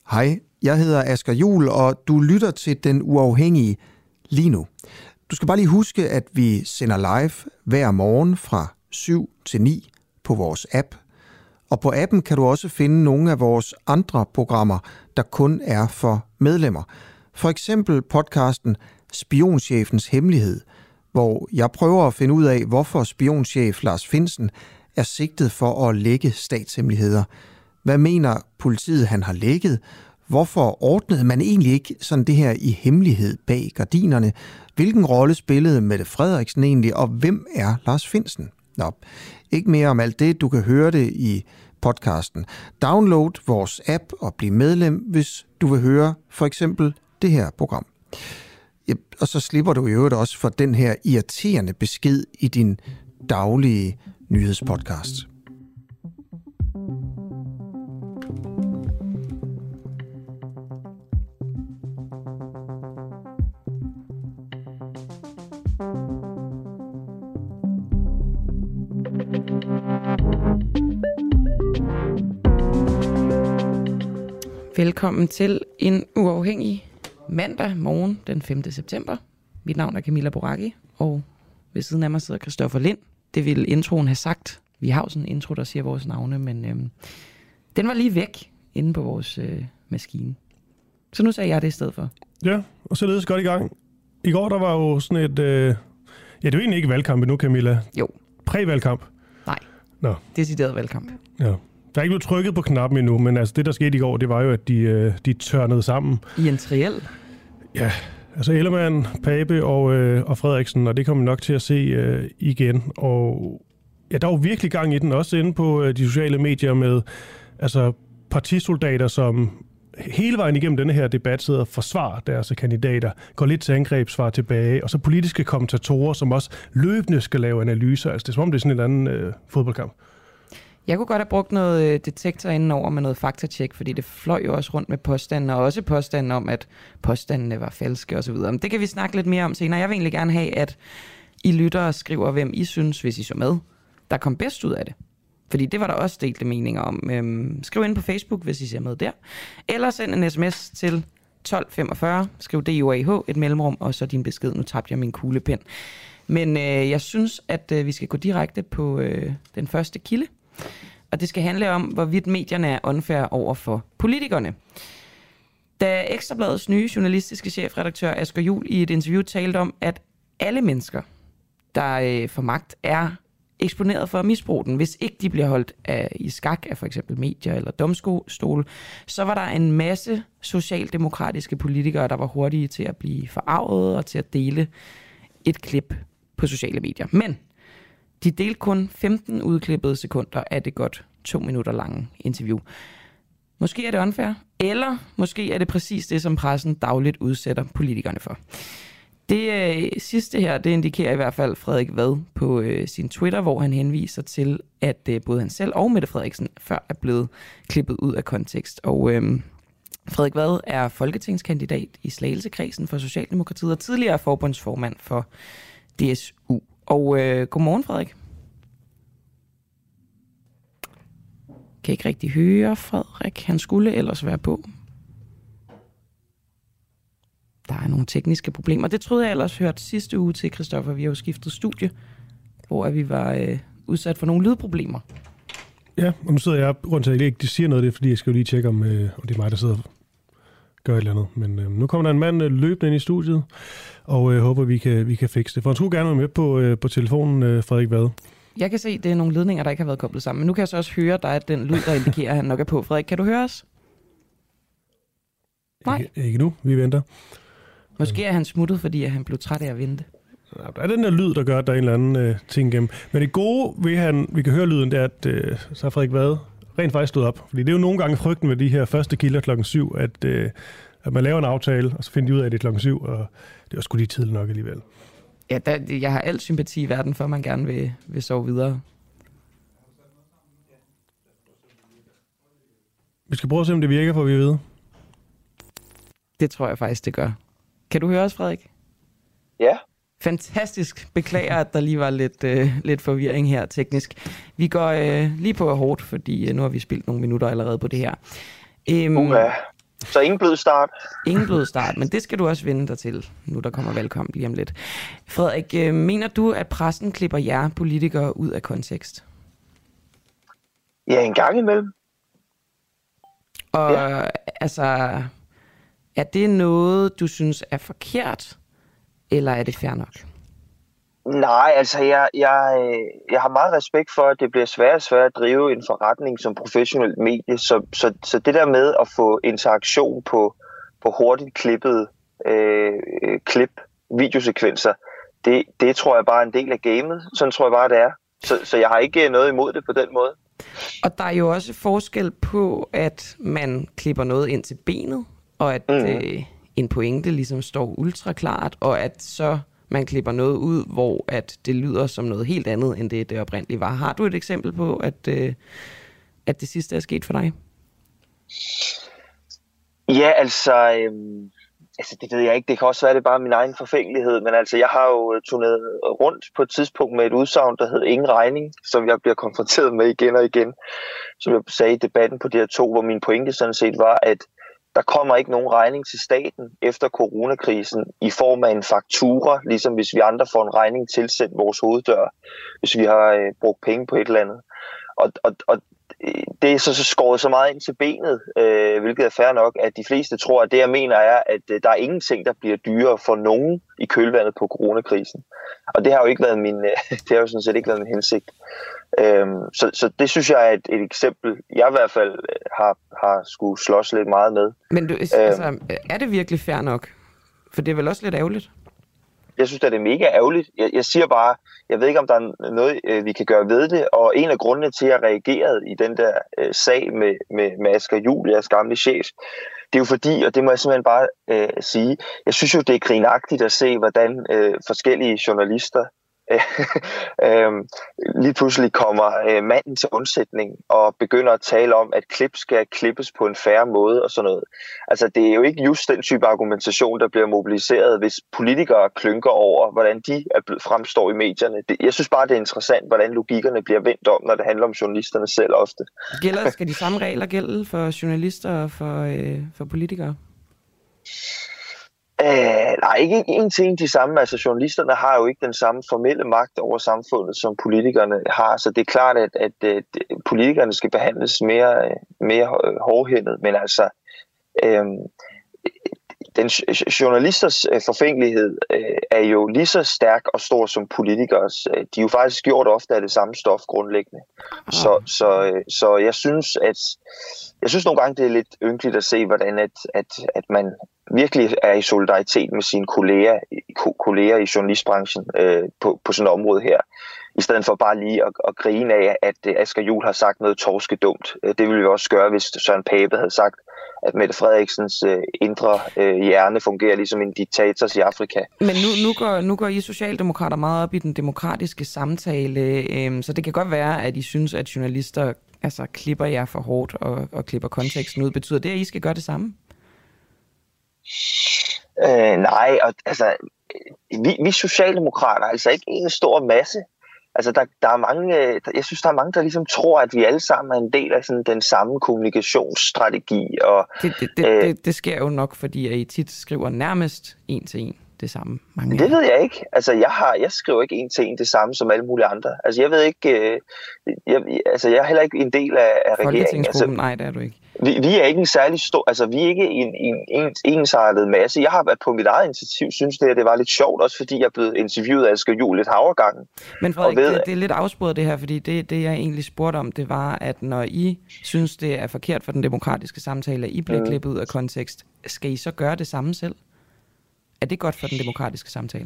Hej, jeg hedder Asger Juhl, og du lytter til Den Uafhængige lige nu. Du skal bare lige huske, at vi sender live hver morgen fra 7 til 9 på vores app. Og på appen kan du også finde nogle af vores andre programmer, der kun er for medlemmer. For eksempel podcasten Spionchefens Hemmelighed, hvor jeg prøver at finde ud af, hvorfor spionchef Lars Findsen er sigtet for at lække statshemmeligheder. Hvad mener politiet, han har lækket? Hvorfor ordnede man egentlig ikke sådan det her i hemmelighed bag gardinerne? Hvilken rolle spillede Mette Frederiksen egentlig, og hvem er Lars Findsen? Nå, ikke mere om alt det. Du kan høre det i podcasten. Download vores app og bliv medlem, hvis du vil høre for eksempel det her program. Ja, og så slipper du i øvrigt også for den her irriterende besked i din daglige nyhedspodcast. Velkommen til en uafhængig mandag morgen den 5. september. Mit navn er Camilla Boracchi, og ved siden af mig sidder Christoffer Lind. Det ville introen have sagt. Vi har jo sådan en intro, der siger vores navne, men den var lige væk inde på vores maskine. Så nu sagde jeg det i stedet for. Ja, og så ledes godt i gang. I går der var jo sådan et... det er jo egentlig ikke valgkamp endnu, Camilla. Jo. Prævalgkamp. Nej, Nå. Decideret valgkamp. Ja. Der er ikke blevet trykket på knappen endnu, men altså det, der skete i går, det var jo, at de tørnede sammen. I en triel? Ja, altså Ellemann, Pape og Frederiksen, og det kommer vi nok til at se igen. Og ja, der var virkelig gang i den, også inde på de sociale medier med altså partisoldater, som hele vejen igennem denne her debat sidder og forsvarer deres kandidater, går lidt til angreb, svarer tilbage, og så politiske kommentatorer, som også løbende skal lave analyser. Altså det er som om, det er sådan en eller anden fodboldkamp. Jeg kunne godt have brugt noget detektor indenover med noget faktatjek, fordi det fløj jo også rundt med påstanden, og også påstanden om, at påstandene var falske osv. Men det kan vi snakke lidt mere om senere. Jeg vil egentlig gerne have, at I lyttere skriver, hvem I synes, hvis I så med, der kom bedst ud af det. Fordi det var der også delte meninger om. Skriv ind på Facebook, hvis I ser med der. Eller send en sms til 1245, skriv DUAH, et mellemrum, og så din besked. Nu tabte jeg min kuglepen. Men jeg synes, at vi skal gå direkte på den første kilde. Og det skal handle om, hvorvidt medierne er unfair over for politikerne. Da Ekstrabladets nye journalistiske chefredaktør Asger Juhl i et interview talte om, at alle mennesker, der får magt, er eksponeret for at misbruge den, hvis ikke de bliver holdt i skak af for eksempel medier eller domstole, så var der en masse socialdemokratiske politikere, der var hurtige til at blive forarvet og til at dele et klip på sociale medier. Men de delte kun 15 udklippede sekunder af det godt 2 minutter lange interview. Måske er det unfair, eller måske er det præcis det, som pressen dagligt udsætter politikerne for. Det sidste her, det indikerer i hvert fald Frederik Vad på sin Twitter, hvor han henviser til, at både han selv og Mette Frederiksen før er blevet klippet ud af kontekst. Og Frederik Vad er folketingskandidat i Slagelsekredsen for Socialdemokratiet og tidligere forbundsformand for DSU. Og godmorgen, Frederik. Kan ikke rigtig høre Frederik. Han skulle ellers være på. Der er nogle tekniske problemer. Det troede jeg ellers hørt sidste uge til, Christoffer. Vi har jo skiftet studie, hvor vi var udsat for nogle lydproblemer. Ja, og nu sidder jeg rundt til, at jeg ikke siger noget af det, fordi jeg skal jo lige tjekke, om det er mig, der sidder og gør et eller andet. Men nu kommer der en mand løbende ind i studiet, og jeg håber, vi kan fikse det. For han skulle gerne være med på telefonen, Frederik Vad. Jeg kan se, at det er nogle ledninger, der ikke har været koblet sammen. Men nu kan jeg så også høre, at der er den lyd, der indikerer, at han nok er på. Frederik, kan du høre os? Nej. Ikke nu. Vi venter. Måske er han smuttet, fordi han blev træt af at vente. Ja, der er den der lyd, der gør, at der er en eller anden ting igennem. Men det gode ved, vi kan høre lyden, det er, at så har Frederik Vad rent faktisk stået op. Fordi det er jo nogle gange frygten ved de her første kilder klokken 7, at man laver en aftale, og så finder de ud af, at det er klokken 7, og det er sgu lige tidligt nok alligevel. Ja, jeg har al sympati i verden for, at man gerne vil sove videre. Vi skal prøve at se, om det virker, for vi ved. Det tror jeg faktisk, det gør. Kan du høre os, Frederik? Ja. Fantastisk. Beklager, at der lige var lidt forvirring her teknisk. Vi går lige på hårdt, fordi nu har vi spildt nogle minutter allerede på det her. Så ingen blød start. Ingen blød start, men det skal du også vende dig til, nu der kommer valgkamp lige om lidt. Frederik, mener du, at pressen klipper jer politikere ud af kontekst? Ja, en gang imellem. Og altså, er det noget, du synes er forkert, eller er det fair nok? Nej, altså jeg har meget respekt for, at det bliver sværere og sværere at drive en forretning som professionelt medie. Så det der med at få interaktion på hurtigt klippede videosekvenser, det tror jeg bare er en del af gamet. Sådan tror jeg bare, det er. Så jeg har ikke noget imod det på den måde. Og der er jo også forskel på, at man klipper noget ind til benet, og at en pointe ligesom står ultra klart, og at så man klipper noget ud, hvor at det lyder som noget helt andet, end det oprindeligt var. Har du et eksempel på, at det sidste er sket for dig? Ja, altså det ved jeg ikke. Det kan også være, det er bare min egen forfængelighed, men altså jeg har jo turneret rundt på et tidspunkt med et udsagn, der hed ingen regning, som jeg bliver konfronteret med igen og igen. Som jeg sagde i debatten på DR2, hvor min pointe sådan set var, at der kommer ikke nogen regning til staten efter coronakrisen i form af en faktura, ligesom hvis vi andre får en regning tilsendt vores hoveddør, hvis vi har brugt penge på et eller andet. Og det er så skåret så meget ind til benet, hvilket er fair nok, at de fleste tror, at det jeg mener er, at der er ingenting, der bliver dyrere for nogen i kølvandet på coronakrisen. Og det har jo ikke været det har jo sådan set ikke været min hensigt. Så det synes jeg er et eksempel, jeg i hvert fald har skulle slås lidt meget med. Men altså, er det virkelig fair nok? For det er vel også lidt ærgerligt? Jeg synes, at det er mega ærgerligt. Jeg siger bare, jeg ved ikke, om der er noget, vi kan gøre ved det. Og en af grundene til, at jeg reagerede i den der sag med Asger Juhl, jeres gamle chef, det er jo fordi, og det må jeg simpelthen bare sige, jeg synes jo, det er grinagtigt at se, hvordan forskellige journalister lige pludselig kommer manden til undsætning og begynder at tale om, at klip skal klippes på en fair måde og sådan noget. Altså det er jo ikke just den type argumentation, der bliver mobiliseret, hvis politikere klynker over, hvordan de fremstår i medierne. Jeg synes bare, det er interessant, hvordan logikkerne bliver vendt om, når det handler om journalisterne selv ofte. Skal de samme regler gælde for journalister og for politikere? Nej, ikke en ting de samme. Altså journalisterne har jo ikke den samme formelle magt over samfundet, som politikerne har. Så det er klart, at politikerne skal behandles mere hårdhændet. Men altså, den journalisters forfængelighed er jo lige så stærk og stor som politikers. De er jo faktisk gjort ofte af det samme stof grundlæggende. Så jeg synes nogle gange, det er lidt ynkeligt at se, hvordan at man virkelig er i solidaritet med sine kolleger i journalistbranchen på sådan et område her. I stedet for bare lige at grine af, at Asger Juhl har sagt noget torskedumt. Det ville vi også gøre, hvis Søren Pape havde sagt, at Mette Frederiksens indre hjerne fungerer ligesom en diktators i Afrika. Men nu går I socialdemokrater meget op i den demokratiske samtale, så det kan godt være, at I synes, at journalister klipper jer for hårdt og klipper konteksten ud. Betyder det, at I skal gøre det samme? Nej, altså vi socialdemokrater er altså ikke en stor masse. Altså der er mange, jeg synes der er mange, der ligesom tror, at vi alle sammen er en del af sådan den samme kommunikationsstrategi. Og det sker jo nok, fordi at I tit skriver nærmest en til en det samme. Det ved jeg ikke. Altså jeg skriver ikke en til en det samme som alle mulige andre. Altså jeg ved ikke, jeg er heller ikke en del af regeringen. Altså, nej, det er du ikke. Vi er ikke en særlig stor, altså vi er ikke en ensartet masse. Jeg har været på mit eget initiativ, synes det var lidt sjovt, også fordi jeg er blevet interviewet af Asger Juhl lidt havergangen. Men Frederik, det er lidt afsporet det her, fordi det jeg egentlig spurgte om, det var, at når I synes, det er forkert for den demokratiske samtale, at I bliver klippet ud af kontekst, skal I så gøre det samme selv? Er det godt for den demokratiske samtale?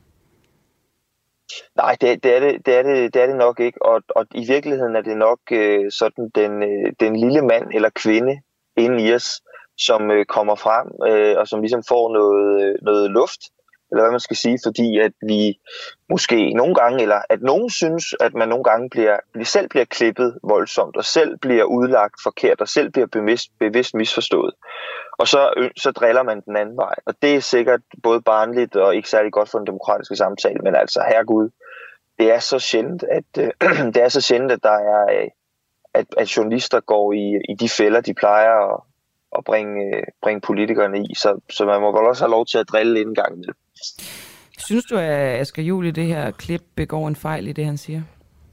Nej, det er det nok ikke, og i virkeligheden er det nok sådan den lille mand eller kvinde inde i os, som kommer frem og som ligesom får noget luft, eller hvad man skal sige, fordi at vi måske nogle gange, eller at nogen synes, at man nogle gange selv bliver klippet voldsomt, og selv bliver udlagt forkert, og selv bliver bevidst misforstået. Og så driller man den anden vej. Og det er sikkert både barnligt og ikke særlig godt for den demokratiske samtale, men altså, herregud, det er så sjældent, at der er, at journalister går i de fælder, de plejer at bringe politikerne i. Så man må vel også have lov til at drille lidt en gang med det. Synes du, at Asger Juhl i det her klip begår en fejl i det, han siger?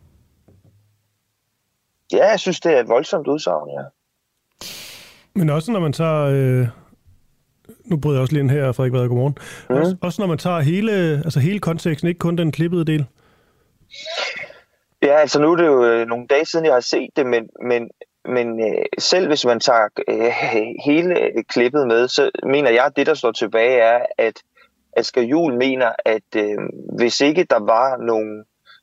Ja, jeg synes, det er et voldsomt udsagn, ja. Men også når man tager... Nu bryder jeg også lige ind her, Frederik Vad, godmorgen. Også når man tager hele konteksten, ikke kun den klippede del. Ja, altså nu er det jo nogle dage siden, jeg har set det, men selv hvis man tager hele klippet med, så mener jeg, at det, der står tilbage, er, at Asger Juhl mener, at hvis ikke der var nogle,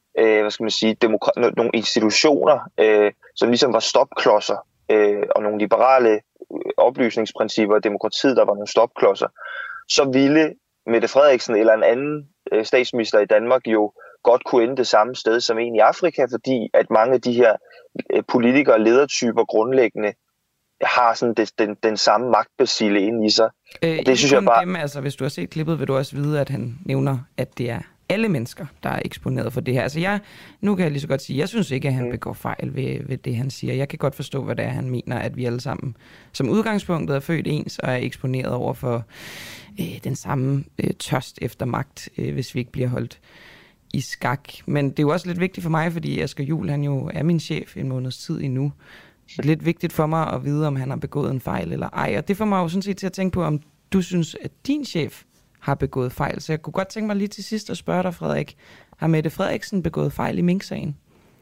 nogle institutioner, som ligesom var stopklodser, og nogle liberale oplysningsprincipper og demokratiet, der var nogle stopklodser, så ville Mette Frederiksen eller en anden statsminister i Danmark jo godt kunne ende det samme sted som en i Afrika, fordi at mange af de her politikere og ledertyper grundlæggende har sådan den samme magtbacille inde i sig. Det synes jeg bare... Dem, altså, hvis du har set klippet, vil du også vide, at han nævner, at det er alle mennesker, der er eksponeret for det her. Altså nu kan jeg lige så godt sige, jeg synes ikke, at han begår fejl ved det, han siger. Jeg kan godt forstå, hvad det er, han mener, at vi alle sammen som udgangspunktet er født ens og er eksponeret over for den samme tørst efter magt, hvis vi ikke bliver holdt i skak. Men det er jo også lidt vigtigt for mig, fordi Asger Juhl, han jo er min chef en måneds tid endnu. Det er lidt vigtigt for mig at vide, om han har begået en fejl eller ej. Og det får mig jo sådan set til at tænke på, om du synes, at din chef har begået fejl. Så jeg kunne godt tænke mig lige til sidst at spørge dig, Frederik. Har Mette Frederiksen begået fejl i Mink-sagen?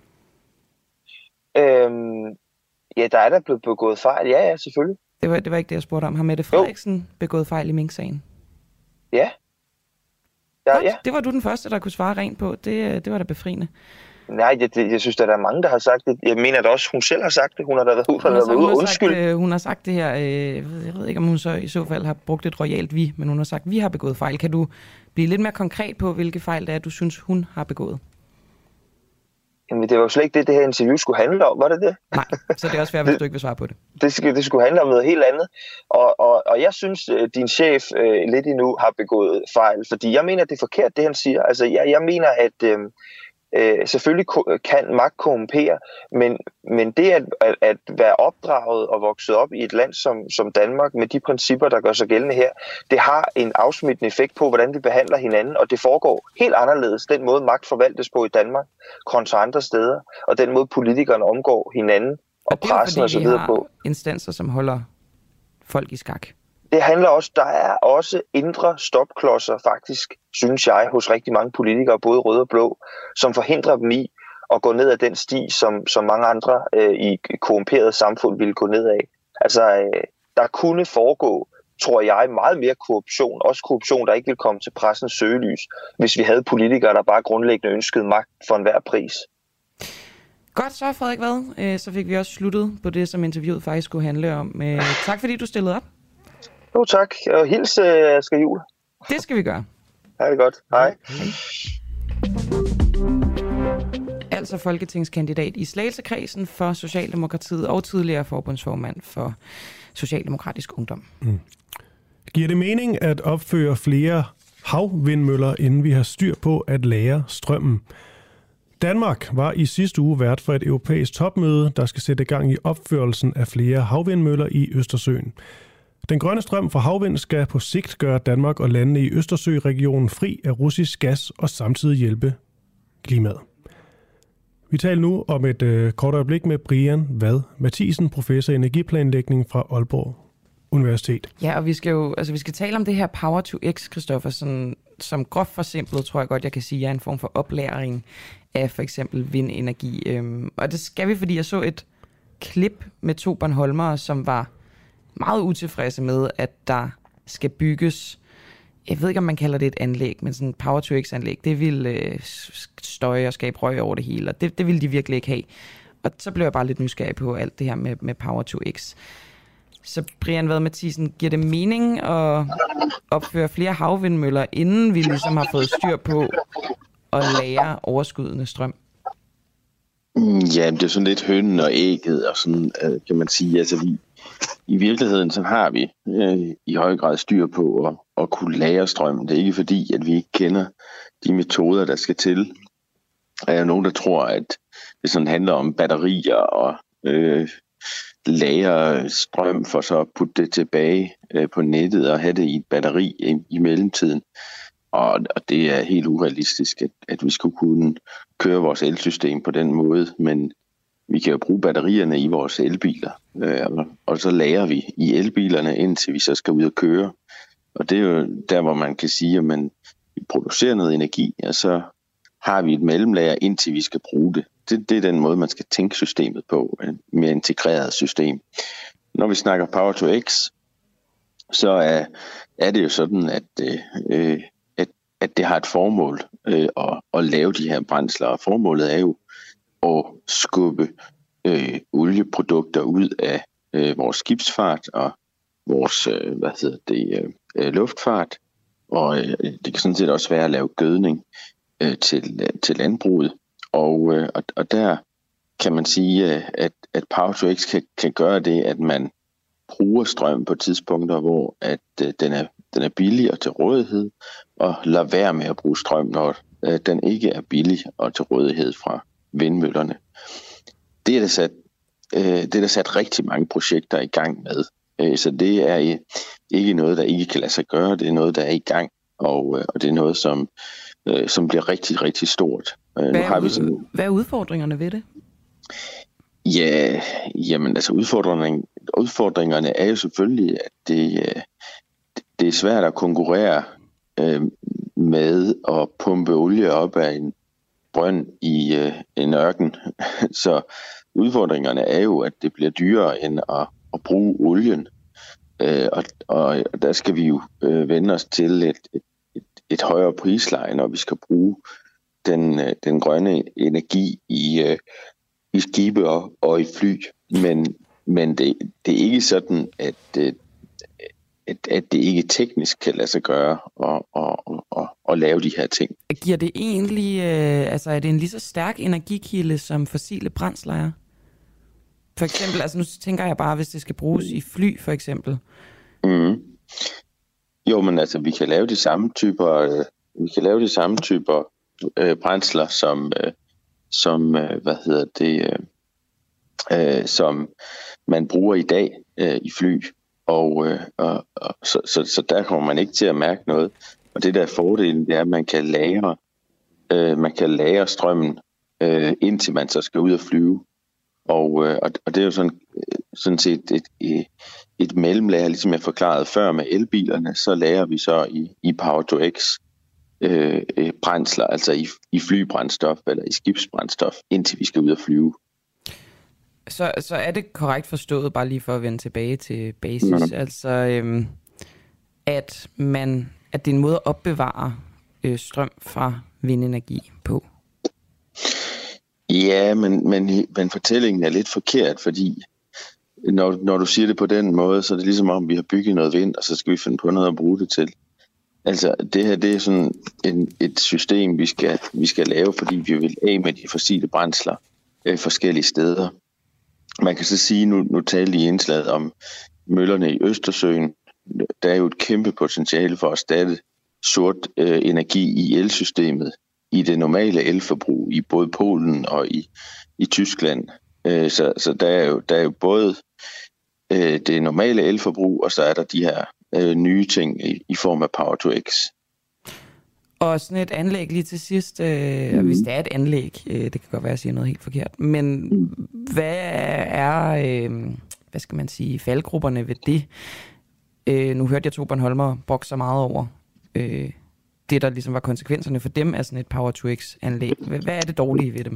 Ja, der er der blevet begået fejl. Ja, selvfølgelig. Det var ikke det, jeg spurgte om. Har Mette Frederiksen begået fejl i Mink-sagen? Ja. Ja. Det var du den første, der kunne svare rent på. Det var da befriende. Nej, jeg synes, der er mange, der har sagt det. Jeg mener da også, hun selv har sagt det. Hun har da været ude undskyld. Hun har sagt det her. Jeg ved ikke, om hun så i så fald har brugt et royalt vi, men hun har sagt, at vi har begået fejl. Kan du blive lidt mere konkret på, hvilke fejl det er, du synes, hun har begået? Jamen, det var jo slet ikke det her interview skulle handle om, var det det? Nej, så det er også fair, hvis du ikke vil svare på det. Det skulle handle om noget helt andet. Og jeg synes, din chef lidt endnu har begået fejl, fordi jeg mener, at det er forkert, det han siger. Altså, jeg mener, at selvfølgelig kan magt korrumpere, men det at være opdraget og vokset op i et land som Danmark med de principper, der gør sig gældende her, det har en afsmittende effekt på, hvordan vi behandler hinanden, og det foregår helt anderledes, den måde magt forvaltes på i Danmark kontra andre steder, og den måde politikerne omgår hinanden og pressen og så videre på. Instanser, som holder folk i skak. Det handler også, der er også indre stopklodser faktisk, synes jeg, hos rigtig mange politikere, både røde og blå, som forhindrer dem i at gå ned ad den sti, som mange andre i korrumperede samfund ville gå ned af. Altså, der kunne foregå, tror jeg, meget mere korruption, også korruption, der ikke ville komme til pressens søgelys, hvis vi havde politikere, der bare grundlæggende ønskede magt for enhver pris. Godt så, Frederik Vad. Så fik vi også sluttet på det, som interviewet faktisk skulle handle om. Tak fordi du stillede op. Jo, tak. Og hils Asger Juhl. Det skal vi gøre. Ha' det godt. Hej. Altså folketingskandidat i Slagelsekredsen for Socialdemokratiet og tidligere forbundsformand for Socialdemokratisk Ungdom. Giver det mening at opføre flere havvindmøller, inden vi har styr på at lagre strømmen? Danmark var i sidste uge vært for et europæisk topmøde, der skal sætte gang i opførelsen af flere havvindmøller i Østersøen. Den grønne strøm fra havvind skal på sigt gøre Danmark og landene i Østersøregionen fri af russisk gas og samtidig hjælpe klimaet. Vi taler nu om et kort øjeblik med Brian Vad Mathisen, professor i energiplanlægning fra Aalborg Universitet. Ja, og vi skal tale om det her Power to X, Christoffer, som groft forsimplet, tror jeg godt, jeg kan sige, er en form for oplæring af for eksempel vindenergi. Og det skal vi, fordi jeg så et klip med 2 bornholmere, som var meget utilfredse med, at der skal bygges, jeg ved ikke, om man kalder det et anlæg, men sådan et Power to X-anlæg, det vil støje og skabe røg over det hele, og det ville de virkelig ikke have. Og så blev jeg bare lidt nysgerrig på alt det her med Power to X. Så Brian Vad Mathisen, giver det mening at opføre flere havvindmøller, inden vi ligesom har fået styr på at lagre overskydende strøm? Ja, det er sådan lidt hønen og ægget, og sådan kan man sige. Altså, i virkeligheden så har vi i høj grad styr på at kunne lagre strøm. Det er ikke fordi, at vi ikke kender de metoder, der skal til. Der er nogen, der tror, at det sådan handler om batterier og lagre strøm for så at putte det tilbage på nettet og have det i et batteri i mellemtiden. Og det er helt urealistisk, at vi skulle kunne køre vores elsystem på den måde, men vi kan jo bruge batterierne i vores elbiler, og så lagrer vi i elbilerne, indtil vi så skal ud og køre. Og det er jo der, hvor man kan sige, at vi producerer noget energi, og så har vi et mellemlager, indtil vi skal bruge det. Det er den måde, man skal tænke systemet på, et mere integreret system. Når vi snakker Power-to-X, så er det jo sådan, at det har et formål at lave de her brændsler, og formålet er jo at skubbe olieprodukter ud af vores skibsfart og vores luftfart, og det kan sådan set også være at lave gødning til landbruget, og der kan man sige, at Power-to-X kan gøre det, at man bruger strøm på tidspunkter, hvor at den er billig og til rådighed, og lader være med at bruge strøm, når den ikke er billig og til rådighed fra vindmøllerne. Det er der sat rigtig mange projekter i gang med. Så det er ikke noget, der ikke kan lade sig gøre. Det er noget, der er i gang, og det er noget, som bliver rigtig, rigtig stort. Hvad er udfordringerne ved det? Ja, jamen altså udfordringerne er jo selvfølgelig, at det er svært at konkurrere med at pumpe olie op af en brønd i en ørken. Så udfordringerne er jo, at det bliver dyrere end at bruge olien. Og der skal vi jo vende os til et højere prisleje, når vi skal bruge den grønne energi i skibe og i fly. Men det er ikke sådan, at det ikke teknisk kan lade sig gøre at lave de her ting. Giver det egentlig, er det en lige så stærk energikilde som fossile brændsler er? For eksempel, nu tænker jeg bare, hvis det skal bruges i fly, for eksempel. Jo, men altså, vi kan lave de samme typer brændsler, som man bruger i dag i fly. Så der kommer man ikke til at mærke noget. Og det der fordelen, det er, at man kan lagre strømmen, indtil man så skal ud og flyve. Og det er jo sådan set et mellemlager, ligesom jeg forklarede før med elbilerne, så lagrer vi så i Power-to-X brændsler, altså i flybrændstof eller i skibsbrændstof, indtil vi skal ud og flyve. Så er det korrekt forstået, bare lige for at vende tilbage til basis, at det er en måde at opbevare strøm fra vindenergi på? Ja, men fortællingen er lidt forkert, fordi når du siger det på den måde, så er det ligesom om, vi har bygget noget vind, og så skal vi finde på noget at bruge det til. Altså, det her, det er sådan et system, vi skal lave, fordi vi vil af med de fossile brændsler forskellige steder. Man kan så sige, nu talte I indslaget om møllerne i Østersøen. Der er jo et kæmpe potentiale for at erstatte sort energi i elsystemet, i det normale elforbrug, i både Polen og i Tyskland. Så der er jo både det normale elforbrug, og så er der de her nye ting i form af Power-to-X. Og sådan et anlæg lige til sidst, hvis det er et anlæg, det kan godt være, at jeg siger noget helt forkert, men hvad er, faldgrupperne ved det? Nu hørte jeg to Bornholmer brokke så meget over det, der ligesom var konsekvenserne for dem af sådan et Power-to-X-anlæg. Hvad er det dårlige ved dem?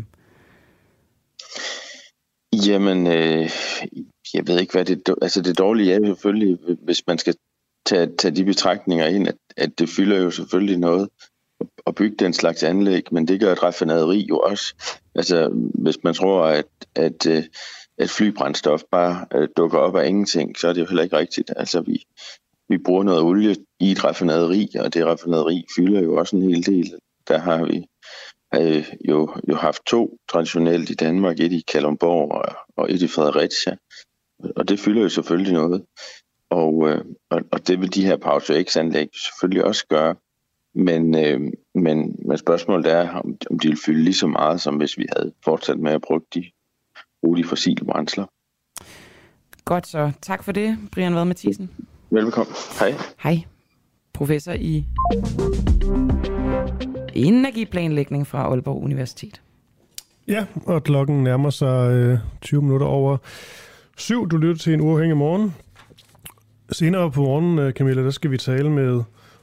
Jamen, jeg ved ikke, hvad det dårlige er selvfølgelig, hvis man skal tage de betragtninger ind, at det fylder jo selvfølgelig noget at bygge den slags anlæg, men det gør et raffinaderi jo også. Altså, hvis man tror, at flybrændstof bare dukker op af ingenting, så er det jo heller ikke rigtigt. Altså, vi bruger noget olie i et raffinaderi, og det raffinaderi fylder jo også en hel del. Der har vi jo haft 2 traditionelt i Danmark, et i Kalundborg og et i Fredericia, og det fylder jo selvfølgelig noget. Og det vil de her Power-to-X-anlæg selvfølgelig også gøre, men spørgsmålet er, om de vil fylde lige så meget, som hvis vi havde fortsat med at bruge de fossile brændsler. Godt så. Tak for det, Brian Vad Mathiesen. Velbekomme. Hej. Hej. Professor i energiplanlægning fra Aalborg Universitet. Ja, og klokken nærmer sig 20 minutter over 7. Du lytter til En Uafhængig Morgen. Senere på morgenen, Camilla, der skal vi tale med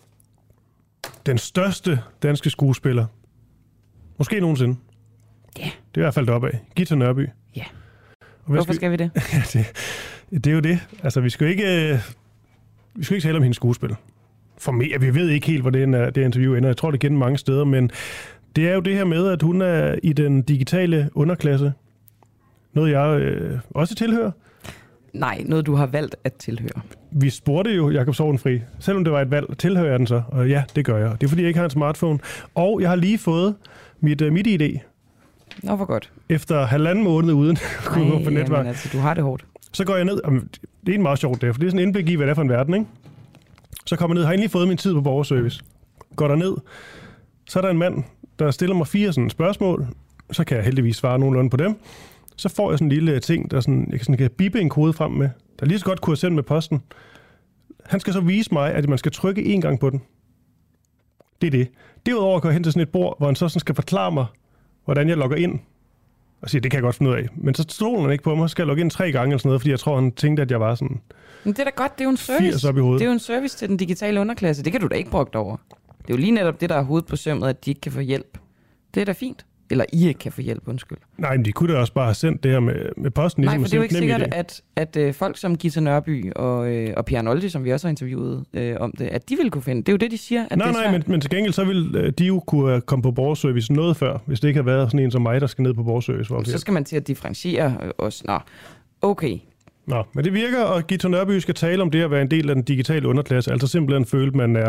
den største danske skuespiller. Måske nogensinde. Ja. Det er i hvert fald deroppe af. Githa Nørby. Ja. Hvorfor skal vi det? Det er jo det. Altså, vi skal ikke tale om hendes skuespil. Vi ved ikke helt, hvor det interview ender. Jeg tror, det kender mange steder, men det er jo det her med, at hun er i den digitale underklasse. Noget, jeg også tilhører. Nej, noget du har valgt at tilhøre. Vi spurgte jo Jakob Sorgenfri. Selvom det var et valg, tilhører jeg den så. Og ja, det gør jeg. Det er, fordi jeg ikke har en smartphone. Og jeg har lige fået mit ID. Nå, hvor godt. Efter 1,5 måned uden at kunne gå på netværk. Men altså, du har det hårdt. Så går jeg ned. Det er en meget sjovt det, for det er sådan en indblik i, hvad det er for en verden, ikke? Så kommer jeg ned. Har endelig fået min tid på borgerservice. Går der ned. Så er der en mand, der stiller mig 4 sådan spørgsmål. Så kan jeg heldigvis svare nogenlunde på dem. Så får jeg sådan en lille ting, der sådan, jeg kan bippe en kode frem med, der lige så godt kunne have sendt med posten. Han skal så vise mig, at man skal trykke 1 gang på den. Det er det. Derudover går jeg hen til sådan et bord, hvor han så sådan skal forklare mig, hvordan jeg logger ind. Og siger, det kan jeg godt finde ud af. Men så stoler han ikke på mig, så skal jeg logge ind 3 gange eller sådan noget, fordi jeg tror, han tænkte, at jeg var sådan... Men det er da godt, det er jo en service. 80 op i hovedet. Det er jo en service til den digitale underklasse. Det kan du da ikke brugt over. Det er jo lige netop det, der er hovedet på sømmet, at de ikke kan få hjælp. Det er da fint. Eller I ikke kan få hjælp, undskyld. Nej, men de kunne da også bare have sendt det her med posten. Nej, for det er jo ikke sikkert, at folk som Githa Nørby og Pierre Noldi, som vi også har interviewet om det, at de ville kunne finde. Det er jo det, de siger. At Nej, men til gengæld så ville de jo kunne komme på borgerservice noget før, hvis det ikke havde været sådan en som mig, der skal ned på borgerservice. Så skal man til at differentiere os. Nå, okay. Nå, men det virker, og Githa Nørby skal tale om det at være en del af den digitale underklasse. Altså simpelthen føle, at man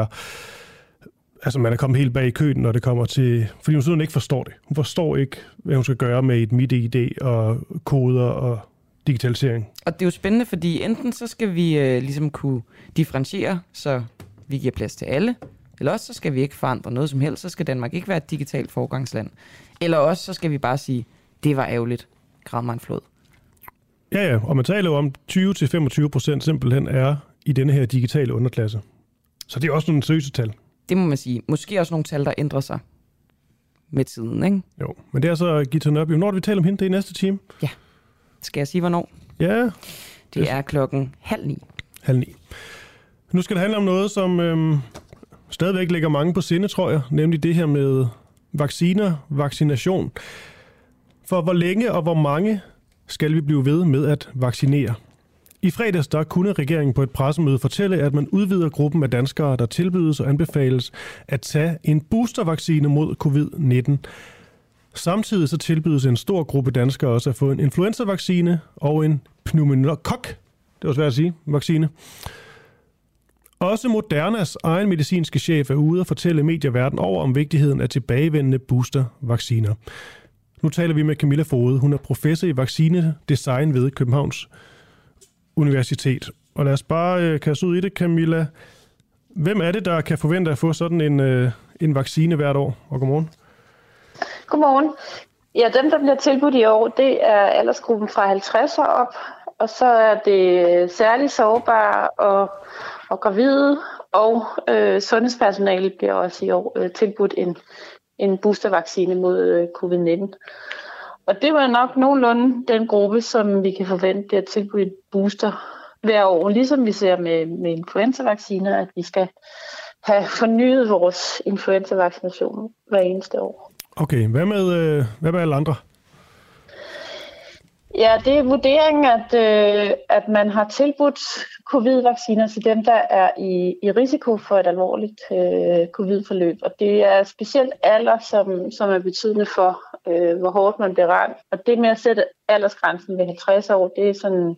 er kommet helt bag i køen, når det kommer til... Fordi hun simpelthen ikke forstår det. Hun forstår ikke, hvad hun skal gøre med et MitID og koder og digitalisering. Og det er jo spændende, fordi enten så skal vi ligesom kunne differentiere, så vi giver plads til alle, eller også så skal vi ikke forandre noget som helst, så skal Danmark ikke være et digitalt foregangsland. Eller også så skal vi bare sige, det var ærgerligt, grav mig en flod. Ja, og man taler jo om 20-25% simpelthen er i denne her digitale underklasse. Så det er også nogle seriøse tal. Det må man sige. Måske også nogle tal, der ændrer sig med tiden, ikke? Jo, men det er så Githa Nørby. Når vi taler om hende, det er i næste time. Ja. Skal jeg sige, hvornår? Ja. Det er 8:30. 8:30. Nu skal det handle om noget, som stadigvæk ligger mange på sinde, tror jeg. Nemlig det her med vaccination. For hvor længe og hvor mange skal vi blive ved med at vaccinere? I fredags der kunne regeringen på et pressemøde fortælle, at man udvider gruppen af danskere, der tilbydes og anbefales at tage en boostervaccine mod covid-19. Samtidig så tilbydes en stor gruppe danskere også at få en influenzavaccine og en pneumokok, det var svært at sige, vaccine. Også Modernas egen medicinske chef er ude og fortælle medier verden over om vigtigheden af tilbagevendende boostervacciner. Nu taler vi med Camilla Foged. Hun er professor i vaccinedesign ved Københavns Universitet. Og lad os bare kaste ud i det, Camilla. Hvem er det, der kan forvente at få sådan en vaccine hvert år? Og godmorgen. Godmorgen. Ja, dem, der bliver tilbudt i år, det er aldersgruppen fra 50 år op. Og så er det særligt sårbare og gravide, og sundhedspersonale bliver også i år tilbudt en boostervaccine mod covid-19. Og det var nok nogenlunde den gruppe, som vi kan forvente bliver tilbudt en booster hver år. Ligesom vi ser med influenzavacciner, at vi skal have fornyet vores influenzavaccination hver eneste år. Okay, hvad med alle andre? Ja, det er vurderingen, at man har tilbudt covid-vacciner til dem, der er i risiko for et alvorligt covid-forløb. Og det er specielt alder, som er betydende for, hvor hårdt man bliver ramt. Og det med at sætte aldersgrænsen ved 50 år, det er sådan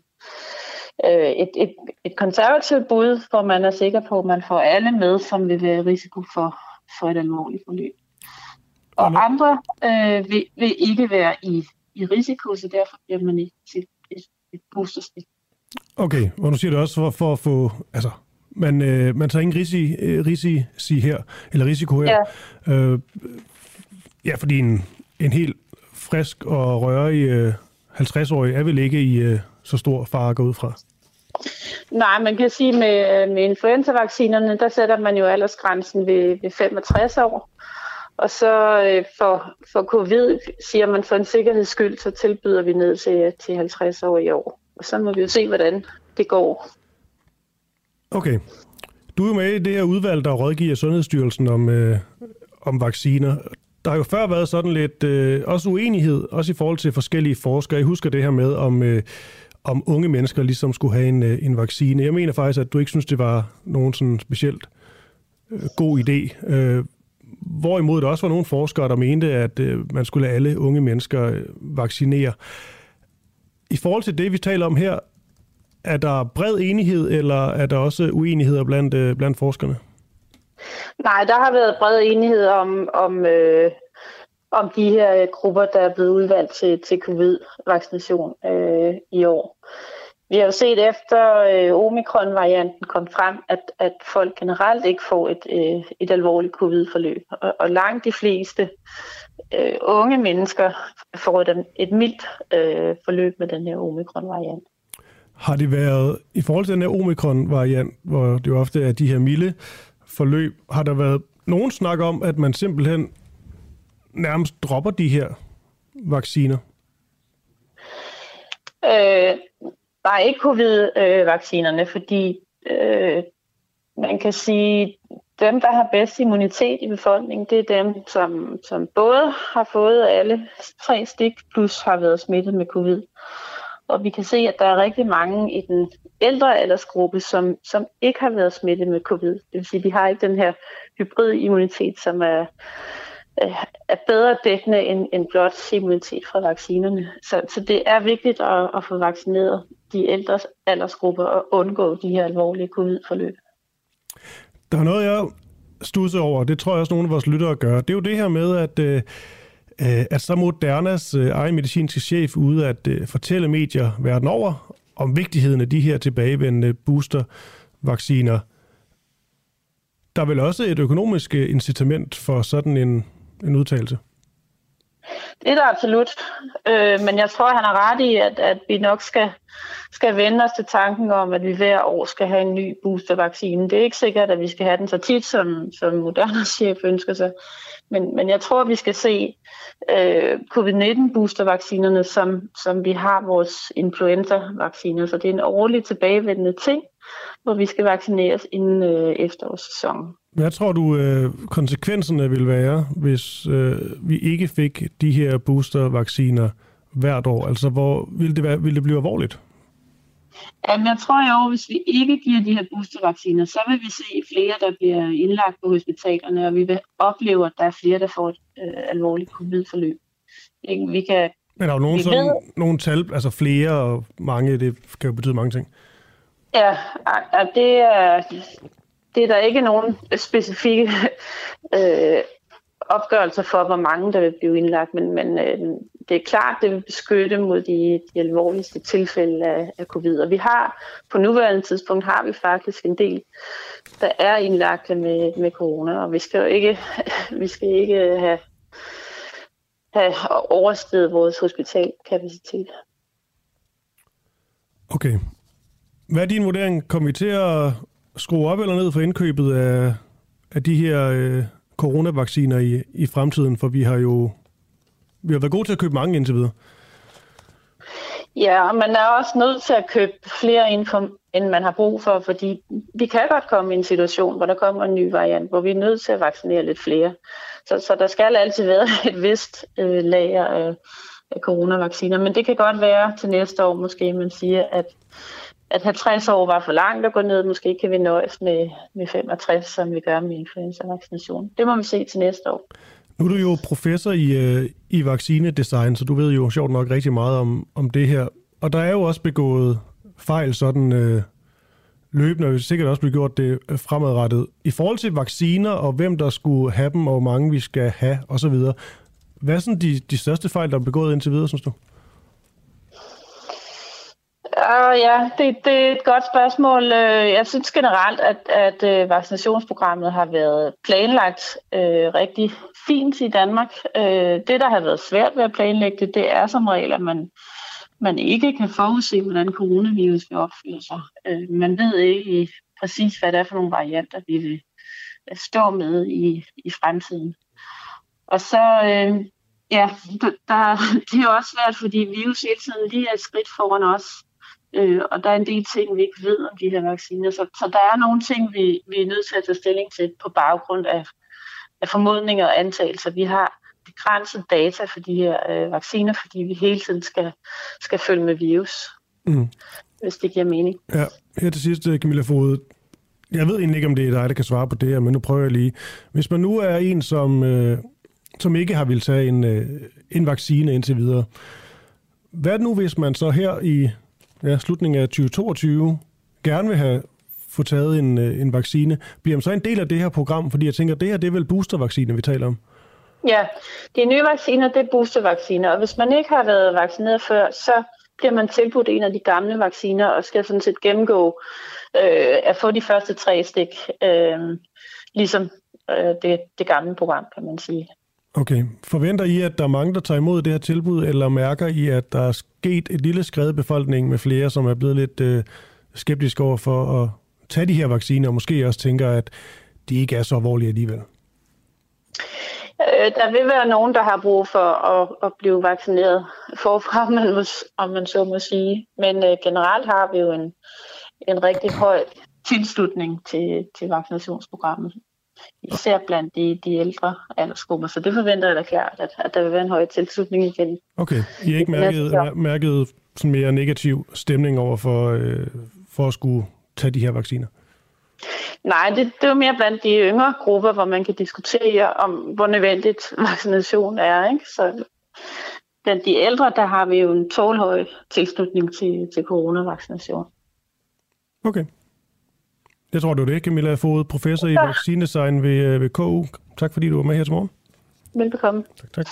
et konservativt bud, hvor man er sikker på, at man får alle med, som vil være i risiko for et alvorligt forløb. Og andre vil ikke være i risiko, så derfor bliver man ikke til et boosterstik. Okay, og nu siger det også for at få, altså, man tager ingen risici her, eller risiko her. Ja, fordi en helt frisk og rørig 50-årig er vel ikke i så stor fare går ud fra? Nej, man kan sige, med influenza-vaccinerne, der sætter man jo aldersgrænsen ved 65 år. Og så for covid, siger man for en sikkerheds skyld, så tilbyder vi ned til 50 år i år. Og så må vi jo se, hvordan det går. Okay. Du er jo med i det her udvalg, der rådgiver Sundhedsstyrelsen om vacciner. Der har jo før været sådan lidt også uenighed, også i forhold til forskellige forskere. Jeg husker det her med, om unge mennesker ligesom skulle have en vaccine. Jeg mener faktisk, at du ikke synes, det var nogen sådan specielt god idé. Hvorimod der også var nogle forskere, der mente, at man skulle lade alle unge mennesker vaccinere. I forhold til det, vi taler om her, er der bred enighed, eller er der også uenigheder blandt forskerne? Nej, der har været bred enighed om de her grupper, der er blevet udvalgt til covid-vaccination i år. Vi har jo set efter omikron-varianten kom frem, at folk generelt ikke får et alvorligt covid-forløb. Og langt de fleste unge mennesker får et mildt forløb med den her omikron-variant. Har det været, i forhold til den her omikron-variant, hvor det jo ofte er de her milde forløb, har der været nogen snak om, at man simpelthen nærmest dropper de her vacciner? Nej, ikke covid-vaccinerne, fordi man kan sige, dem, der har bedst immunitet i befolkningen, det er dem, som både har fået alle 3 stik, plus har været smittet med covid. Og vi kan se, at der er rigtig mange i den ældre aldersgruppe, som ikke har været smittet med covid. Det vil sige, at de har ikke den her hybridimmunitet, som er bedre dækkende end blot immunitet fra vaccinerne. Så det er vigtigt at få vaccineret de ældre aldersgrupper og undgå de her alvorlige covid-forløb. Der er noget, jeg studser over, det tror jeg også nogle af vores lyttere gør. Det er jo det her med, at så Modernas egen medicinske chef ude at fortælle medier verden over om vigtigheden af de her tilbagevendende boostervacciner. Der er vel også et økonomisk incitament for sådan en udtalelse? Det er der absolut. Men jeg tror, han har ret i, at vi nok skal vende os til tanken om, at vi hver år skal have en ny boostervaccine. Det er ikke sikkert, at vi skal have den så tit, som Modernas chef ønsker sig. Men jeg tror, at vi skal se covid-19-boostervaccinerne, som vi har vores influenza-vacciner. Så det er en årlig tilbagevendende ting, hvor vi skal vaccineres inden efterårssæsonen. Hvad tror du, konsekvenserne vil være, hvis vi ikke fik de her boostervacciner hvert år? Altså, vil det blive alvorligt? Jamen, jeg tror jo, hvis vi ikke giver de her boostervacciner, så vil vi se flere, der bliver indlagt på hospitalerne, og vi vil opleve, at der er flere, der får et alvorligt covid-forløb. Vi kan, men er der nogle tal, altså flere og mange, det kan jo betyde mange ting? Ja, det er der ikke nogen specifikke opgørelser for, hvor mange der vil blive indlagt, men det er klart, det vil beskytte mod de alvorligste tilfælde af covid. Og vi har på nuværende tidspunkt faktisk en del, der er indlagt med corona, og vi skal ikke have oversteget vores hospitalkapacitet. Okay. Hvad er din vurdering? Kommer vi til at skrue op eller ned for indkøbet af de her coronavacciner i fremtiden? For vi har været gode til at købe mange indtil videre. Ja, og man er også nødt til at købe flere end man har brug for, fordi vi kan godt komme i en situation, hvor der kommer en ny variant, hvor vi er nødt til at vaccinere lidt flere. Så der skal altid være et vist lager af coronavacciner, men det kan godt være til næste år måske, man siger, at 50 år var for langt at gå ned. Måske kan vi nøjes med 65, som vi gør med influenza-vaccination. Det må vi se til næste år. Nu er du jo professor i vaccinedesign, så du ved jo sjovt nok rigtig meget om det her. Og der er jo også begået fejl sådan løbende, og vi sikkert også blive gjort det fremadrettet. I forhold til vacciner og hvem der skulle have dem, og hvor mange vi skal have osv. Hvad er sådan de største fejl, der er begået indtil videre, synes du? Ja, det er et godt spørgsmål. Jeg synes generelt, at vaccinationsprogrammet har været planlagt rigtig fint i Danmark. Det, der har været svært ved at planlægge det er som regel, at man man ikke kan forudse, hvordan coronavirus vil opføre sig. Man ved ikke præcis, hvad det er for nogle varianter, vi vil stå med i fremtiden. Og så, det er også svært, fordi virus hele tiden lige er et skridt foran os. Og der er en del ting, vi ikke ved om de her vacciner. Så der er nogle ting, vi er nødt til at tage stilling til på baggrund af formodninger og antagelser. Vi har begrænset data for de her vacciner, fordi vi hele tiden skal følge med virus, hvis det giver mening. Ja, her til sidst, Camilla Foged. Jeg ved egentlig ikke, om det er dig, der kan svare på det her, men nu prøver jeg lige. Hvis man nu er en, som ikke har ville tage en vaccine indtil videre, hvad nu, hvis man så her i slutningen af 2022 gerne vil have få taget en vaccine, bliver man så en del af det her program? Fordi jeg tænker, det her det er vel boostervacciner, vi taler om? Ja, de nye vacciner, det er boostervacciner, og hvis man ikke har været vaccineret før, så bliver man tilbudt en af de gamle vacciner og skal sådan set gennemgå at få de første 3 stik, ligesom det gamle program, kan man sige. Okay. Forventer I, at der er mange, der tager imod det her tilbud, eller mærker I, at der er sket et lille skred i befolkningen med flere, som er blevet lidt skeptiske over for at tage de her vacciner, og måske også tænker, at de ikke er så alvorlige alligevel? Der vil være nogen, der har brug for at blive vaccineret forfra, om man så må sige. Men generelt har vi jo en rigtig høj tilslutning til vaccinationsprogrammet. Især blandt de ældre aldersgrupper. Så det forventer jeg da klart, at der vil være en høj tilslutning igen. Okay. I har ikke mærket sådan mere negativ stemning over for at skulle tage de her vacciner? Nej, det er jo mere blandt de yngre grupper, hvor man kan diskutere om, hvor nødvendigt vaccination er. Ikke? Så blandt de ældre, der har vi jo en tålhøj tilslutning til coronavaccination. Okay. Jeg tror, det var det, Camilla Foged, professor i vaccinedesign ved KU. Tak fordi du var med her til morgen. Velbekomme. Tak.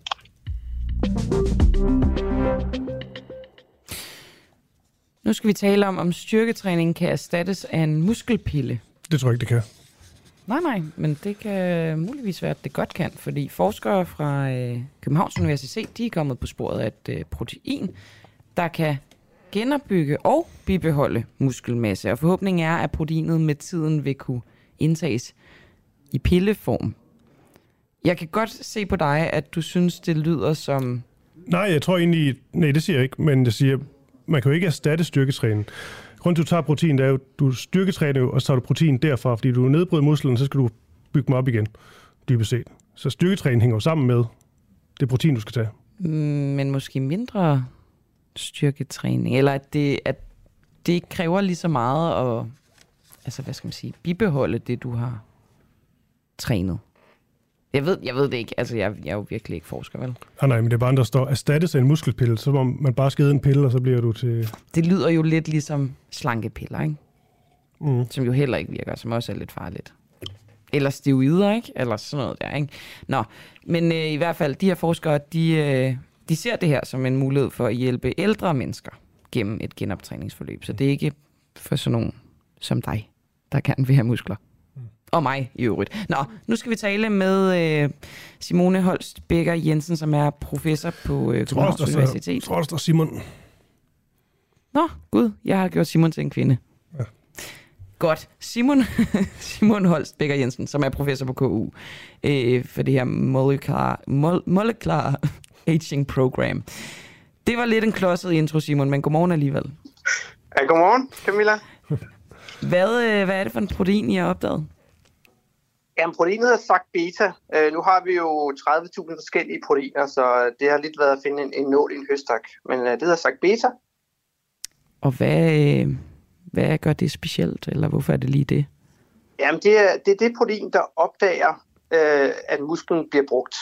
Nu skal vi tale om styrketræning kan erstattes af en muskelpille. Det tror jeg ikke, det kan. Nej, men det kan muligvis være, at det godt kan, fordi forskere fra Københavns Universitet, de er kommet på sporet af et protein, der kan genopbygge og bibeholde muskelmasse. Og forhåbningen er, at proteinet med tiden vil kunne indtages i pilleform. Jeg kan godt se på dig, at du synes, det lyder som... Nej, jeg tror egentlig... Nej, det siger jeg ikke, men jeg siger, man kan jo ikke erstatte styrketræning. Grunden til, at du tager protein, det er jo, du styrketræner jo, og så tager du protein derfra, fordi du nedbryder musklerne, så skal du bygge dem op igen, dybest set. Så styrketræning hænger jo sammen med det protein, du skal tage. Men måske mindre styrketræning, eller at det ikke kræver lige så meget at, altså hvad skal man sige, bibeholde det, du har trænet. Jeg ved det ikke. Altså, jeg er jo virkelig ikke forsker, vel? Nej, men det er bare, der står erstattes af en muskelpille, så må man bare skide en pille, og så bliver du til... Det lyder jo lidt ligesom slankepiller, ikke? Som jo heller ikke virker, som også er lidt farligt. Eller steroider, ikke? Eller sådan noget der, ikke? Nå, men i hvert fald, de her forskere, de ser det her som en mulighed for at hjælpe ældre mennesker gennem et genoptræningsforløb. Så det er ikke for sådan nogen som dig, der kan vil have muskler. Og mig i øvrigt. Nå, nu skal vi tale med Simone Holst Becker Jensen, som er professor på Københavns Universitet. Jeg tror, der står Simon. Nå, gud, jeg har gjort Simon til en kvinde. Ja. Godt. Simon Holst Becker Jensen, som er professor på KU for det her Molecular Aging Program. Det var lidt en klodset intro, Simon, men godmorgen alligevel. Ja, godmorgen, Camilla. Hvad er det for en protein, I har opdaget? Jamen, proteinet hedder SAC-beta. Nu har vi jo 30.000 forskellige proteiner, så det har lidt været at finde en nål i en høstak. Men det hedder SAC-beta. Og hvad gør det specielt, eller hvorfor er det lige det? Jamen, det er det protein, der opdager, at musklen bliver brugt.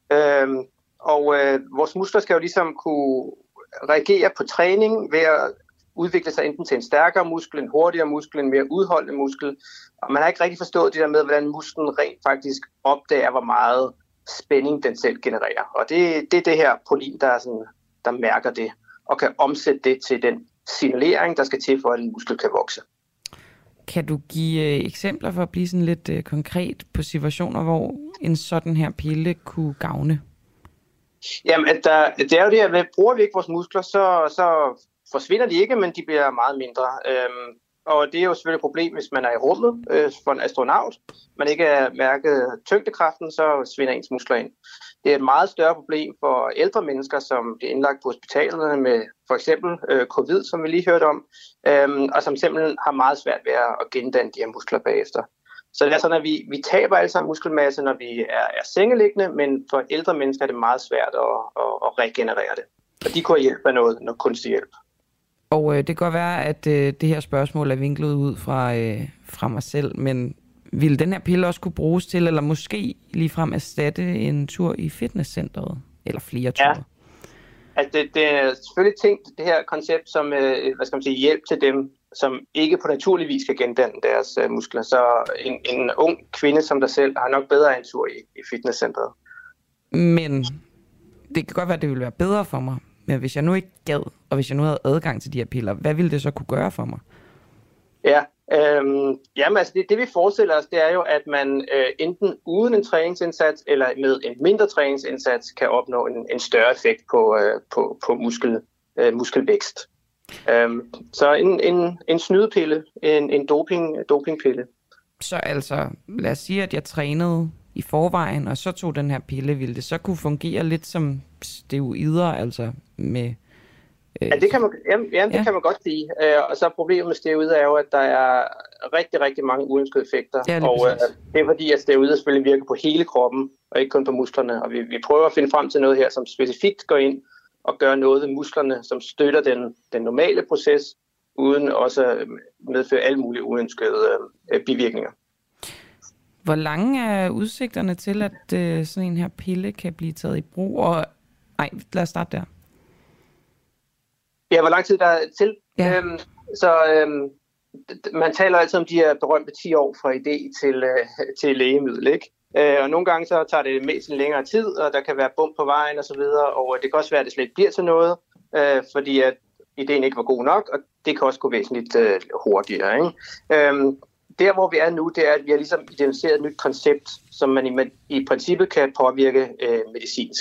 Vores muskler skal jo ligesom kunne reagere på træning ved at udvikle sig enten til en stærkere muskel, en hurtigere muskel, en mere udholdende muskel. Og man har ikke rigtig forstået det der med, hvordan musklen rent faktisk opdager, hvor meget spænding den selv genererer. Og det er det her protein, der mærker det, og kan omsætte det til den signalering, der skal til for, at en muskel kan vokse. Kan du give eksempler for at blive sådan lidt konkret på situationer, hvor en sådan her pille kunne gavne? Jamen, det er jo det her med, bruger vi ikke vores muskler, så forsvinder de ikke, men de bliver meget mindre. Og det er jo selvfølgelig et problem, hvis man er i rummet for en astronaut. Man ikke er mærket tyngdekraften, så svinder ens muskler ind. Det er et meget større problem for ældre mennesker, som bliver indlagt på hospitalerne med for eksempel covid, som vi lige hørte om, og som simpelthen har meget svært ved at gendanne de her muskler bagefter. Så det er sådan, at vi taber alle sammen muskelmasse, når vi er sengeliggende, men for ældre mennesker er det meget svært at regenerere det. Og de kunne hjælpe af noget kunstig hjælp. Og det kan godt være, at det her spørgsmål er vinklet ud fra mig selv, men ville den her pille også kunne bruges til, eller måske ligefrem erstatte en tur i fitnesscenteret, eller flere ture? Ja, altså det er selvfølgelig tænkt, det her koncept som hjælp til dem, som ikke på naturlig vis kan gendanne deres muskler. Så en ung kvinde som dig selv har nok bedre en tur i fitnesscenteret. Men det kan godt være, at det ville være bedre for mig. Men hvis jeg nu ikke gad, og hvis jeg nu havde adgang til de her piller, hvad ville det så kunne gøre for mig? Ja, jamen altså det vi forestiller os, det er jo, at man enten uden en træningsindsats, eller med en mindre træningsindsats, kan opnå en større effekt på muskelvækst. Så en snydepille, en dopingpille. Så altså, lad os sige, at jeg trænede i forvejen, og så tog den her pille, ville det så kunne fungere lidt som steroider, altså med... Ja, det kan kan man godt sige. Og så problemet med steroider er jo, at der er rigtig, rigtig mange uønskede effekter. Ja, og det er fordi, at steroider selvfølgelig virker på hele kroppen, og ikke kun på musklerne. Og vi prøver at finde frem til noget her, som specifikt går ind og gør noget ved musklerne, som støtter den normale proces, uden også medføre alle mulige uønskede bivirkninger. Hvor lange er udsigterne til, at sådan en her pille kan blive taget i brug? Lad os starte der. Ja, hvor lang tid der er til? Ja. Man taler altid om de her berømte 10 år fra idé til lægemiddel, ikke? Og nogle gange så tager det mest en længere tid, og der kan være bump på vejen og så videre, og det kan også være, at det slet ikke bliver til noget, fordi at ideen ikke var god nok, og det kan også gå væsentligt hurtigere, ikke? Der, hvor vi er nu, det er, at vi har ligesom identificeret et nyt koncept, som man i princippet kan påvirke medicinsk.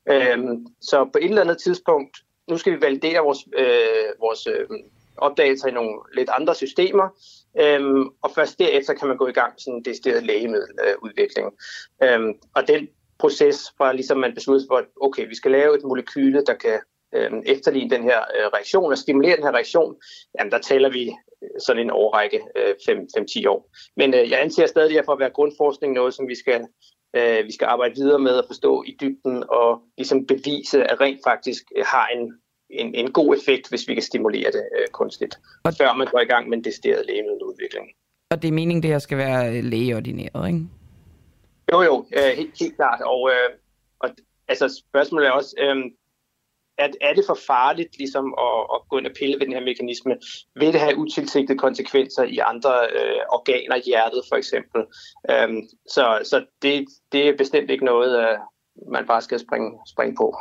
Så på et eller andet tidspunkt, nu skal vi validere vores opdagelser i nogle lidt andre systemer, og først derefter kan man gå i gang med sådan en decideret lægemiddeludvikling. Og den proces fra ligesom man beslutter for, at okay, vi skal lave et molekyle, der kan efterligne den her reaktion og stimulere den her reaktion, jamen der taler vi sådan en årrække 5-10 år. Men jeg anser stadig derfor at være grundforskning noget, som vi skal arbejde videre med at forstå i dybden og ligesom bevise, at rent faktisk har en god effekt, hvis vi kan stimulere det kunstigt, før man går i gang med en decideret lægemiddeludvikling. Og det er meningen, det her skal være lægeordineret, ikke? Jo, helt klart. Og altså spørgsmålet er også, er det for farligt ligesom at gå ind og pille ved den her mekanisme? Vil det have utilsigtede konsekvenser i andre organer, hjertet for eksempel? Så det er bestemt ikke noget, man bare skal springe på.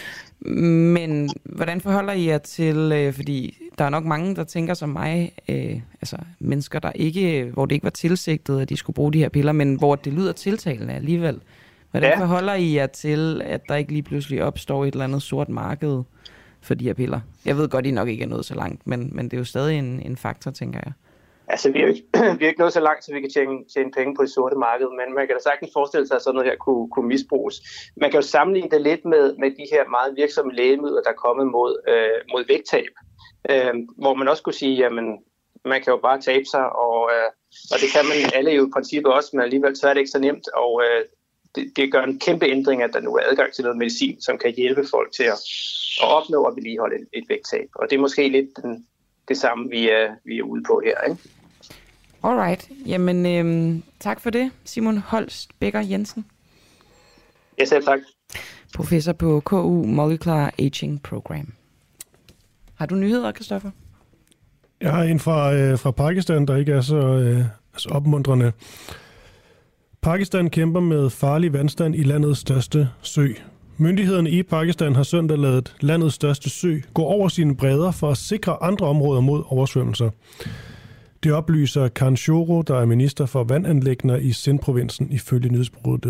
Men hvordan forholder I jer til, fordi der er nok mange, der tænker som mig, altså mennesker, hvor det ikke var tilsigtet, at de skulle bruge de her piller, men hvor det lyder tiltalende alligevel. Hvordan forholder I jer til, at der ikke lige pludselig opstår et eller andet sort marked for de her piller? Jeg ved godt, I nok ikke er nået så langt, men det er jo stadig en faktor, tænker jeg. Altså, vi er ikke nået så langt, så vi kan tjene penge på det sorte marked, men man kan da sagtens forestille sig, at sådan noget her kunne misbruges. Man kan jo sammenligne det lidt med de her meget virksomme lægemidler, der er kommet mod vægttab, hvor man også kunne sige, jamen, man kan jo bare tabe sig, og det kan man alle jo i princippet også, men alligevel så er det ikke så nemt, og det gør en kæmpe ændring, at der nu er adgang til noget medicin, som kan hjælpe folk til at opnå og vedligeholde et vægttab. Og det er måske lidt det samme, vi er ude på her, ikke? Alright. Jamen, tak for det, Simon Holst Becker Jensen. Ja, selv tak. Professor på KU Molecular Aging Program. Har du nyheder, Christoffer? Jeg har en fra Pakistan, der ikke er så opmuntrende. Pakistan kæmper med farlig vandstand i landets største sø. Myndighederne i Pakistan har søndag ladet landets største sø gå over sine bredder for at sikre andre områder mod oversvømmelser. Det oplyser Khan Shoro, der er minister for vandanliggender i Sindh-provinsen, ifølge nyhedsbureauet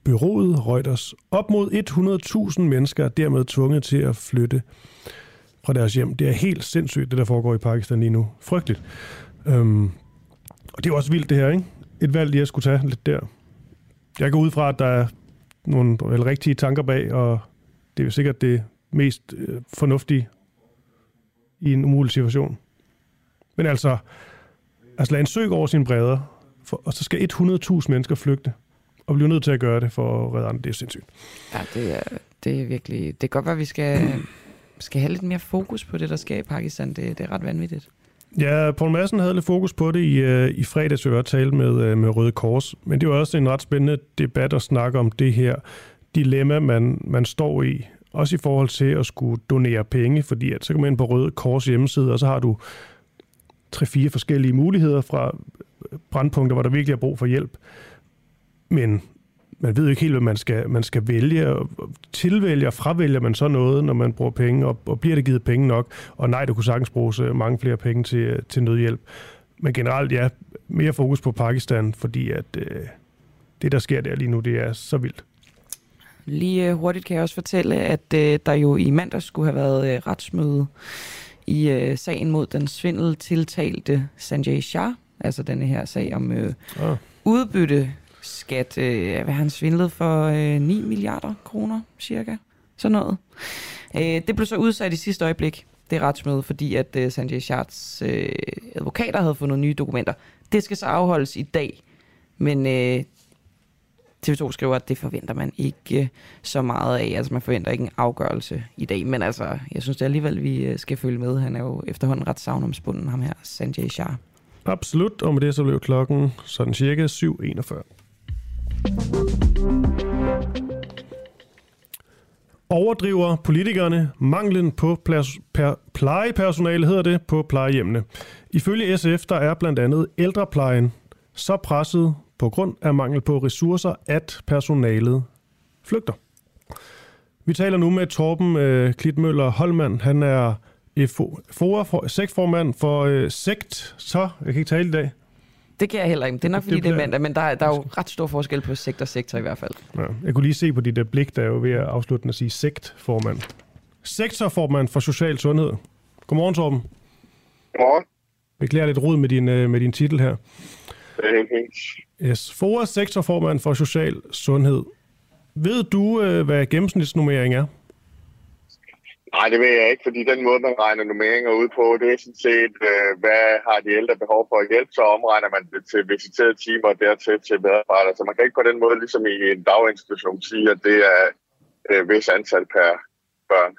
bureauet Reuters. Op mod 100.000 mennesker er dermed tvunget til at flytte fra deres hjem. Det er helt sindssygt, det der foregår i Pakistan lige nu. Frygteligt. Og det er jo også vildt det her, ikke? Et valg, jeg skulle tage lidt der. Jeg går ud fra, at der er nogle rigtige tanker bag, og det er jo sikkert det mest fornuftige i en umulig situation. Men altså lad en søg over sine bredder, og så skal 100.000 mennesker flygte, og blive nødt til at gøre det for at redde andre. Det er sindssygt. Ja, det er virkelig... Det kan godt være, at vi skal have lidt mere fokus på det, der sker i Pakistan. Det er ret vanvittigt. Ja, Poul Madsen havde lidt fokus på det i fredags, jeg talte med Røde Kors. Men det var også en ret spændende debat at snakke om det her dilemma, man står i. Også i forhold til at skulle donere penge, fordi at så kan man ind på Røde Kors hjemmeside, og så har du 3-4 forskellige muligheder fra brandpunkter, hvor der virkelig er brug for hjælp. Men man ved jo ikke helt, hvad man skal vælge. Tilvælger og fravælger man så noget, når man bruger penge, og bliver det givet penge nok? Og nej, der kunne sagtens bruges mange flere penge til nødhjælp. Men generelt, ja, mere fokus på Pakistan, fordi at det, der sker der lige nu, det er så vildt. Lige hurtigt kan jeg også fortælle, at der jo i mandags skulle have været retsmøde i sagen mod den svindeltiltalte Sanjay Shah, altså denne her sag om udbytteskat. Hvad har han svindlet for 9 milliarder kroner, cirka? Sådan noget. Det blev så udsat i sidste øjeblik, det retsmøde, fordi at Sanjay Shahs advokater havde fundet nye dokumenter. Det skal så afholdes i dag, men TV2 skriver, at det forventer man ikke så meget af. Altså man forventer ikke en afgørelse i dag, men altså, jeg synes det alligevel, vi skal følge med. Han er jo efterhånden ret savnomspunden, ham her, Sanjay Shah. Absolut, og med det så blev klokken sådan cirka 7:41. Overdriver politikerne manglen på plejepersonale, hedder det, på plejehjemmene. Ifølge SF, der er blandt andet ældreplejen så presset på grund af mangel på ressourcer, at personalet flygter. Vi taler nu med Torben Klitmøller Holmann. Han er sektorformand for SEGT. Så, jeg kan ikke tale i dag. Det kan jeg heller ikke. Det er nok, fordi det er mandag, men der er jo ret stor forskel på sektor i hvert fald. Ja, jeg kunne lige se på dit blik, der er jo ved at afslutte at sige SEGT-formand. Sektorformand for Social Sundhed. Godmorgen, Torben. Godmorgen. Beklager lidt rod med din titel her. Det er helt fint. Yes. FOA sektorformand for Social Sundhed. Ved du, hvad gennemsnitsnummering er? Nej, det ved jeg ikke, fordi den måde, man regner nummeringer ud på, det er sådan set, hvad har de ældre behov for hjælp, så omregner man det til visiterede timer og dertil til medarbejdere. Så man kan ikke på den måde, ligesom i en daginstitution, sige, at det er vis antal per børn.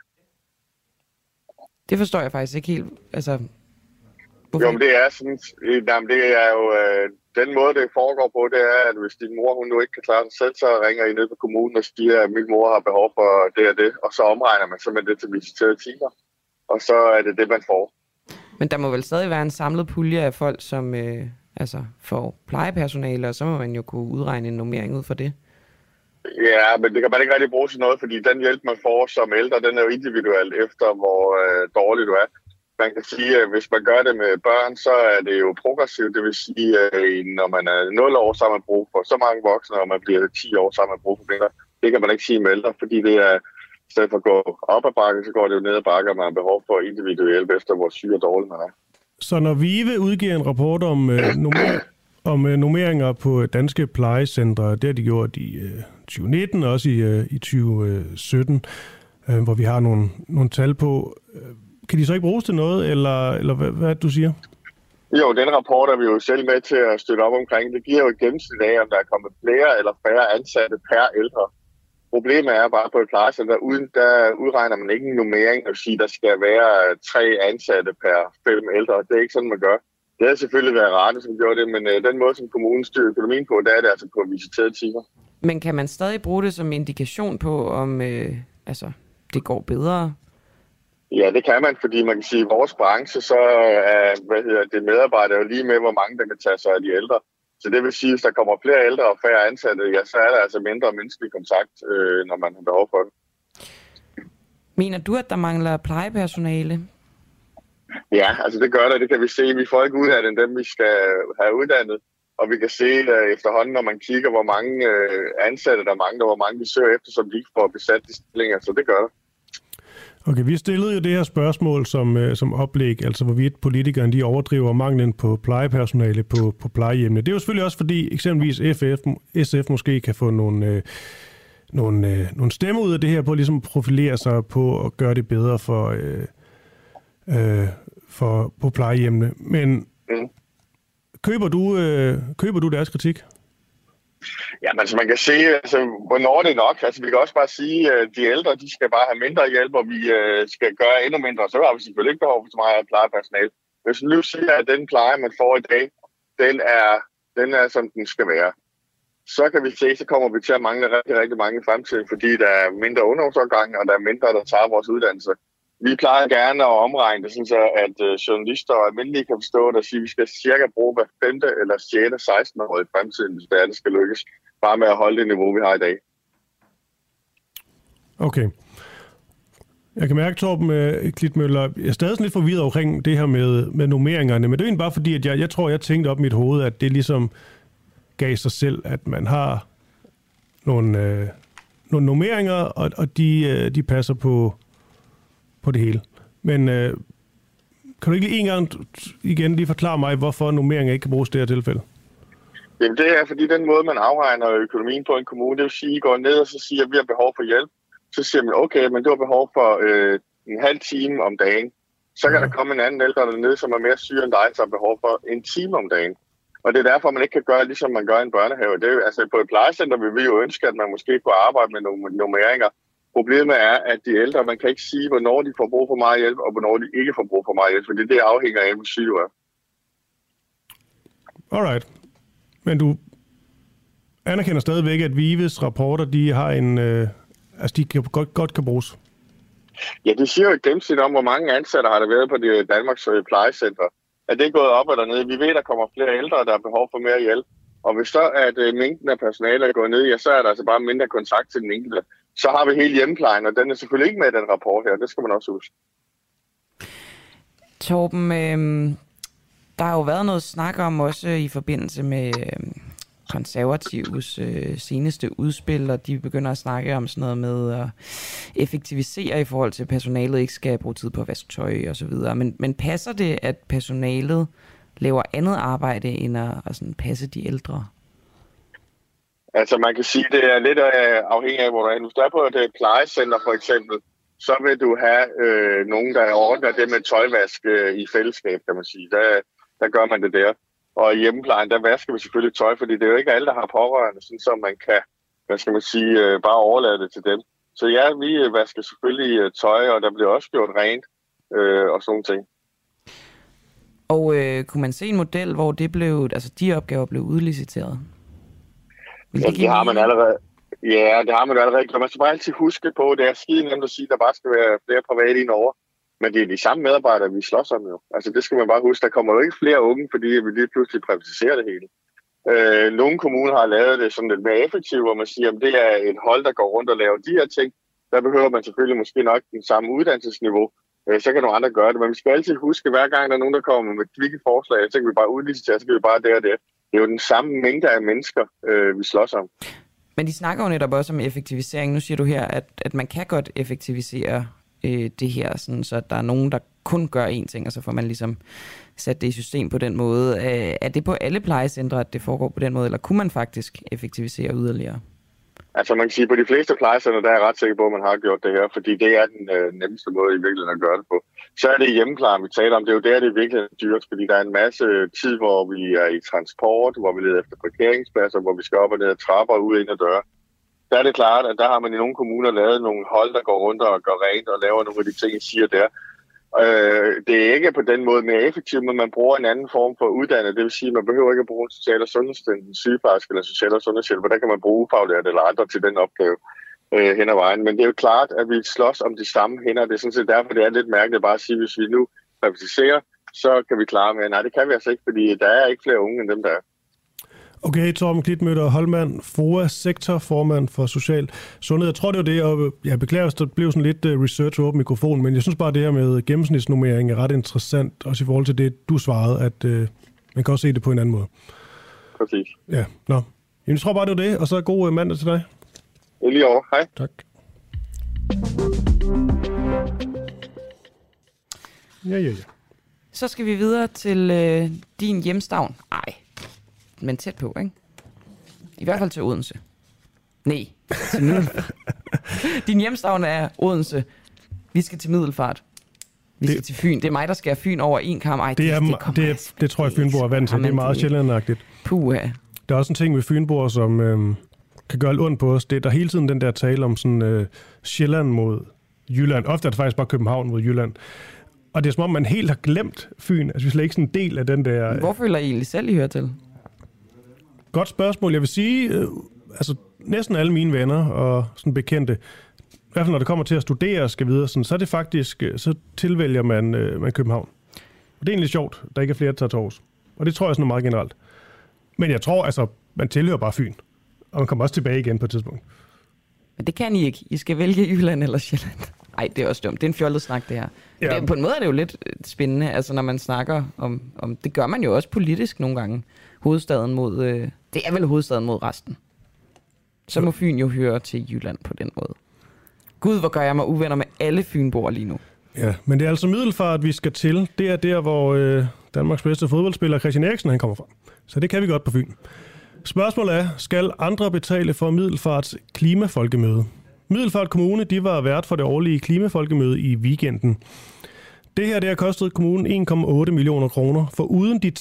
Det forstår jeg faktisk ikke helt. Altså, jo, men det er sådan, jamen, det er jo, den måde, det foregår på, det er, at hvis din mor, hun nu ikke kan klare sig selv, så ringer I ned på kommunen og siger, at min mor har behov for det og det, og så omregner man så med det til visiterede timer, og så er det det, man får. Men der må vel stadig være en samlet pulje af folk, som får plejepersonale, og så må man jo kunne udregne en normering ud for det. Ja, men det kan man ikke rigtig bruge til noget, fordi den hjælp, man får som ældre, den er jo individuel efter, hvor dårlig du er. Man kan sige, at hvis man gør det med børn, så er det jo progressivt. Det vil sige, at når man er 0 år, så har man brug for så mange voksne, og man bliver 10 år, så har man brug for mindre. Det kan man ikke sige med ældre, fordi det er, i stedet for at gå op ad bakke, så går det jo ned ad bakke, og man har behov for individuel hjælp efter, hvor syg og dårlig man er. Så når VIVE udgiver en rapport om normeringer på danske plejecentre, det har de gjort i 2019 og også i 2017, hvor vi har nogle tal på. Kan de så ikke bruges til noget, eller hvad du siger? Jo, den rapport er vi jo selv med til at støtte op omkring. Det giver jo et gennemsnit af, om der er kommet flere eller færre ansatte per ældre. Problemet er bare på et plejecenter, der udregner man ikke en nummering, og sige, der skal være 3 ansatte per 5 ældre. Det er ikke sådan, man gør. Det har selvfølgelig været rart, som gjorde det, men den måde, som kommunen styrer økonomien på, der er det altså på visiterede timer. Men kan man stadig bruge det som indikation på, om det går bedre? Ja, det kan man, fordi man kan sige, at i vores branche, så er det medarbejdere jo lige med, hvor mange der kan tage sig af de ældre. Så det vil sige, at hvis der kommer flere ældre og færre ansatte, ja, så er der altså mindre menneskelig kontakt, når man har behov for det. Mener du, at der mangler plejepersonale? Ja, altså det gør der, det kan vi se. Vi får ikke uddannet dem, vi skal have uddannet. Og vi kan se efterhånden, når man kigger, hvor mange ansatte der mangler, hvor mange vi søger efter, som vi ikke får besat de stillinger, så det gør det. Okay, vi stillede jo det her spørgsmål som oplæg, altså hvorvidt politikerne de overdriver manglen på plejepersonale på plejehjemmene. Det er jo selvfølgelig også fordi eksempelvis SF måske kan få nogle stemmer ud af det her på at ligesom profilere sig på at gøre det bedre på plejehjemmene. Men køber du deres kritik? Ja, men så man kan se, altså, hvornår det er nok. Altså, vi kan også bare sige, at de ældre, de skal bare have mindre hjælp, og vi skal gøre endnu mindre. Så har vi selvfølgelig ikke behov for så meget plejepersonale. Hvis vi nu siger, at den pleje, man får i dag, den er som den skal være, så kan vi se, så kommer vi til at mangle rigtig, rigtig mange i fremtiden, fordi der er mindre ungdomsårgange, og der er mindre, der tager vores uddannelse. Vi plejer gerne at omregne det, så at journalister og almindelige kan forstå det og sige, at vi skal cirka bruge hver 5. eller 6. 16 år i fremtiden, hvis det skal lykkes, bare med at holde det niveau, vi har i dag. Okay. Jeg kan mærke, Torben Klitmøller, jeg er stadig sådan lidt forvirret omkring det her med nummeringerne, men det er egentlig bare fordi, at jeg tror, jeg tænkte op i mit hoved, at det ligesom gav sig selv, at man har nogle nummeringer, og de passer på det hele. Men kan du ikke lige en gang igen lige forklare mig, hvorfor nummeringer ikke kan bruges i det her tilfælde? Jamen det er, fordi den måde, man afregner økonomien på en kommune, det vil sige, at I går ned og så siger, at vi har behov for hjælp. Så siger man, okay, men du har behov for en halv time om dagen. Så kan der komme en anden ældre dernede, som er mere syg end dig, som har behov for en time om dagen. Og det er derfor, man ikke kan gøre, ligesom man gør i en børnehave. Det er, altså, på et plejecenter vil vi jo ønske, at man måske kunne arbejde med nogle nummeringer. Problemet er, at de ældre, man kan ikke sige, hvornår de får brug for meget hjælp, og hvornår de ikke får brug for meget hjælp, fordi det afhænger af, hvor syg du er. Alright. Men du anerkender stadigvæk, at VIVEs rapporter, de har de godt kan bruges? Ja, det siger jo et gennemsnit om, hvor mange ansatte har der været på det Danmarks plejecenter. Er det gået op eller ned? Vi ved, der kommer flere ældre, der har behov for mere hjælp. Og hvis så at mængden af personale er gået ned, ja, så er der altså bare mindre kontakt til den enkelte. Så har vi hele hjemmeplejen, og den er selvfølgelig ikke med i den rapport her. Det skal man også huske. Torben, der har jo været noget snak om også i forbindelse med konservatives seneste udspil, og de begynder at snakke om sådan noget med at effektivisere i forhold til, at personalet ikke skal bruge tid på at vaske tøj og så videre. Men passer det, at personalet laver andet arbejde end at sådan passe de ældre? Altså man kan sige, det er lidt afhængig af, hvor du er. Hvis du er på et plejecenter for eksempel, så vil du have nogen, der ordner det med tøjvask i fællesskab, kan man sige. Der gør man det der. Og i hjemmeplejen, der vasker vi selvfølgelig tøj, fordi det er jo ikke alle, der har pårørende, sådan så man kan, bare overlade det til dem. Så ja, vi vasker selvfølgelig tøj, og der bliver også gjort rent og sådan nogle ting. Og kunne man se en model, hvor det blev, altså de opgaver blev udliciteret? Ja, det har man allerede. Ja, det har man allerede. Man skal bare altid huske på, det er skide nemt at sige, at der bare skal være flere private ind over. Men det er de samme medarbejdere, vi slås om jo. Altså det skal man bare huske. Der kommer jo ikke flere unge, fordi vi lige pludselig privatiserer det hele. Nogle kommuner har lavet det sådan lidt mere effektivt, hvor man siger, at det er et hold, der går rundt og laver de her ting. Der behøver man selvfølgelig måske nok den samme uddannelsesniveau. Så kan nogle andre gøre det. Men vi skal altid huske, hver gang der er nogen, der kommer med kvikke forslag, så kan vi bare udlicitere, så kan vi bare det og det. Det er jo den samme mængde af mennesker, vi slås om. Men de snakker jo netop også om effektivisering. Nu siger du her, at man kan godt effektivisere det her, sådan, så der er nogen, der kun gør én ting, og så får man ligesom sat det i system på den måde. Er det på alle plejecentre, at det foregår på den måde, eller kunne man faktisk effektivisere yderligere? Altså man kan sige, på de fleste plejecentre, der er jeg ret sikker på, at man har gjort det her, fordi det er den nemmeste måde i virkeligheden at gøre det på. Så er det hjemmeplejen, vi taler om. Det er jo der, det er virkelig dyrt, fordi der er en masse tid, hvor vi er i transport, hvor vi leder efter parkeringspladser, hvor vi skal op og ned ad trapper ud ind ad døre. Der er det klart, at der har man i nogle kommuner lavet nogle hold, der går rundt og gør rent og laver nogle af de ting, I siger der. Det er ikke på den måde mere effektivt, men man bruger en anden form for uddannet. Det vil sige, at man behøver ikke at bruge en social- og sygeplejerske eller social- og sundhedshjælper. Der kan man bruge ufaglærte eller andre til den opgave hen ad vejen. Men det er jo klart, at vi slås om de samme hænder. Det er sådan set derfor, det er lidt mærkeligt bare at sige, at hvis vi nu privatiserer, så kan vi klare med. Nej, det kan vi altså ikke, fordi der er ikke flere unge end dem, der er. Okay, Torben Klitmøller Holmann, FOA, sektorformand for social sundhed. Jeg tror, det var det, og jeg beklager, hvis der blev sådan lidt research over mikrofonen, men jeg synes bare, det her med gennemsnitsnummering er ret interessant, også i forhold til det, du svarede, at man kan også se det på en anden måde. præcis. Ja, nå. Jamen, jeg tror bare, det var det, og så god mandag til dig. Det er lige over. Hej. Tak. Ja. Så skal vi videre til din hjemstavn. Ej, men tæt på, ikke? I hvert fald til Odense. Nej, til Middelfart. Din hjemstavn er Odense. Vi skal til Middelfart. Vi skal til Fyn. Det er mig, der skærer Fyn over en kam. Ej, det tror jeg, Fynboer er vant til. Det er meget sjællandagtigt. Puha. Der er også en ting med Fynboer, som kan gøre lidt ondt på os. Det er der hele tiden den der tale om sådan Sjælland mod Jylland. Ofte er det faktisk bare København mod Jylland. Og det er som om, man helt har glemt Fyn. Altså, vi er slet ikke sådan en del af den der... Hvor føler I egentlig selv, I hører til? Godt spørgsmål. Jeg vil sige, altså næsten alle mine venner og sådan bekendte, i hvert fald når det kommer til at studere og skal videre, sådan, så er det faktisk, så tilvælger man København. Og det er egentlig sjovt, der ikke er flere, der tager til Aarhus. Og det tror jeg sådan meget generelt. Men jeg tror, altså, man tilhører bare Fyn. Og man kommer også tilbage igen på et tidspunkt. Men det kan I ikke. I skal vælge Jylland eller Sjælland. Nej, det er også dumt. Det er en fjollet snak, det her. Ja. På en måde er det jo lidt spændende, altså når man snakker om... Det gør man jo også politisk nogle gange. Hovedstaden mod... det er vel hovedstaden mod resten. Så må Fyn jo høre til Jylland på den måde. Gud, hvor gør jeg mig uvenner med alle fynboer lige nu. Ja, men det er altså Middelfart, vi skal til. Det er der, hvor Danmarks bedste fodboldspiller Christian Eriksen han kommer fra. Så det kan vi godt på Fyn. Spørgsmålet er, skal andre betale for Middelfarts klimafolkemøde? Middelfart Kommune, de var vært for det årlige klimafolkemøde i weekenden. Det her, det har kostet kommunen 1,8 millioner kroner, for uden de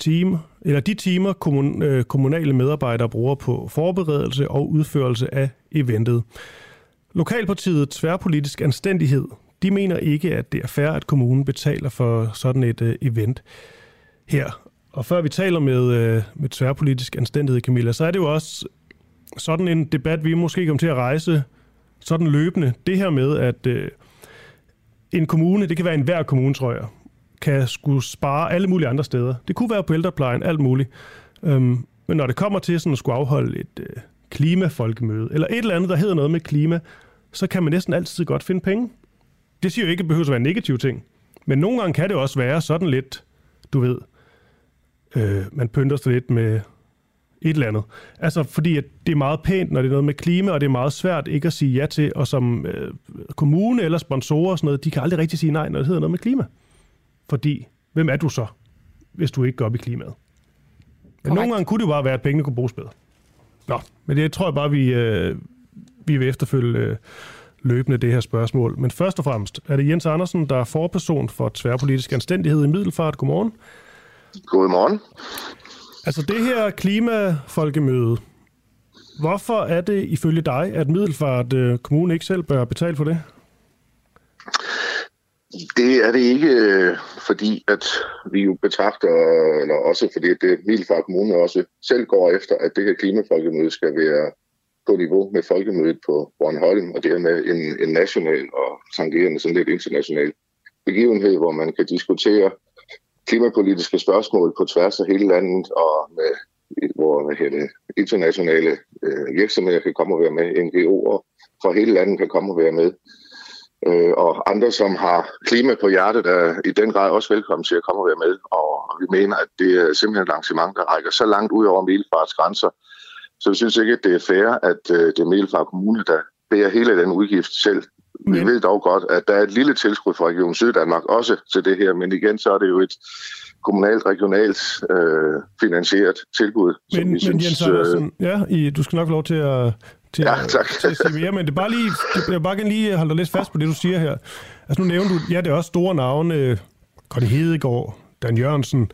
timer, kommunale medarbejdere bruger på forberedelse og udførelse af eventet. Lokalpartiet Tværpolitisk Anstændighed, de mener ikke, at det er fair, at kommunen betaler for sådan et event her. Og før vi taler med Tværpolitisk Anstændighed, Camilla, så er det jo også sådan en debat, vi måske kommer til at rejse sådan løbende. Det her med, at en kommune, det kan være enhver kommune, tror jeg, kan skulle spare alle mulige andre steder. Det kunne være på ældreplejen, alt muligt. Men når det kommer til sådan at skulle afholde et klimafolkemøde, eller et eller andet, der hedder noget med klima, så kan man næsten altid godt finde penge. Det siger jo ikke, at det behøver at være en negativ ting. Men nogle gange kan det også være sådan lidt, du ved, man pynter sig lidt med et eller andet. Altså fordi at det er meget pænt, når det er noget med klima, og det er meget svært ikke at sige ja til, og som kommune eller sponsorer og sådan noget, de kan aldrig rigtig sige nej, når det hedder noget med klima. Fordi, hvem er du så, hvis du ikke går op i klimaet? Men nogle gange kunne det jo bare være, at pengene kunne bruges bedre. Nå, men det tror jeg bare, vi vil efterfølge løbende det her spørgsmål. Men først og fremmest er det Jens Andersen, der er forperson for Tværpolitisk Anstændighed i Middelfart. Godmorgen. Godmorgen. Altså det her klimafolkemøde, hvorfor er det ifølge dig, at Middelfart Kommune ikke selv bør betale for det? Det er det ikke, fordi at vi jo betragter, eller også fordi at Middelfart Kommune også selv går efter, at det her klimafolkemøde skal være på niveau med folkemødet på Bornholm, og dermed en national og tangerende sådan lidt international begivenhed, hvor man kan diskutere klimapolitiske spørgsmål på tværs af hele landet, og hvor internationale virksomheder kan komme og være med, NGO'er fra hele landet kan komme og være med, og andre, som har klima på hjertet, er i den grad også velkommen til at komme og være med, og vi mener, at det er simpelthen et arrangement, der rækker så langt ud over Middelfarts grænser, så vi synes ikke, at det er fair, at det er Middelfart Kommune, der bærer hele den udgift selv. Vi ved dog godt, at der er et lille tilskud fra Region Syddanmark også til det her, men igen så er det jo et kommunalt, regionalt finansieret tilbud. Men Jens Andersen, du skal nok få lov til at sige mere, men det er bare lige, jeg bare gerne lige holde dig lidt fast på det, du siger her. Altså nu nævner du, det er også store navne, Conny Hedegaard, Dan Jørgensen,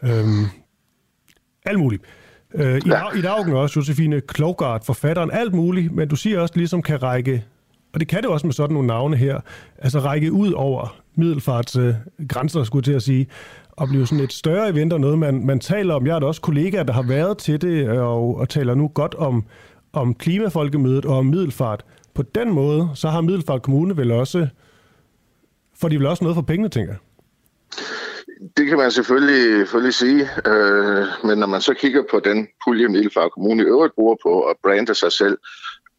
alt muligt. I Daugen også, Josefine Klougart, forfatteren, alt muligt, men du siger også, ligesom kan række, og det kan det også med sådan nogle navne her, altså række ud over Middelfarts grænser, skulle jeg til at sige, og blive sådan et større event og noget, man taler om. Jeg har da også kollegaer, der har været til det, og taler nu godt om klimafolkemødet og om Middelfart. På den måde, så har Middelfart Kommune vel også, for de vil også noget for pengene, tænker jeg. Det kan man selvfølgelig sige, men når man så kigger på den pulje, Middelfart Kommune i øvrigt bruger på at brande sig selv,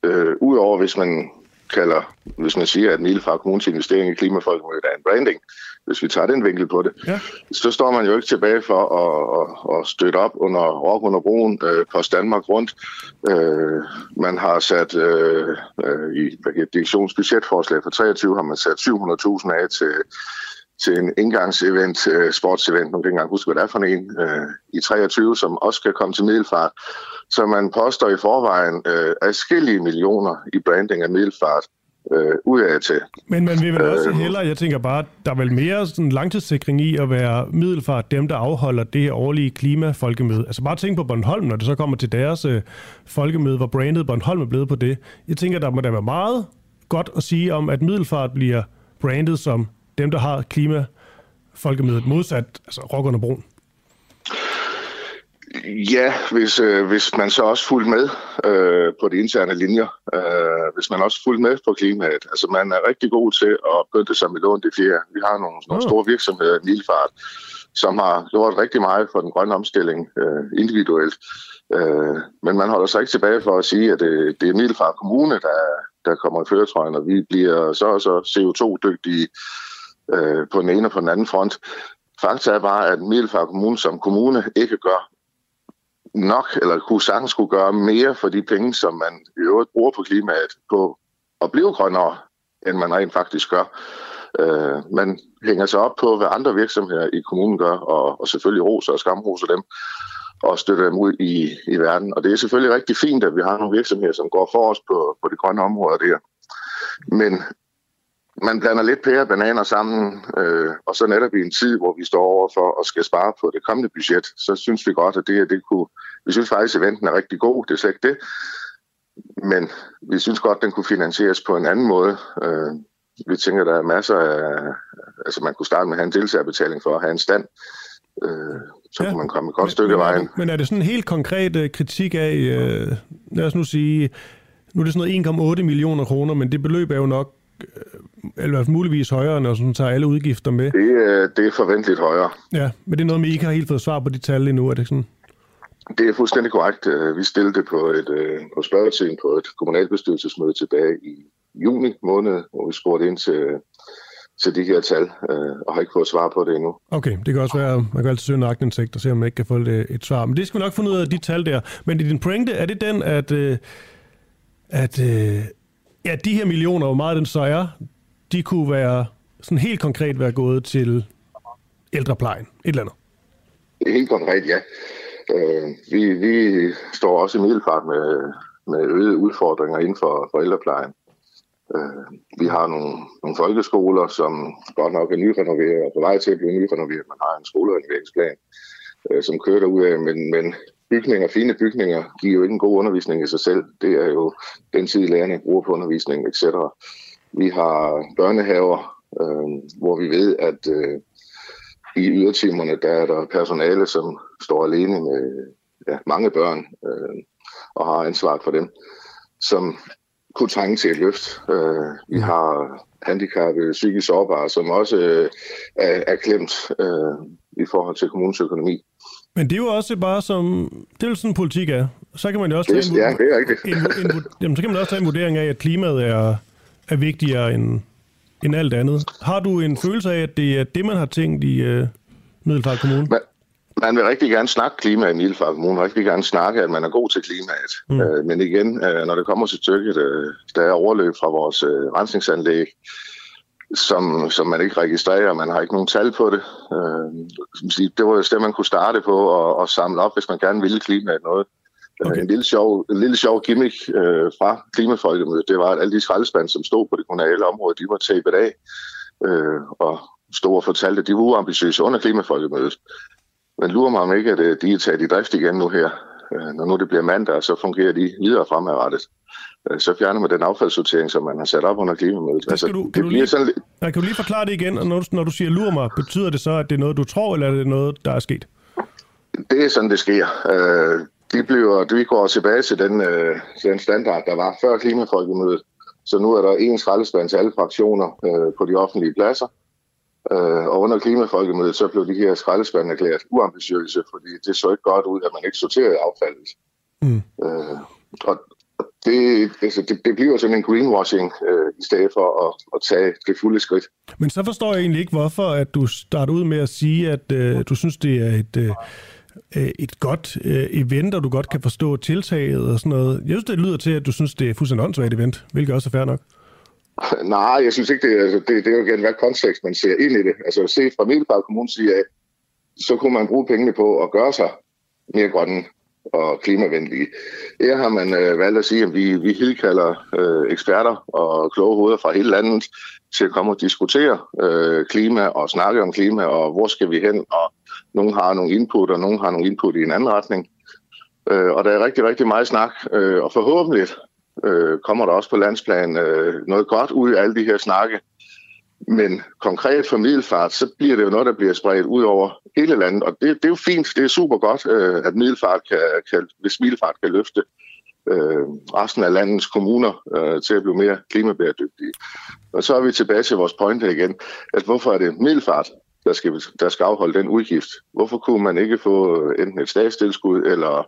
udover hvis man siger, at Middelfart Kommunes investering i klimafolkemødet er en branding, hvis vi tager den vinkel på det, så står man jo ikke tilbage for at støtte op under broen, Post Danmark rundt. Man har sat i direktionsbudgetforslag for 23 har man sat 700.000 af til en indgangsevent, sportsevent, nu kan jeg ikke engang huske, hvad det er for en, i 23, som også skal komme til Middelfart. Så man poster i forvejen adskillige millioner i branding af Middelfart ud af til. Men man vil vel også hellere, jeg tænker bare, der er vel mere sådan langtidssikring i at være Middelfart, dem der afholder det her årlige klimafolkemøde. Altså bare tænk på Bornholm, når det så kommer til deres folkemøde, hvor brandet Bornholm er blevet på det. Jeg tænker, der må da være meget godt at sige om, at Middelfart bliver brandet som dem, der har klimafolkemødet modsat, altså Rockerne Broen. Ja, hvis man så også fulgte med på de interne linjer. Hvis man også fulgte med på klimaet. Altså man er rigtig god til at pynte sig med lån det fjerde. Vi har nogle store virksomheder i Middelfart, som har gjort rigtig meget for den grønne omstilling individuelt. Men man holder sig ikke tilbage for at sige, at det er Middelfart Kommune, der kommer i førertrøjen, og vi bliver så CO2-dygtige på den ene og på den anden front. Fakta er bare, at Middelfart Kommune som kommune ikke gør nok, eller sagtens skulle gøre mere for de penge, som man i øvrigt bruger på klimaet, på at blive grønnere, end man rent faktisk gør. Man hænger sig op på, hvad andre virksomheder i kommunen gør, og selvfølgelig roser og skamroser dem, og støtter dem ud i verden. Og det er selvfølgelig rigtig fint, at vi har nogle virksomheder, som går for os på de grønne områder der. Men man blander lidt pære og bananer sammen, og så netop i en tid, hvor vi står over for at skal spare på det kommende budget, så synes vi godt, at det kunne... Vi synes faktisk, at eventen er rigtig god, det er slet ikke det. Men vi synes godt, at den kunne finansieres på en anden måde. Vi tænker, der er masser af... Altså, man kunne starte med at have en deltagerbetaling for at have en stand. Så kunne man komme et godt stykke af vejen. Men er det sådan en helt konkret kritik af... lad os nu sige... Nu er det sådan noget 1,8 millioner kroner, men det beløb er jo nok eller muligvis højere, når man tager alle udgifter med. Det er forventeligt højere. Ja, men det er noget med, I ikke har helt fået svar på de tal endnu, er det sådan? Det er fuldstændig korrekt. Vi stillede det på spørgetiden på et kommunalbestyrelsesmøde tilbage i juni måned, hvor vi spurgte ind til de her tal, og har ikke fået svar på det endnu. Okay, det kan også være, man kan altid søge en aktindsigt og se, om man ikke kan få et svar. Men det skal vi nok finde ud af de tal der. Men i din pointe, er det den, at de her millioner, hvor meget den så er, de kunne være sådan helt konkret være gået til ældreplejen, et eller andet? Helt konkret, ja. Vi står også i Middelfart med øgede udfordringer inden for ældreplejen. Vi har nogle folkeskoler, som godt nok er nyrenoveret og på vej til at blive nyrenoveret. Man har en skolerenoveringsplan, som kører derudad, men fine bygninger giver jo ikke en god undervisning i sig selv. Det er jo den tid, lærerne bruger på undervisning, etc. Vi har børnehaver, hvor vi ved, at i ydertimerne, der er der personale, som står alene med mange børn og har ansvaret for dem, som kunne trænge til et løft. Vi har handicappede, psykisk sårbare, som også er klemt i forhold til kommunens økonomi. Men det er jo også bare det er jo sådan politik er. Så kan man jo også tage så kan man også tage en vurdering af, at klimaet er vigtigere end alt andet. Har du en følelse af, at det er det, man har tænkt i Middelfart Kommune? Man vil rigtig gerne snakke klima i Middelfart Kommune, rigtig gerne snakke, at man er god til klimaet. Men igen, når det kommer til stykket, der er overløb fra vores rensningsanlæg, som man ikke registrerer, man har ikke nogen tal på det. Det var jo det, man kunne starte på og samle op, hvis man gerne ville klimaet noget. Okay. En lille sjov gimmick fra klimafolkemødet, det var, at alle de skraldespande, som stod på det kommunale område, de var tapet af og stod og fortalte, at de var uambitiøse under klimafolkemødet. Men lurer mig om ikke, at de er taget i drift igen nu her. Når nu det bliver mandag, så fungerer de videre fremadrettet. Så fjerner man den affaldssortering, som man har sat op under klimamødet. Kan du lige forklare det igen? Og når du siger lurer mig, betyder det så, at det er noget, du tror, eller er det noget, der er sket? Det er sådan, det sker. Vi går tilbage til den standard, der var før klimafolkemødet. Så nu er der en skraldespand til alle fraktioner på de offentlige pladser. Og under klimafolkemødet, så blev de her skraldespande erklæret uambitiøse, fordi det så ikke godt ud, at man ikke sorterede affaldet. Og det bliver sådan en greenwashing i stedet for at tage det fulde skridt. Men så forstår jeg egentlig ikke, hvorfor at du starter ud med at sige, at du synes, det er et godt event, og du godt kan forstå tiltaget og sådan noget. Jeg synes, det lyder til, at du synes, det er fuldstændig åndssvagt event, hvilket også er fair nok. Nej, jeg synes ikke, det er jo igen, hvad kontekst man ser ind i det. Altså set fra Middelfart Kommunes side af, så kunne man bruge pengene på at gøre sig mere grønne og klimavenlige. Her har man valgt at sige, at vi hidkalder eksperter og kloge hoveder fra hele landet til at komme og diskutere klima og snakke om klima, og hvor skal vi hen, og nogle har nogle input, og nogle har nogle input i en anden retning. Og der er rigtig, rigtig meget snak, og forhåbentlig kommer der også på landsplan noget godt ud af alle de her snakke. Men konkret for Middelfart, så bliver det jo noget, der bliver spredt ud over hele landet. Og det er jo fint, det er super godt, at Middelfart hvis Middelfart kan løfte resten af landets kommuner til at blive mere klimabæredygtige. Og så er vi tilbage til vores pointe igen, at hvorfor er det Middelfart, der skal afholde den udgift? Hvorfor kunne man ikke få enten et statstilskud eller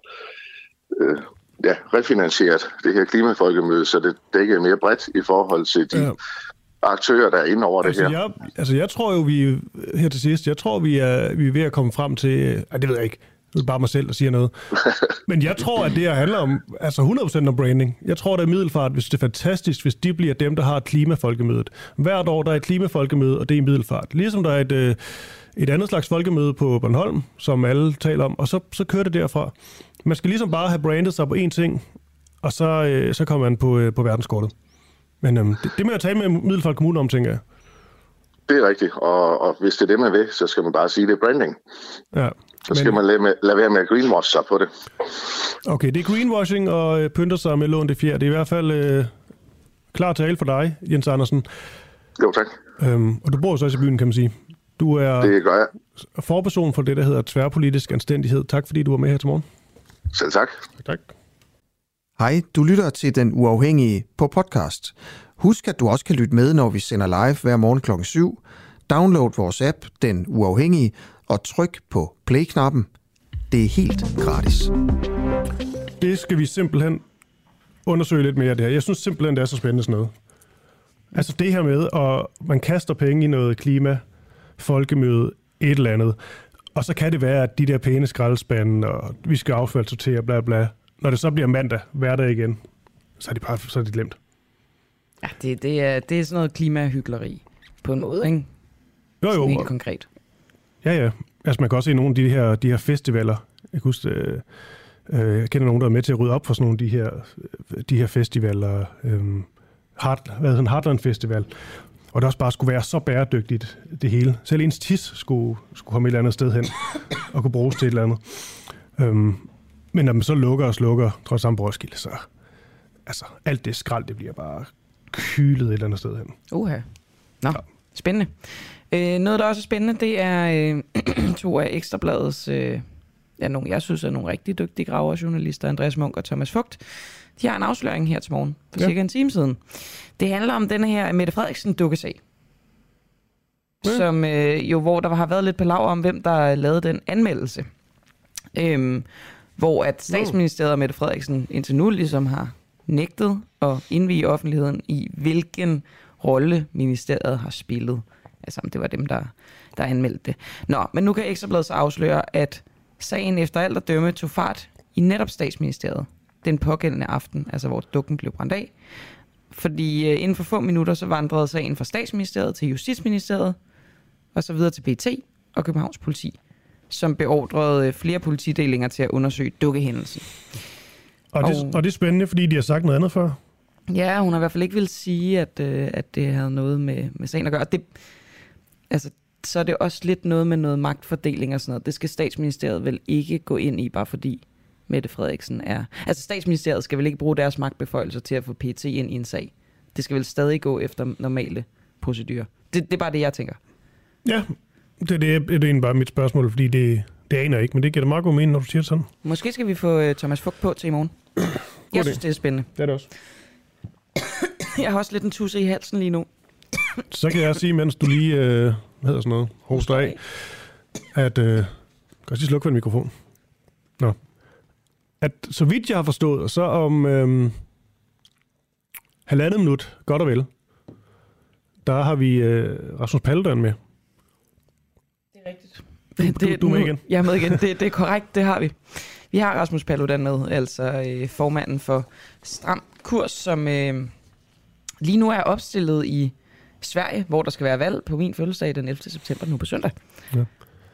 refinansieret det her klimafolkemøde, så det dækker mere bredt i forhold til de aktører, der er inde over det her? Jeg tror jo, vi her til sidst, vi er ved at komme frem til, det ved jeg ikke, det er bare mig selv, der siger noget. Men jeg tror, at det her handler om, 100% om branding. Jeg tror, der er Middelfart, hvis det er fantastisk, hvis de bliver dem, der har klimafolkemødet. Hvert år, der er et klimafolkemøde, og det er i Middelfart. Ligesom der er et andet slags folkemøde på Bornholm, som alle taler om, og så kører det derfra. Man skal ligesom bare have brandet sig på én ting, og så kommer man på verdenskortet. Men det må jeg tale med Middelfart Kommune om, tænker jeg. Det er rigtigt, og hvis det er det, man vil, så skal man bare sige, det er branding. Ja. Så skal man lade være med at greenwash sig på det. Okay, det er greenwashing og pynter sig med lån det fjerde. Det er i hvert fald klar tale for dig, Jens Andersen. Jo, tak. Og du bor så også i byen, kan man sige. Du er det gør jeg. Forperson for det, der hedder tværpolitisk anstændighed. Tak fordi du var med her til morgen. Selv tak. Tak. Hej, du lytter til Den Uafhængige på podcast. Husk, at du også kan lytte med, når vi sender live hver morgen kl. 7. Download vores app, Den Uafhængige, og tryk på play-knappen. Det er helt gratis. Det skal vi simpelthen undersøge lidt mere af det her. Jeg synes simpelthen, det er så spændende sådan noget. Altså det her med, at man kaster penge i noget klima, folkemøde, et eller andet, og så kan det være, at de der pæne skraldespande, og vi skal affaldssortere, bla bla, når det så bliver mandag, hverdag igen, så er det glemt. Ja, det er sådan noget klimahykleri på en måde, ikke? Jo. Helt konkret. Ja. Altså man kan også se nogle af de her festivaler. Jeg kan huske, jeg kender nogen, der er med til at rydde op for sådan nogle af de her festivaler. Heartland Festival. Og det også bare skulle være så bæredygtigt, det hele. Selv ens tis skulle komme et eller andet sted hen og kunne bruges til et eller andet. Men når man så lukker og slukker, trods sammen på Roskilde, så alt det skrald, det bliver bare kylet et eller andet sted hen. Nå, ja. Spændende. Noget, der også er spændende, det er to af Ekstrabladets, nogle, jeg synes er nogle rigtig dygtige graverjournalister, Andreas Munch og Thomas Fugt. De har en afsløring her til morgen, for cirka en time siden. Det handler om den her Mette Frederiksen dukkesag. Som hvor der har været lidt palaver om, hvem der lavede den anmeldelse. Hvor at Statsministeriet og Mette Frederiksen indtil nu ligesom har nægtet at indvie offentligheden i, hvilken rolle ministeriet har spillet. Altså, det var dem, der anmeldte det. Nå, men nu kan Ekstrabladet så afsløre, at sagen efter alt at dømme tog fart i netop Statsministeriet den pågældende aften, altså hvor dukken blev brændt af. Fordi inden for få minutter, så vandrede sagen fra Statsministeriet til Justitsministeriet, og så videre til PET og Københavns Politi, som beordrede flere politidelinger til at undersøge dukkehændelsen. Og det er spændende, fordi de har sagt noget andet før. Ja, hun har i hvert fald ikke vil sige, at det havde noget med sagen at gøre. Så er det også lidt noget med noget magtfordeling og sådan noget. Det skal Statsministeriet vel ikke gå ind i, bare fordi Mette Frederiksen er... Altså Statsministeriet skal vel ikke bruge deres magtbeføjelser til at få PET ind i en sag. Det skal vel stadig gå efter normale procedurer. Det er bare det, jeg tænker. Ja, det er egentlig bare mit spørgsmål, fordi det aner jeg ikke, men det giver da meget god mening, når du siger sådan. Måske skal vi få Thomas Fugt på til i morgen. Jeg synes, det er spændende. Det er det også. Jeg har også lidt en tusse i halsen lige nu. Så kan jeg sige, mens du lige hoster af, at... kan jeg lige slukke for en mikrofon? Nå. At så vidt jeg har forstået, så 1,5 minut, godt og vel, der har vi Rasmus Paludan med. Det er rigtigt. Du er med igen. Jeg er med igen. Det er korrekt, det har vi. Vi har Rasmus Paludan med, altså formanden for Stram Kurs, som lige nu er opstillet i Sverige, hvor der skal være valg på min fødselsdag den 11. september nu på søndag. Ja.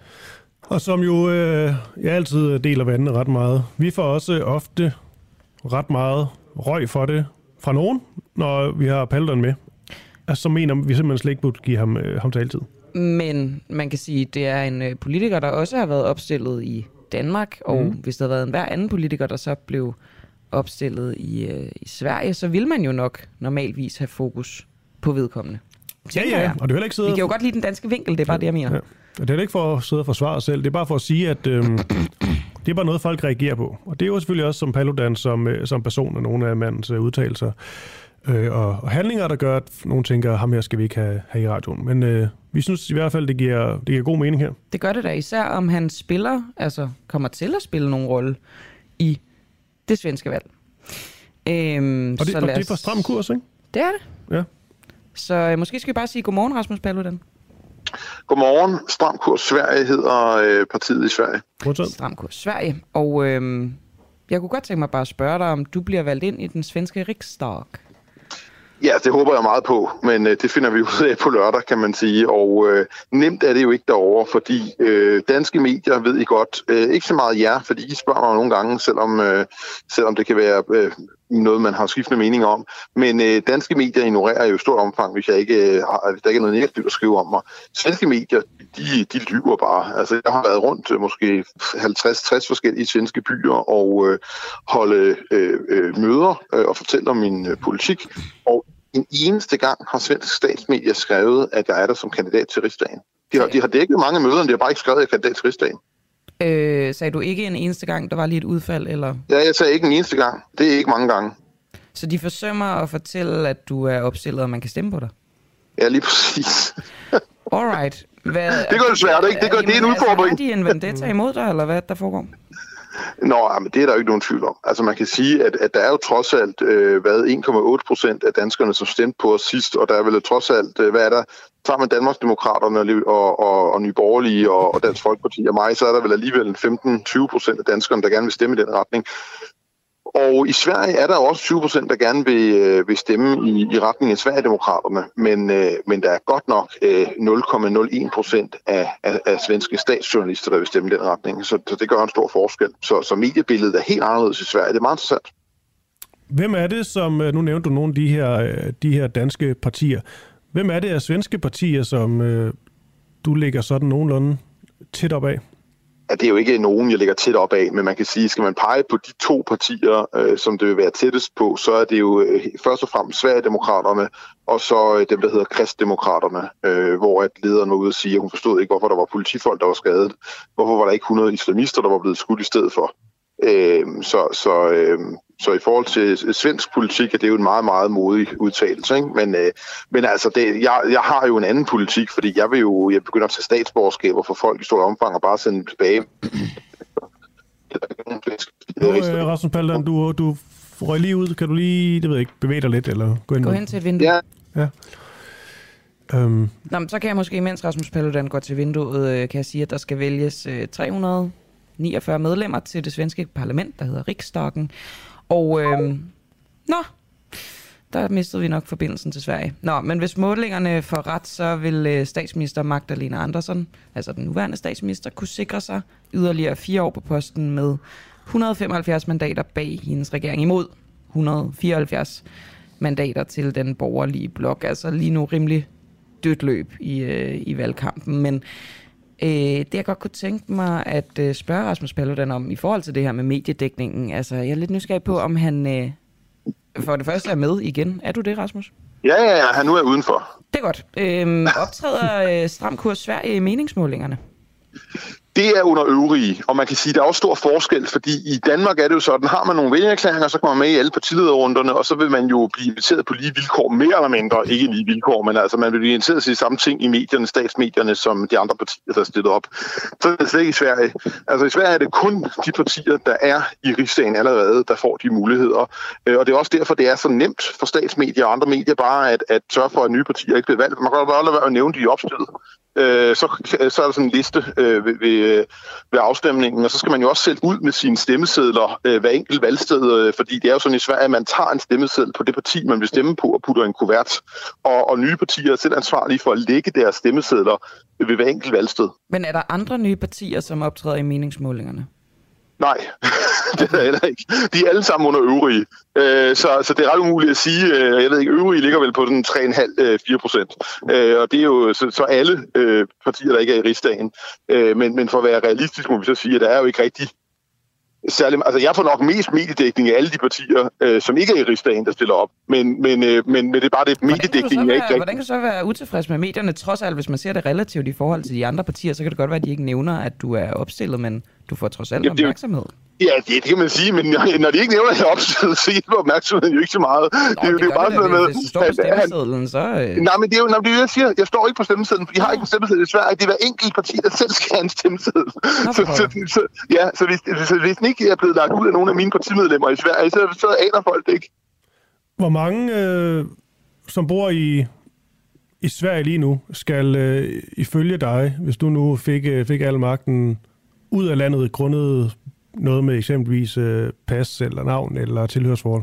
Og som jo jeg altid deler vandene ret meget. Vi får også ofte ret meget røg for det fra nogen, når vi har Paludan med. Altså, så mener vi simpelthen slet ikke burde give ham taletid. Men man kan sige, at det er en politiker, der også har været opstillet i Danmark, og hvis der havde været en hver anden politiker, der så blev opstillet i Sverige, så vil man jo nok normalvis have fokus på vedkommende. Ja, og det vil ikke sidde... Vi kan jo godt lide den danske vinkel, det er bare det, jeg mener. Ja. Og det er ikke for at sidde og forsvare sig selv, det er bare for at sige, at det er bare noget, folk reagerer på. Og det er jo selvfølgelig også som Paludan, som person og nogle af mandens udtalelser og handlinger, der gør, at nogen tænker, ham her skal vi ikke have i radioen. Men vi synes i hvert fald, det giver god mening her. Det gør det da, især om han kommer til at spille nogen rolle i det svenske valg. Og det er for Stram Kurs, ikke? Det er det. Ja. Så måske skal vi bare sige godmorgen, Rasmus Paludan. Godmorgen. Stram Kurs Sverige hedder partiet i Sverige. Stram Kurs Sverige. Og jeg kunne godt tænke mig bare at spørge dig, om du bliver valgt ind i den svenske riksdag. Ja, det håber jeg meget på, men det finder vi ud af på lørdag, kan man sige. Og nemt er det jo ikke derovre, fordi danske medier ved I godt, ikke så meget jer, fordi I spørger mig nogle gange, selvom det kan være noget, man har skiftende mening om. Men danske medier ignorerer jo i stort omfang, hvis der ikke er noget negativt at skrive om mig. Svenske medier, de lyver bare. Altså, jeg har været rundt måske 50-60 forskellige svenske byer og holde møder og fortælle om min politik. Og en eneste gang har svensk statsmedier skrevet, at jeg er der som kandidat til Rigsdagen. De har dækket mange møder, men de har bare ikke skrevet, at jeg er kandidat til Rigsdagen. Sagde du ikke en eneste gang, der var lige et udfald, eller? Ja, jeg sagde ikke en eneste gang. Det er ikke mange gange. Så de forsømmer at fortælle, at du er opstillet, og man kan stemme på dig? Ja, lige præcis. Alright. Det gør det svært, ikke? Det er en udfordring. Har de en vendetta imod dig, eller hvad der foregår? Nå, men det er der jo ikke nogen tvivl om. Altså man kan sige, at der er jo trods alt 1,8% af danskerne, som stemte på os sidst, og der er vel trods alt, hvad er der, sammen med Danmarksdemokraterne og Nye Borgerlige og Dansk Folkeparti og mig, så er der vel alligevel 15-20% af danskerne, der gerne vil stemme i den retning. Og i Sverige er der også 20%, der gerne vil stemme i retning af Sverigedemokraterne, men der er godt nok 0,01% af svenske statsjournalister, der vil stemme i den retning. Så det gør en stor forskel. Så mediebilledet er helt anderledes i Sverige. Det er meget interessant. Hvem er det, som nu nævnte du nogle af de her danske partier. Hvem er det af svenske partier, som du ligger sådan nogenlunde tæt op af? Ja, det er jo ikke nogen, jeg ligger tæt op af, men man kan sige, skal man pege på de to partier, som det vil være tættest på, så er det jo først og fremmest Sverigedemokraterne, og så dem, der hedder Kristdemokraterne, hvor at lederen var ude og sige, at hun forstod ikke, hvorfor der var politifolk, der var skadet. Hvorfor var der ikke 100 islamister, der var blevet skudt i stedet for? Så i forhold til svensk politik er det jo en meget, meget modig udtalelse, ikke? Men altså, jeg har jo en anden politik, fordi jeg begynder at tage statsborgerskaber for folk i stort omfang og bare sende dem tilbage. Rasmus Paludan, du røg lige ud. Kan du lige, det ved jeg ikke, bevæge dig lidt? Eller gå hen til et vindue. Ja. Nå, men så kan jeg måske, mens Rasmus Paludan går til vinduet, kan jeg sige, at der skal vælges 349 medlemmer til det svenske parlament, der hedder Riksdagen. Og der mistede vi nok forbindelsen til Sverige. Nå, men hvis målingerne får ret, så vil statsminister Magdalena Andersson, altså den nuværende statsminister, kunne sikre sig yderligere 4 år på posten med 175 mandater bag hendes regering imod 174 mandater til den borgerlige blok. Altså lige nu rimelig dødt løb i valgkampen, men det jeg godt kunne tænke mig at spørge Rasmus Paludan om i forhold til det her med mediedækningen. Altså, jeg er lidt nysgerrig på, om han for det første er med igen. Er du det, Rasmus? Ja, han nu er udenfor. Det er godt. Optræder Stram Kurs Sverige i meningsmålingerne? Det er under øvrige, og man kan sige, at der er også stor forskel, fordi i Danmark er det jo sådan, har man nogle vælgererklæringer, så kommer man med i alle partilederrunderne, og så vil man jo blive inviteret på lige vilkår, mere eller mindre, ikke lige vilkår, men altså man vil blive inviteret til samme ting i medierne, statsmedierne, som de andre partier, der er stillet op. Så er det slet ikke i Sverige. Altså i Sverige er det kun de partier, der er i rigsdagen allerede, der får de muligheder. Og det er også derfor, det er så nemt for statsmedier og andre medier bare at sørge for, at nye partier ikke bliver valgt. Man kan bare lade være at nævne de opstillet. Så er der sådan en liste ved afstemningen, og så skal man jo også sætte ud med sine stemmesedler hver enkelt valgsted, fordi det er jo sådan i Sverige, at man tager en stemmeseddel på det parti, man vil stemme på, og putter en kuvert. Og nye partier er selv ansvarlige for at lægge deres stemmesedler ved hver enkelt valgsted. Men er der andre nye partier, som optræder i meningsmålingerne? Nej, det er heller ikke. De er alle sammen under øvrige. Så det er ret umuligt at sige. Jeg ved ikke, øvrige ligger vel på den 3,5-4%. Og det er jo så alle partier, der ikke er i rigsdagen. Men for at være realistisk, må vi så sige, at der er jo ikke rigtig særlig. Altså jeg får nok mest mediedækning af alle de partier, som ikke er i rigsdagen, der stiller op. Men det er bare det mediedækning, jeg ikke rigtig. Hvordan kan du så være utilfreds med medierne? Trods alt, hvis man ser det relativt i forhold til de andre partier, så kan det godt være, at de ikke nævner, at du er opstillet, men du får trods alt opmærksomhed. Ja, det kan man sige, men når de ikke nævner, at jeg er opstillet, så hjælper opmærksomheden jo ikke så meget. Det er bare sådan med. Hvis du står på stemmesedlen, så... Nej, men det er jo, når jeg siger, jeg står ikke på stemmesedlen, for de har ikke på stemmesedlen i Sverige. Det er hver enkelt parti, der selv skal have en stemmeseddel. Så hvis den ikke er blevet lagt ud af nogle af mine partimedlemmer i Sverige, så aner folk det ikke. Hvor mange, som bor i Sverige lige nu, skal ifølge dig, hvis du nu fik al magten ud af landet grundet noget med eksempelvis pas eller navn eller tilhørsforhold?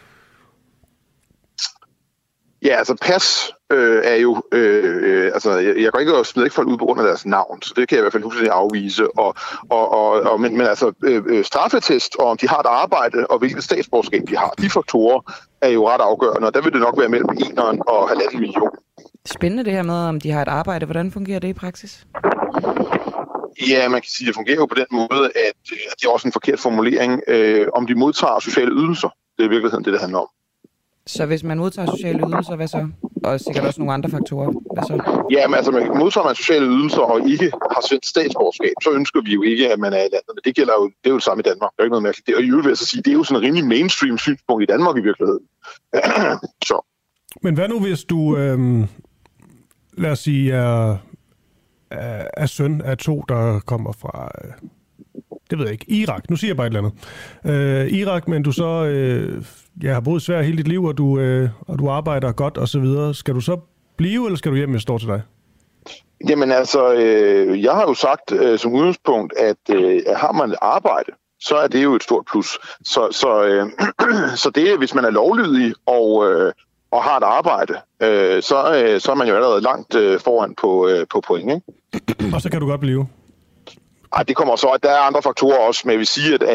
Ja, altså pas er jo... altså, jeg går ikke og smider ikke folk ud på grund af deres navn, så det kan jeg i hvert fald fuldstændig afvise. Men altså, straffetest, og om de har et arbejde, og hvilket statsborgerskab de har, de faktorer er jo ret afgørende, og der vil det nok være mellem 1 og 1,5 million. Spændende det her med, om de har et arbejde. Hvordan fungerer det i praksis? Ja, man kan sige, at det fungerer jo på den måde, at det er også en forkert formulering, om de modtager sociale ydelser. Det er i virkeligheden det handler om. Så hvis man modtager sociale ydelser, hvad så? Og sikkert også nogle andre faktorer, hvad så? Ja, men altså, modtager man sociale ydelser og ikke har svensk statsborgerskab, så ønsker vi jo ikke, at man er i landet. Men det gælder jo, det er jo det samme i Danmark. Der er ikke noget mærkeligt. Og i øvrigt vil jeg så sige, det er jo sådan en rimelig mainstream synspunkt i Danmark i virkeligheden. Så. Men hvad nu, hvis du, lad os sige, er søn af 2, der kommer fra, det ved jeg ikke, Irak. Nu siger jeg bare et eller andet. Irak, men du så har boet i Sverige hele dit liv, og du arbejder godt og så videre. Skal du så blive, eller skal du hjem, hvis det står til dig? Jamen altså, jeg har jo sagt som udgangspunkt, at har man et arbejde, så er det jo et stort plus. Så det er, hvis man er lovlydig og har et arbejde, så er man jo allerede langt foran på point, ikke? Og så kan du godt blive? Ej, det kommer så, at der er andre faktorer også, men jeg vil sige, at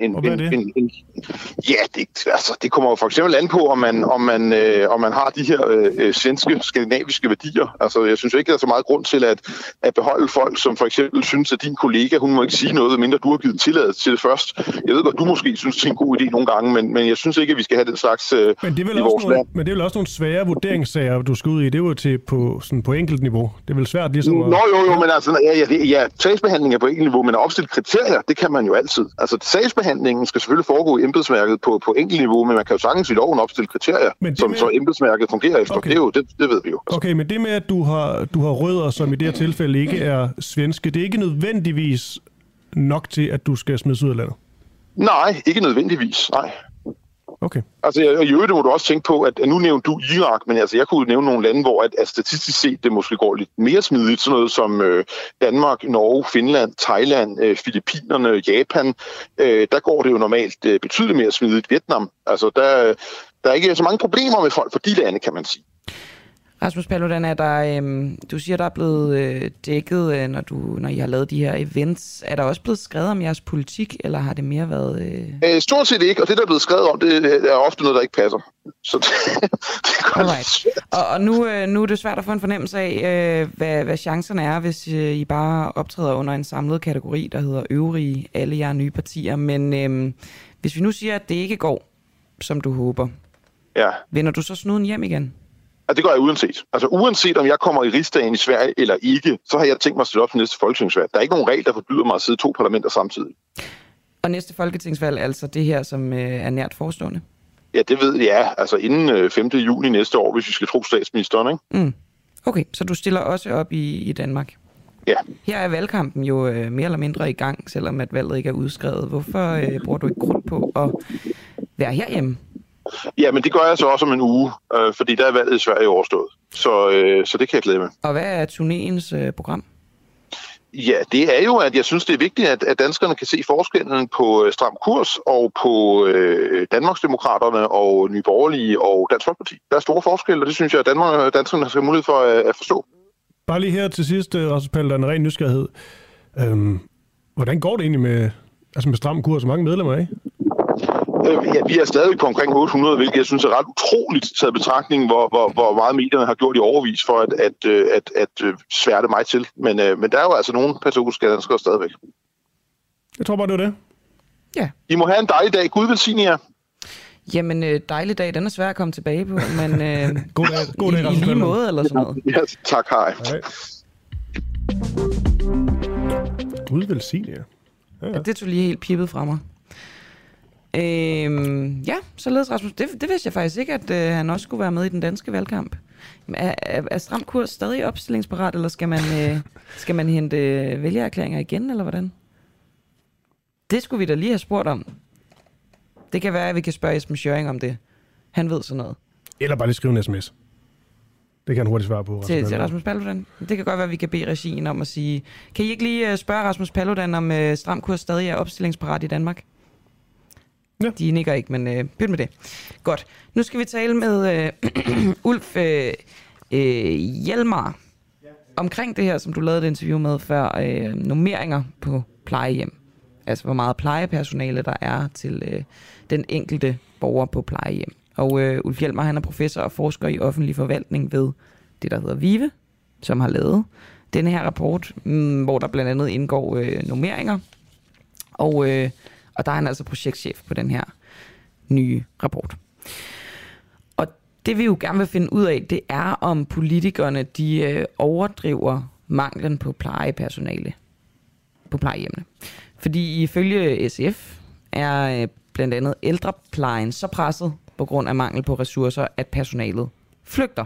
det kommer jo for eksempel an på, om man har de her svenske, skandinaviske værdier. Altså, jeg synes ikke, der er så meget grund til at beholde folk, som for eksempel synes, at din kollega, hun må ikke sige noget, mindre du har givet tilladelse til det først. Jeg ved godt, du måske synes, det er en god idé nogle gange, men jeg synes ikke, at vi skal have den slags i vores land. Men det er vel også nogle svære vurderingssager, du skal ud i. Det er jo på enkelt niveau. Det er vel svært ligesom at... Jo, men altså, sagsbehandling er på enkelt niveau, men at opstille kriterier, det kan man jo altid. Altså, sagsbehandlingen skal selvfølgelig foregå i embedsværket på enkelt niveau, men man kan jo sagtens i loven opstille kriterier, så embedsværket fungerer efter. Okay. Det ved vi jo. Okay, men det med, at du har rødder, som i det her tilfælde ikke er svenske, det er ikke nødvendigvis nok til, at du skal smides ud af landet? Nej, ikke nødvendigvis, nej. Okay. Altså, i øvrigt må du også tænke på, at nu nævnte du Irak, men altså, jeg kunne nævne nogle lande, hvor at statistisk set det måske går lidt mere smidigt. Sådan noget som Danmark, Norge, Finland, Thailand, Filippinerne, Japan. Der går det jo normalt betydeligt mere smidigt. Vietnam, altså, der er ikke så mange problemer med folk fra de lande, kan man sige. Rasmus Paludan, du siger, der er blevet dækket, når I har lavet de her events. Er der også blevet skrevet om jeres politik, eller har det mere været... Stort set ikke, og det, der er blevet skrevet om, det er ofte noget, der ikke passer. Så det Og nu er det svært at få en fornemmelse af, hvad chancerne er, hvis I bare optræder under en samlet kategori, der hedder øvrige, alle jer nye partier. Men hvis vi nu siger, at det ikke går, som du håber, vender du så snuden hjem igen? Og det gør jeg uanset. Altså uanset om jeg kommer i rigsdagen i Sverige eller ikke, så har jeg tænkt mig at stille op til næste folketingsvalg. Der er ikke nogen regel, der forbyder mig at sidde 2 parlamenter samtidig. Og næste folketingsvalg, altså det her, som er nært forestående? Ja, det ved jeg. Altså inden 5. juni næste år, hvis vi skal tro statsministeren, ikke? Mm. Okay, så du stiller også op i Danmark? Ja. Her er valgkampen jo mere eller mindre i gang, selvom at valget ikke er udskrevet. Hvorfor bruger du ikke krudt på at være herhjemme? Ja, men det gør jeg så også om en uge, fordi der er valget i Sverige overstået. Så det kan jeg glæde mig. Og hvad er turnéens program? Ja, det er jo, at jeg synes, det er vigtigt, at danskerne kan se forskellen på Stram Kurs og på Danmarksdemokraterne og Nye Borgerlige og Dansk Folkeparti. Der er store forskelle, og det synes jeg, at danskerne skal have mulighed for at forstå. Bare lige her til sidst, Rasmus Paludan, en ren nysgerrighed. Hvordan går det egentlig med Stram Kurs? Hvor mange medlemmer er I? Ja, vi er stadig på omkring 800, hvilket jeg synes er ret utroligt taget betragtning, hvor meget medierne har gjort i overvis for at sværte mig til. Men der er jo altså nogle katolske danskere stadigvæk. Jeg tror bare, det var det. Ja. I må have en dejlig dag. Gud velsigne jer. Jamen, dejlig dag. Den er svær at komme tilbage på, men god dag, i lige måde eller sådan noget. Ja, tak, hej. Gud velsigne jer. Ja, det tog lige helt pippet fra mig. Ja, således Rasmus. Det vidste jeg faktisk ikke, at han også skulle være med i den danske valgkamp. Er Stram Kurs stadig opstillingsparat, eller skal man hente vælgererklæringer igen, eller hvordan? Det skulle vi da lige have spurgt om. Det kan være, at vi kan spørge Esben Schøring om det. Han ved sådan noget. Eller bare lige skrive en sms. Det kan han hurtigt svare på. Til Rasmus Paludan. Det kan godt være, at vi kan bede regien om at sige, kan I ikke lige spørge Rasmus Paludan, om Stram Kurs stadig er opstillingsparat i Danmark? Ja. De nikker ikke, men pyt med det. Godt. Nu skal vi tale med Ulf Hjelmar omkring det her, som du lavede et interview med før, normeringer på plejehjem. Altså, hvor meget plejepersonale der er til den enkelte borger på plejehjem. Og Ulf Hjelmar, han er professor og forsker i offentlig forvaltning ved det, der hedder VIVE, som har lavet denne her rapport, hvor der blandt andet indgår normeringer. Og der er han altså projektchef på den her nye rapport. Og det vi jo gerne vil finde ud af, det er om politikerne, de overdriver manglen på plejepersonale på plejehjemmene. Fordi ifølge SF er blandt andet ældreplejen så presset på grund af mangel på ressourcer, at personalet flygter.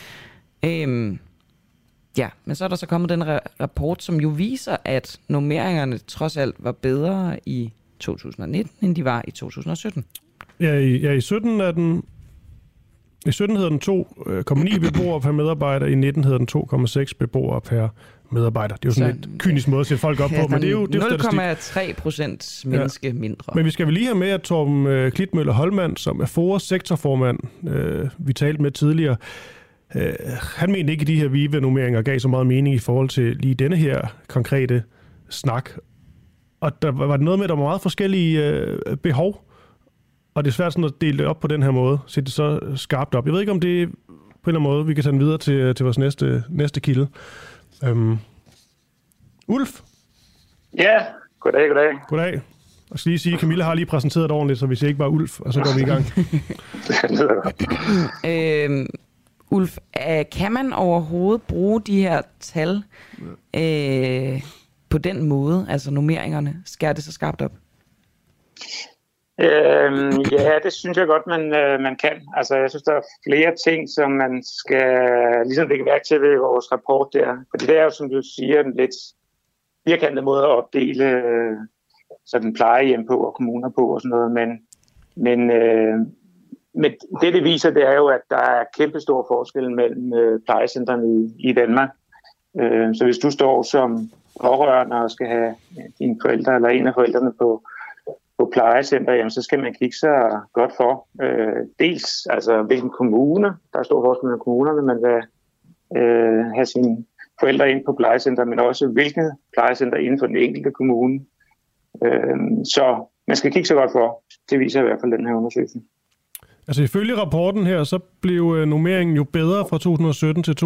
Ja, men så er der så kommet den rapport, som jo viser, at normeringerne trods alt var bedre i 2019, end de var i 2017. Ja, i 17 er den... I 17 hedder den 2,9 beboere per medarbejder, i 19 hedder den 2,6 beboere per medarbejder. Det er jo sådan lidt kynisk måde at sætte folk op på, men det er jo 0,3% menneske mindre. Men vi skal vel lige have med, at Torben Klitmøller Holmand, som er FOA's sektorformand, vi talte med tidligere, han mente ikke, at de her VIVE-normeringer gav så meget mening i forhold til lige denne her konkrete snak. Og der var noget med, at der var meget forskellige behov, og det er svært sådan at dele det op på den her måde, så det så skarpt op. Jeg ved ikke, om det på en eller anden måde, vi kan tage den videre til vores næste kilde. Ulf? Ja, goddag. Goddag. Jeg skal lige sige, at Camilla har lige præsenteret det ordentligt, så vi siger ikke bare Ulf, og så går vi i gang. Ulf, kan man overhovedet bruge de her tal på den måde, altså nummeringerne? Skærer det så skarpt op? Ja, det synes jeg godt, man kan. Altså, jeg synes, der er flere ting, som man skal ligesom lægge værk til ved vores rapport der. Fordi det er jo, som du siger, en lidt firkantet måde at opdele sådan plejehjem på og kommuner på og sådan noget. Men det viser, det er jo, at der er kæmpe stor forskel mellem plejecentrene i Danmark. Så hvis du står som pårørende og skal have dine forældre eller en af forældrene på plejecenter, jamen, så skal man kigge sig godt for. Dels altså hvilken kommune, der er stor forskel mellem kommunerne, man vil have sine forældre ind på plejecenter, men også hvilket plejecenter inden for den enkelte kommune. Så man skal kigge sig godt for. Det viser i hvert fald den her undersøgelse. Altså ifølge rapporten her, så blev normeringen jo bedre fra 2017 til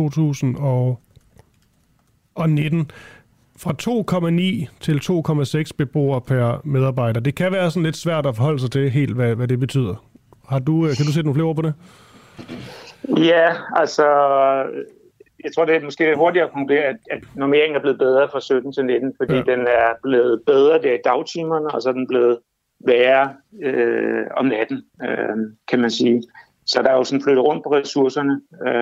2019. Fra 2,9 til 2,6 beboere per medarbejder. Det kan være sådan lidt svært at forholde sig til helt, hvad det betyder. Kan du sætte nogle flere ord på det? Ja, altså, jeg tror, det er måske hurtigere at konkludere, at normeringen er blevet bedre fra 17 til 19, fordi den er blevet bedre der i dagtimerne, og så er den blevet værre om natten, kan man sige. Så der er jo sådan flyttet rundt på ressourcerne.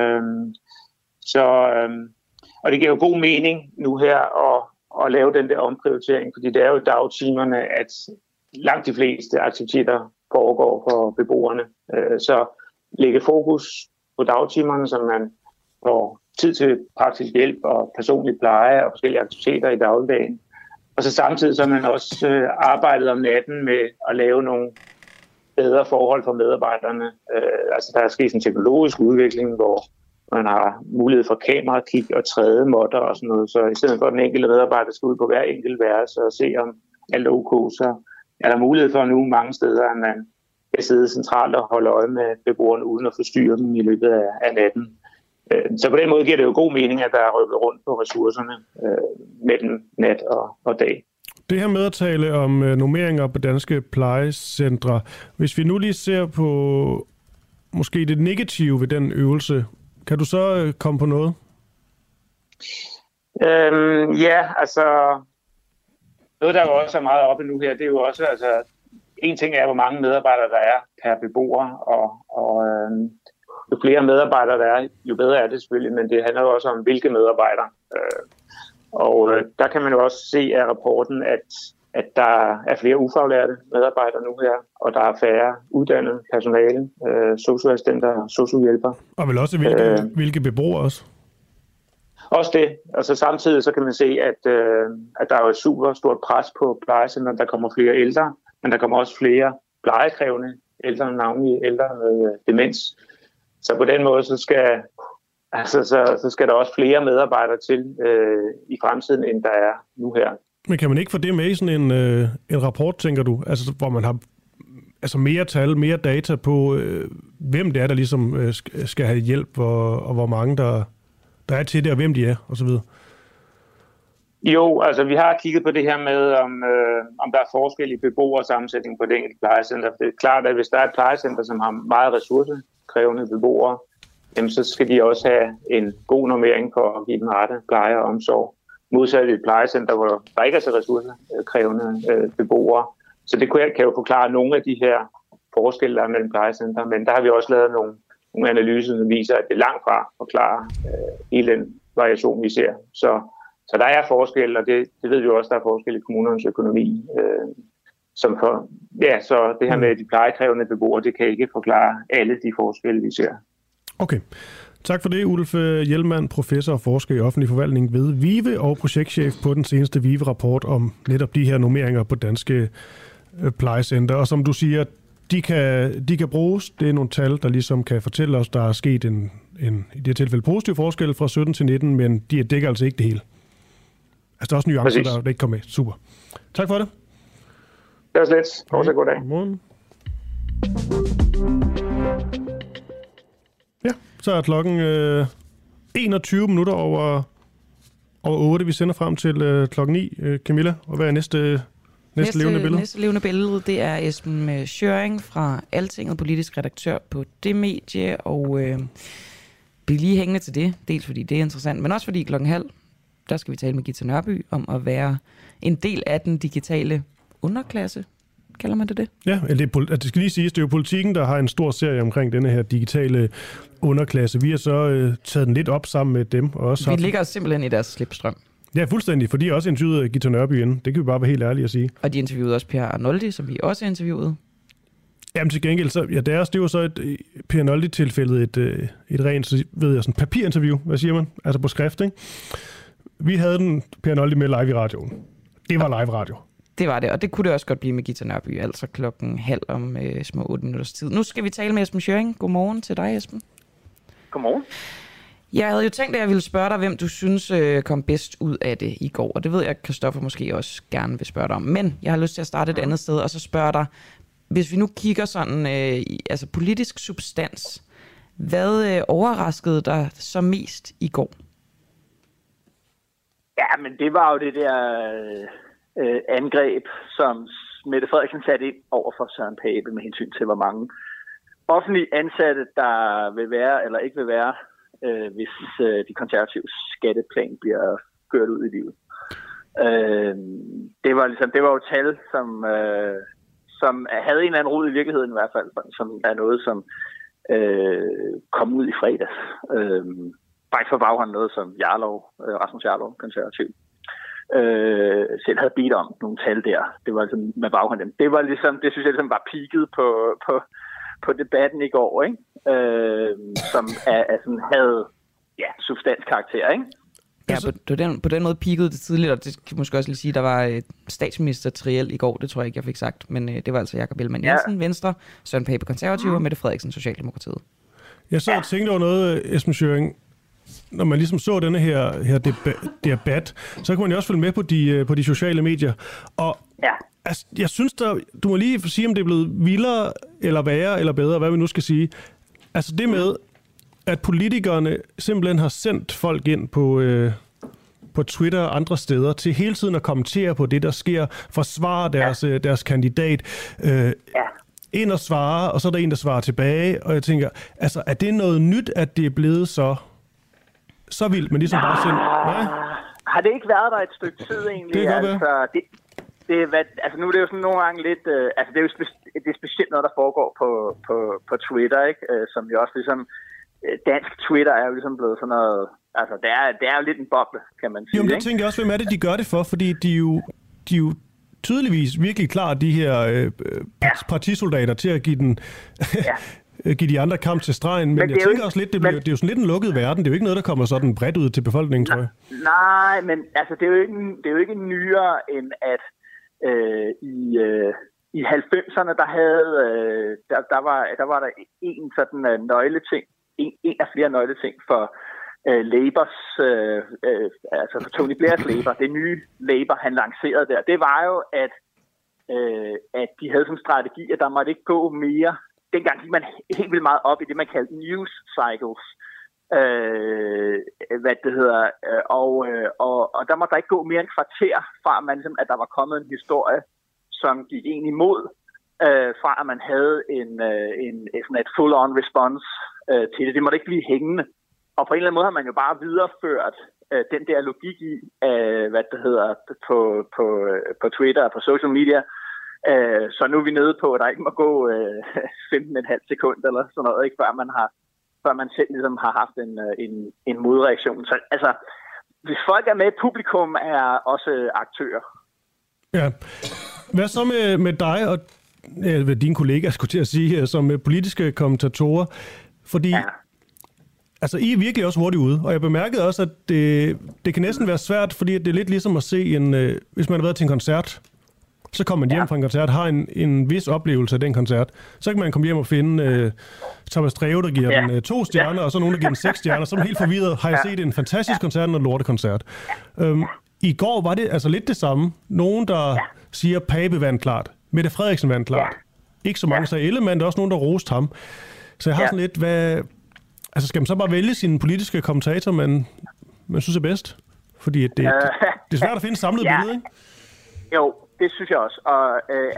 Og det giver jo god mening nu her at lave den der omprioritering, fordi det er jo dagtimerne, at langt de fleste aktiviteter foregår for beboerne. Så lægge fokus på dagtimerne, så man får tid til praktisk hjælp og personlig pleje og forskellige aktiviteter i dagligdagen. Og så samtidig så har man også arbejdet om natten med at lave nogle bedre forhold for medarbejderne. Altså der er sket en teknologisk udvikling, hvor man har mulighed for kamerakig og trædemåtter og sådan noget. Så i stedet for, at den enkelte medarbejder skal ud på hver enkelt værelse og se, om alt er ok, så er der mulighed for nu mange steder, at man kan sidde centralt og holde øje med beboerne uden at forstyrre dem i løbet af natten. Så på den måde giver det jo god mening, at der er rykket rundt på ressourcerne mellem nat og dag. Det her med at tale om normeringer på danske plejecentre. Hvis vi nu lige ser på måske det negative ved den øvelse, kan du så komme på noget? Ja, altså noget, der jo også er meget oppe nu her, det er jo også, altså en ting er, hvor mange medarbejdere der er per beboer, og jo flere medarbejdere der er, jo bedre er det selvfølgelig, men det handler jo også om, hvilke medarbejdere. Og der kan man jo også se af rapporten, at der er flere ufaglærte medarbejdere nu her, og der er færre uddannede personale, sosu-assistenter og sosu-hjælpere. Og vel også hvilke beboere også? Også det. Altså samtidig så kan man se, at der er jo et super stort pres på plejecenteret. Der kommer flere ældre, men der kommer også flere plejekrævende ældre, navnlig ældre med demens. Så på den måde så skal der også flere medarbejdere til i fremtiden, end der er nu her. Men kan man ikke få det med i sådan en rapport, tænker du? Altså hvor man har mere tal, mere data på, hvem det er, der ligesom skal have hjælp, og hvor mange der er til det, og hvem de er, osv.? Jo, altså vi har kigget på det her med, om der er forskellige beboersammensætning på det enkelte plejecenter. Det er klart, at hvis der er et plejecenter, som har meget ressourcekrævende beboere, jamen, så skal de også have en god normering for at give den rette pleje og omsorg. Modsat et plejecenter, hvor der ikke er så ressourcekrævende beboere. Så det kan jo forklare nogle af de her forskelle, der er mellem plejecenter. Men der har vi også lavet nogle analyser, som viser, at det langt fra forklarer hele den variation, vi ser. Så der er forskel, og det ved vi jo også, der er forskel i kommunernes økonomi. Så det her med de plejekrævende beboere, det kan ikke forklare alle de forskelle, vi ser. Okay. Tak for det, Ulf Hjellmann, professor og forsker i offentlig forvaltning ved VIVE og projektchef på den seneste VIVE-rapport om netop de her normeringer på danske plejecenter. Og som du siger, de kan bruges. Det er nogle tal, der ligesom kan fortælle os, der er sket en i det tilfælde positiv forskel fra 17 til 19, men de dækker altså ikke det hele. Altså der er også nuancer, der ikke kommer med. Super. Tak for det. Det var slet. Fortsæt god dag. Godmorgen. Ja, så er klokken 21 minutter over 8. Vi sender frem til klokken 9. Camilla, og hvad er næste levende billede? Næste levende billede, det er Esben Schøring fra Altinget, politisk redaktør på det medie, og bliv lige hængende til det, dels fordi det er interessant, men også fordi klokken 12, der skal vi tale med Githa Nørby om at være en del af den digitale underklasse. Kalder man det? Ja, det skal lige siges, det er jo Politikken, der har en stor serie omkring denne her digitale underklasse. Vi har så taget den lidt op sammen med dem. Og også vi ligger simpelthen i deres slipstrøm. Ja, fuldstændig, for de har også interviewet Githa Nørby inden. Det kan vi bare være helt ærlige at sige. Og de interviewede også Per Arnoldi, som vi også interviewede. Jamen til gengæld, så, ja, det var så et Per Arnoldi-tilfælde, et rent, så ved jeg, sådan papirinterview, hvad siger man? Altså på skrift, ikke? Vi havde den Per Arnoldi med live i radioen. Det var live radio. Det var det, og det kunne det også godt blive med Githa Nørby, altså klokken 12 om små 8 minutters tid. Nu skal vi tale med Esben Schøring. Godmorgen til dig, Esben. Godmorgen. Jeg havde jo tænkt, at jeg ville spørge dig, hvem du synes kom bedst ud af det i går. Og det ved jeg, at Christoffer måske også gerne vil spørge dig om. Men jeg har lyst til at starte et andet sted, og så spørge dig, hvis vi nu kigger sådan, altså politisk substans, hvad overraskede dig så mest i går? Ja, men det var jo det der angreb, som Mette Frederiksen satte ind over for Søren Pape med hensyn til, hvor mange offentlige ansatte, der vil være eller ikke vil være, hvis de konservatives skatteplan bliver kørt ud i livet. Det var jo tal, som havde en eller anden rod i virkeligheden i hvert fald, som er noget, som kom ud i fredags. Faktisk for baghånden noget, som Rasmus Jarlov, konservativ, selv havde bedt om nogle tal der. Det var altså med baghånden. Det var ligesom, det synes jeg ligesom var peaket på debatten i går, ikke? Som sådan havde substanskarakter, ikke? Ja, på den måde peakede det tidligere, og det kan måske også lige sige, der var statsminister Triel i går, det tror jeg ikke, jeg fik sagt, men det var altså Jakob Ellemann-Jensen, Venstre, Søren Pape Konservative og Mette Frederiksen, Socialdemokratiet. Jeg så tænkte over noget, Esben Schøring. Når man ligesom så denne her debat, så kan man jo også følge med på de sociale medier. Og altså, jeg synes, du må lige sige, om det er blevet vildere, eller værre, eller bedre, hvad vi nu skal sige. Altså det med, at politikerne simpelthen har sendt folk ind på Twitter og andre steder til hele tiden at kommentere på det, der sker, forsvare deres kandidat, ind og svare, og så er der en, der svarer tilbage, og jeg tænker, altså er det noget nyt, at det er blevet så vildt, men ligesom bare sådan... Har det ikke været der et stykke tid egentlig? Det kan altså nu er det jo sådan nogle gange lidt... altså det er jo det er specielt noget, der foregår på Twitter, ikke? Som jo også ligesom... dansk Twitter er jo ligesom blevet sådan noget... Altså det er jo lidt en boble, kan man sige. Jo, men jeg tænker også, hvem er det, de gør det for? Fordi de er jo tydeligvis virkelig klar, de her partisoldater, til at give den... give de andre kamp til stregen, men jeg tænker også lidt, det er jo sådan lidt en lukket verden. Det er jo ikke noget, der kommer sådan bredt ud til befolkningen, tror jeg. Nej, men altså, det er jo ikke nyere, end at i 90'erne, der var der en sådan nøgleting, en af flere nøgleting for Labours, altså for Tony Blairs Labour, det nye Labour, han lancerede der. Det var jo, at de havde som strategi, at der måtte ikke gå mere. Dengang gik man helt vildt meget op i det, man kaldte news cycles. Og der måtte der ikke gå mere end kvarter, fra man, ligesom, at der var kommet en historie, som gik en imod, fra at man havde sådan et full-on response til det. Det måtte ikke blive hængende. Og på en eller anden måde har man jo bare videreført den der logik i, på Twitter og på social media. Så nu er vi nede på, at der ikke må gå 15,5 sekund eller sådan noget, ikke, før man selv ligesom har haft en modreaktion. Så altså, hvis folk er med, publikum er også aktører. Ja. Hvad så med dig og dine kollegaer, skulle til at sige, som politiske kommentatorer? Fordi altså, I er virkelig også hurtigt ude, og jeg bemærkede også, at det kan næsten være svært, fordi det er lidt ligesom at se hvis man har været til en koncert, så kommer man hjem fra en koncert, har en vis oplevelse af den koncert. Så kan man komme hjem og finde Thomas Dreve, der giver den 2 stjerner, og så nogen, der giver den 6 stjerner. Så er man helt forvirret. Har jeg set en fantastisk koncert og en lortekoncert? I går var det altså lidt det samme. Nogen, der siger, Pape vandt klart. Mette Frederiksen vandt klart. Ikke så mange sagde Ellemann, der er også nogen, der roste ham. Så jeg har sådan lidt, altså skal man så bare vælge sin politiske kommentator, man synes er bedst? Fordi det er svært at finde et samlet billede, ikke? Jo, det synes jeg også. Og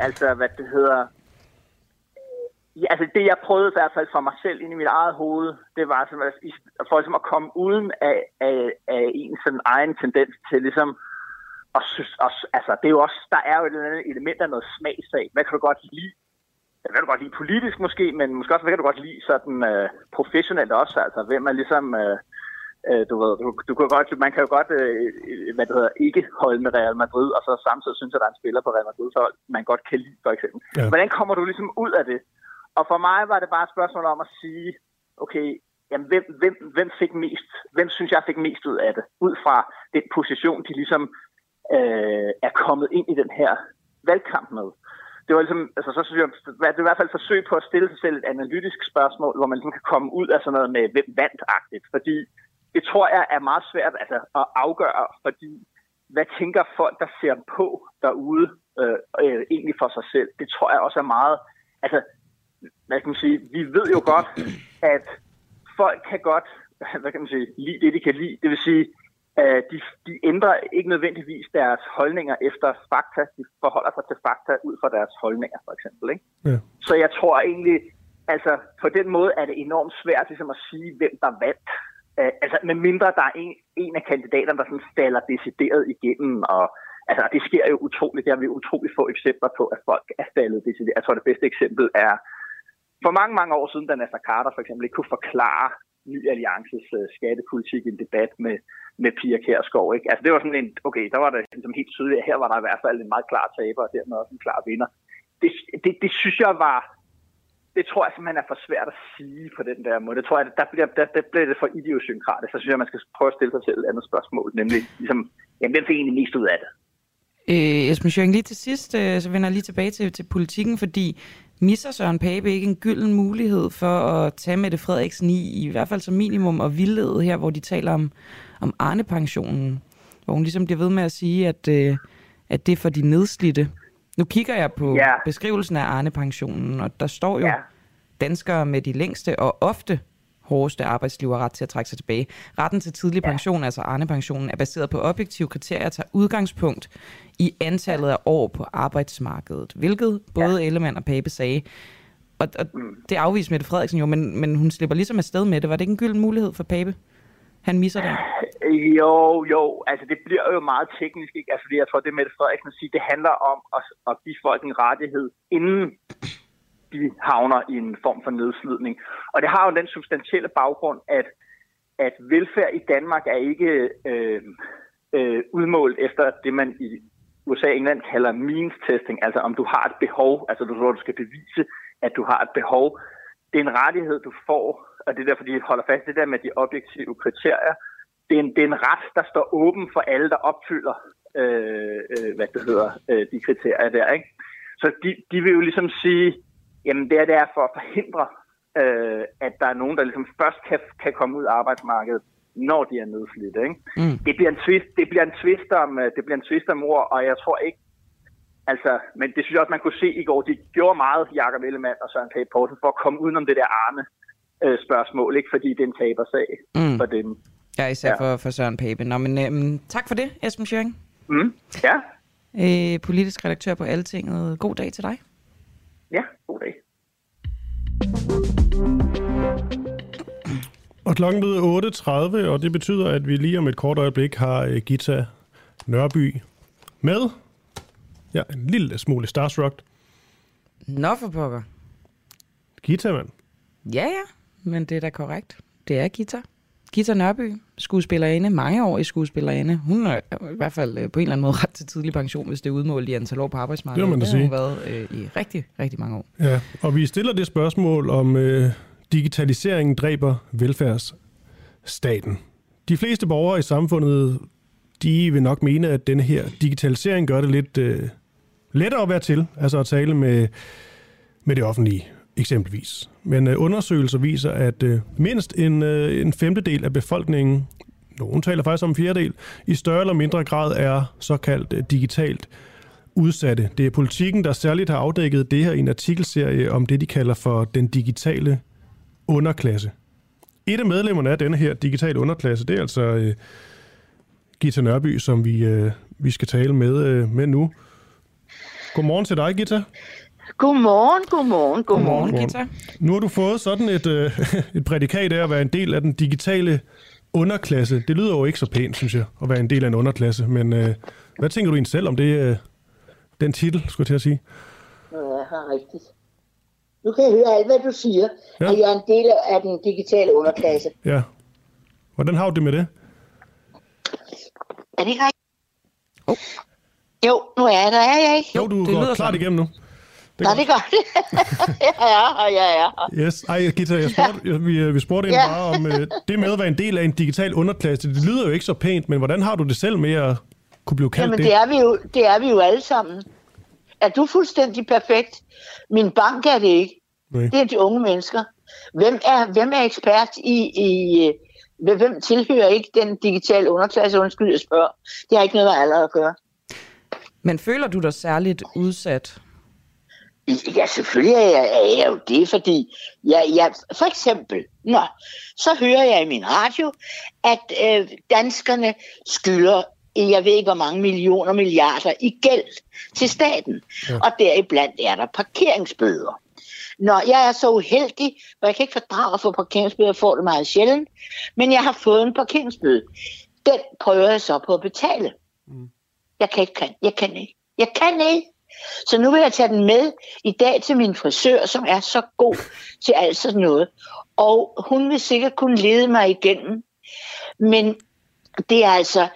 altså det jeg prøvede i hvert fald for mig selv ind i mit eget hoved, det var sådan, for ligesom at komme uden af en sådan egen tendens til ligesom altså det er jo også, der er jo et eller andet element af noget smagssag. Hvad kan du godt lide? Hvad kan du godt lide politisk måske, men måske også, hvad kan du godt lide sådan professionelt også, altså hvem er ligesom du kan godt, man kan jo godt ikke holde med Real Madrid, og så samtidig synes at der er en spiller på Real Madrid, så man godt kan lide, for eksempel. Ja. Hvordan kommer du ligesom ud af det? Og for mig var det bare et spørgsmål om at sige, okay, jamen, hvem fik mest? Hvem synes jeg fik mest ud af det? Ud fra den position, de ligesom er kommet ind i den her valgkamp med. Det var ligesom, altså så synes jeg, det er i hvert fald et forsøg på at stille sig selv et analytisk spørgsmål, hvor man ligesom kan komme ud af sådan noget med hvem vandt-agtigt, fordi det tror jeg er meget svært at afgøre, fordi hvad tænker folk, der ser på derude, egentlig for sig selv? Det tror jeg også er meget, altså, hvad kan man sige, vi ved jo godt, at folk kan godt, hvad kan man sige, lide det, de kan lide. Det vil sige, de ændrer ikke nødvendigvis deres holdninger efter fakta. De forholder sig til fakta ud fra deres holdninger, for eksempel. Ikke? Ja. Så jeg tror egentlig, altså på den måde er det enormt svært ligesom at sige, hvem der vandt. Altså med mindre der er en af kandidaterne, der sådan falder decideret igennem, og altså det sker jo utroligt. Det har vi utroligt få eksempler på, at folk er faldet decideret. Jeg tror, det bedste eksempel er for mange år siden, da Naser Khader for eksempel ikke kunne forklare Ny Alliances skattepolitik i en debat med Pia Kjærsgaard, ikke? Altså det var sådan en, okay, der var det ligesom helt tydeligt, at her var der i hvert fald en meget klar taber, og dermed også en klar vinder. Det synes jeg var, det tror jeg simpelthen er for svært at sige på den der måde. Det tror jeg, der bliver det for idiosynkratisk. Så synes jeg, man skal prøve at stille sig selv et andet spørgsmål, nemlig ligesom, jamen, hvem fik egentlig mest ud af det? Esben Schøring, lige til sidst, så vender jeg lige tilbage til politikken, fordi misser Søren Pape ikke en gylden mulighed for at tage Mette Frederiksen i hvert fald som minimum, og vildlede her, hvor de taler om Arne-pensionen, hvor hun ligesom bliver ved med at sige, at det er for de nedslidte. Nu kigger jeg på beskrivelsen af Arne-pensionen, og der står jo danskere med de længste og ofte hårdeste arbejdsliv har ret til at trække sig tilbage. Retten til tidlig pension, altså Arne-pensionen, er baseret på objektive kriterier og tager udgangspunkt i antallet af år på arbejdsmarkedet, hvilket både Ellemann og Pape sagde. Og det afviste Mette Frederiksen jo, men hun slipper ligesom afsted med det. Var det ikke en gylden mulighed for Pape? Han misser det. Jo. Altså det bliver jo meget teknisk, ikke? Altså jeg tror, det Mette Frederiksen siger, det handler om at give folk en rettighed, inden de havner i en form for nedslidning. Og det har jo den substantielle baggrund, at velfærd i Danmark er ikke udmålt efter det, man i USA og England kalder means testing, altså om du har et behov, altså hvor du skal bevise, at du har et behov. Det er en rettighed, du får, og det er derfor, de holder fast det der med de objektive kriterier. Det er en ret, der står åben for alle, der opfylder de kriterier der, ikke? Så de vil jo ligesom sige, jamen det er for at forhindre, at der er nogen, der ligesom først kan komme ud af arbejdsmarkedet, når de er nedslidte, ikke? Det bliver en twist om ord, og jeg tror ikke, altså, men det synes jeg også, man kunne se i går, de gjorde meget, Jakob Ellemann og Søren Pape Poulsen, for at komme udenom det der Arne-spørgsmål, ikke? Fordi det er en tabersag for dem. Ja, især for Søren Pape. Nå, men tak for det, Esben Schøring. Ja. Politisk redaktør på Altinget. God dag til dig. Ja, god dag. Og klokken er 8.30, og det betyder, at vi lige om et kort øjeblik har Githa Nørby med. Ja, en lille smule starstruck. Nå for pokker. Githa, mand. Ja, men det er da korrekt. Det er Githa Nørby, skuespillerinde, mangeårig skuespillerinde. Hun er i hvert fald på en eller anden måde ret til tidlig pension, hvis det er udmålt i antal år på arbejdsmarkedet. Det har hun været i rigtig, rigtig mange år. Ja, og vi stiller det spørgsmål om digitaliseringen dræber velfærdsstaten. De fleste borgere i samfundet, de vil nok mene, at denne her digitalisering gør det lidt lettere at være til, altså at tale med det offentlige. Eksempelvis. Men undersøgelser viser, at mindst en femtedel af befolkningen, nogen taler faktisk om en fjerdedel, i større eller mindre grad er såkaldt digitalt udsatte. Det er Politikken, der særligt har afdækket det her i en artikelserie om det, de kalder for den digitale underklasse. Et af medlemmerne af denne her digitale underklasse, det er altså Githa Nørby, som vi skal tale med nu. Godmorgen til dig, Githa. Godmorgen, Githa. Nu har du fået sådan et prædikat af at være en del af den digitale underklasse. Det lyder jo ikke så pænt, synes jeg, at være en del af en underklasse. Men hvad tænker du egentlig selv om det, den titel, skulle jeg til at sige? Ja, rigtigt. Nu kan jeg høre alt, hvad du siger, at jeg er en del af den digitale underklasse. Ja. Hvordan har du det med det? Er det ikke rigtigt? Jo, nu er jeg ikke. Jo, du går klart igennem nu. Det gør det. Ja. Yes. Ej, Githa, vi spurgte bare om det med at være en del af en digital underklasse. Det lyder jo ikke så pænt, men hvordan har du det selv med at kunne blive kaldt det? Det er vi jo alle sammen. Er du fuldstændig perfekt? Min bank er det ikke. Nej. Det er de unge mennesker. Hvem er ekspert i hvem tilhører ikke den digitale underklasse? Undskyld, jeg spørger. Det har ikke noget med alder at gøre. Men føler du dig særligt udsat? Ja, selvfølgelig er jeg jo det, fordi jeg for eksempel, så hører jeg i min radio, at danskerne skylder, jeg ved ikke hvor mange millioner milliarder i gæld til staten. Ja. Og deriblandt er der parkeringsbøder. Når jeg er så uheldig, for jeg kan ikke fordrage at få parkeringsbøder, jeg får det meget sjældent, men jeg har fået en parkeringsbøde. Den prøver jeg så på at betale. Jeg kan ikke. Så nu vil jeg tage den med i dag til min frisør, som er så god til alt sådan noget. Og hun vil sikkert kunne lede mig igennem. Men det er altså,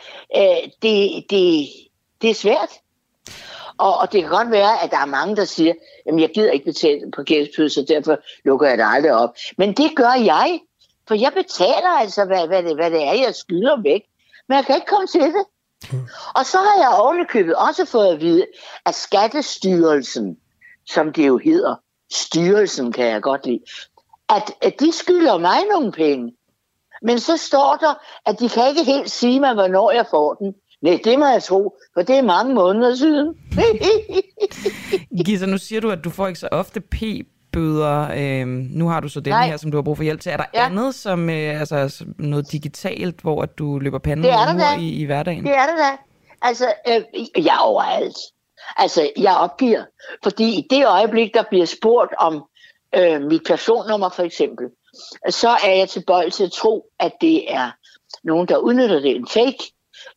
det er svært. Og det kan godt være, at der er mange, der siger, jamen jeg gider ikke betale en parkeringsbøde, så derfor lukker jeg det aldrig op. Men det gør jeg, for jeg betaler altså, hvad det er, jeg skylder væk. Men jeg kan ikke komme til det. Og så har jeg ovenikøbet også fået at vide, at Skattestyrelsen, som det jo hedder, styrelsen kan jeg godt lide, at de skylder mig nogle penge. Men så står der, at de kan ikke helt sige mig, hvornår jeg får den. Nej, det må jeg tro, for det er mange måneder siden. Githa, nu siger du, at du får ikke så ofte p-bøder. Nu har du så den her, som du har brug for hjælp til. Er der andet, som altså noget digitalt, hvor du løber panden i hverdagen? Det er det da. Altså, jeg er overalt. Altså, jeg opgiver. Fordi i det øjeblik, der bliver spurgt om mit personnummer for eksempel, så er jeg tilbøjelig til at tro, at det er nogen, der udnytter det. En fake.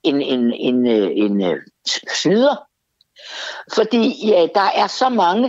En snyder. Fordi der er så mange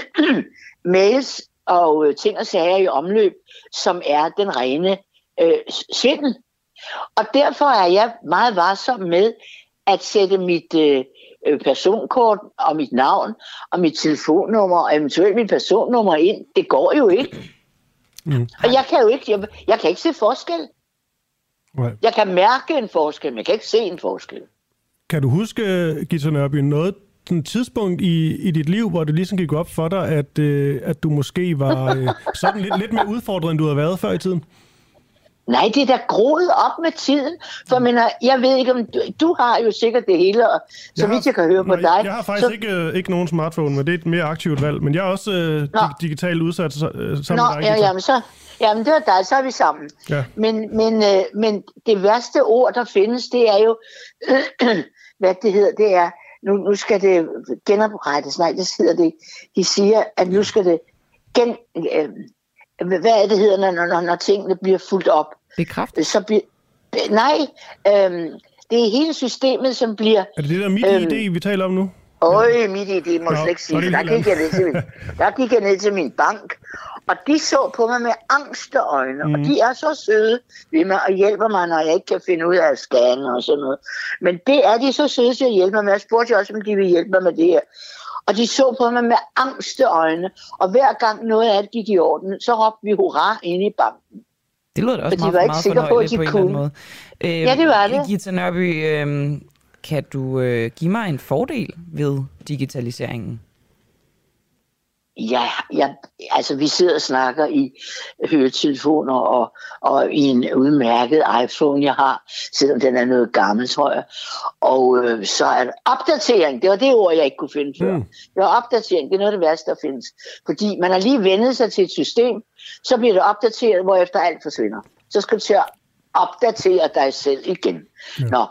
mails og ting og sager i omløb, som er den rene svindel. Og derfor er jeg meget varsom med at sætte mit personkort og mit navn og mit telefonnummer og eventuelt mit personnummer ind. Det går jo ikke. Og jeg kan ikke se forskel. Right. Jeg kan mærke en forskel, men jeg kan ikke se en forskel. Kan du huske, Githa Nørby, noget sådan tidspunkt i dit liv, hvor det ligesom gik op for dig, at du måske var sådan lidt mere udfordret, end du havde været før i tiden? Nej, det er da groet op med tiden. For jeg ved ikke, om du har jo sikkert det hele, så vidt jeg kan høre på dig. Jeg har faktisk ikke nogen smartphone, men det er et mere aktivt valg. Men jeg er også digitalt udsat sammen med dig. Jamen det var dig, så er vi sammen. Ja. Men det værste ord, der findes, det er jo, hvad det hedder, det er, nu skal det genoprettes. Nej, det hedder det. De siger, at nu skal det hvad det hedder, når tingene bliver fuldt op. Bekræftet? Det er hele systemet, som bliver... Er det det der MitID, vi taler om nu? MitID må jeg slet ikke sige. Der gik jeg ned til min bank, og de så på mig med angste øjne, og de er så søde ved mig og hjælper mig, når jeg ikke kan finde ud af at scanne og sådan noget. Men det er de så søde til at hjælpe mig med. Jeg spurgte også, om de vil hjælpe mig med det her. Og de så på mig med angste øjne, og hver gang noget af det gik i orden, så råbte vi hurra inde i banken. Det lød da også meget fornøjeligt på en eller anden måde. Ja, det var det. Githa Nørby, kan du give mig en fordel ved digitaliseringen? Ja, altså vi sidder og snakker i høretelefoner og i en udmærket iPhone, jeg har, selvom den er noget gammel, tror jeg. Og så er det opdatering, det var det ord, jeg ikke kunne finde før. Det var opdatering, det er noget af det værste, der findes. Fordi man har lige vendet sig til et system, så bliver det opdateret, hvorefter alt forsvinder. Så skal du til at opdatere dig selv igen. Ja.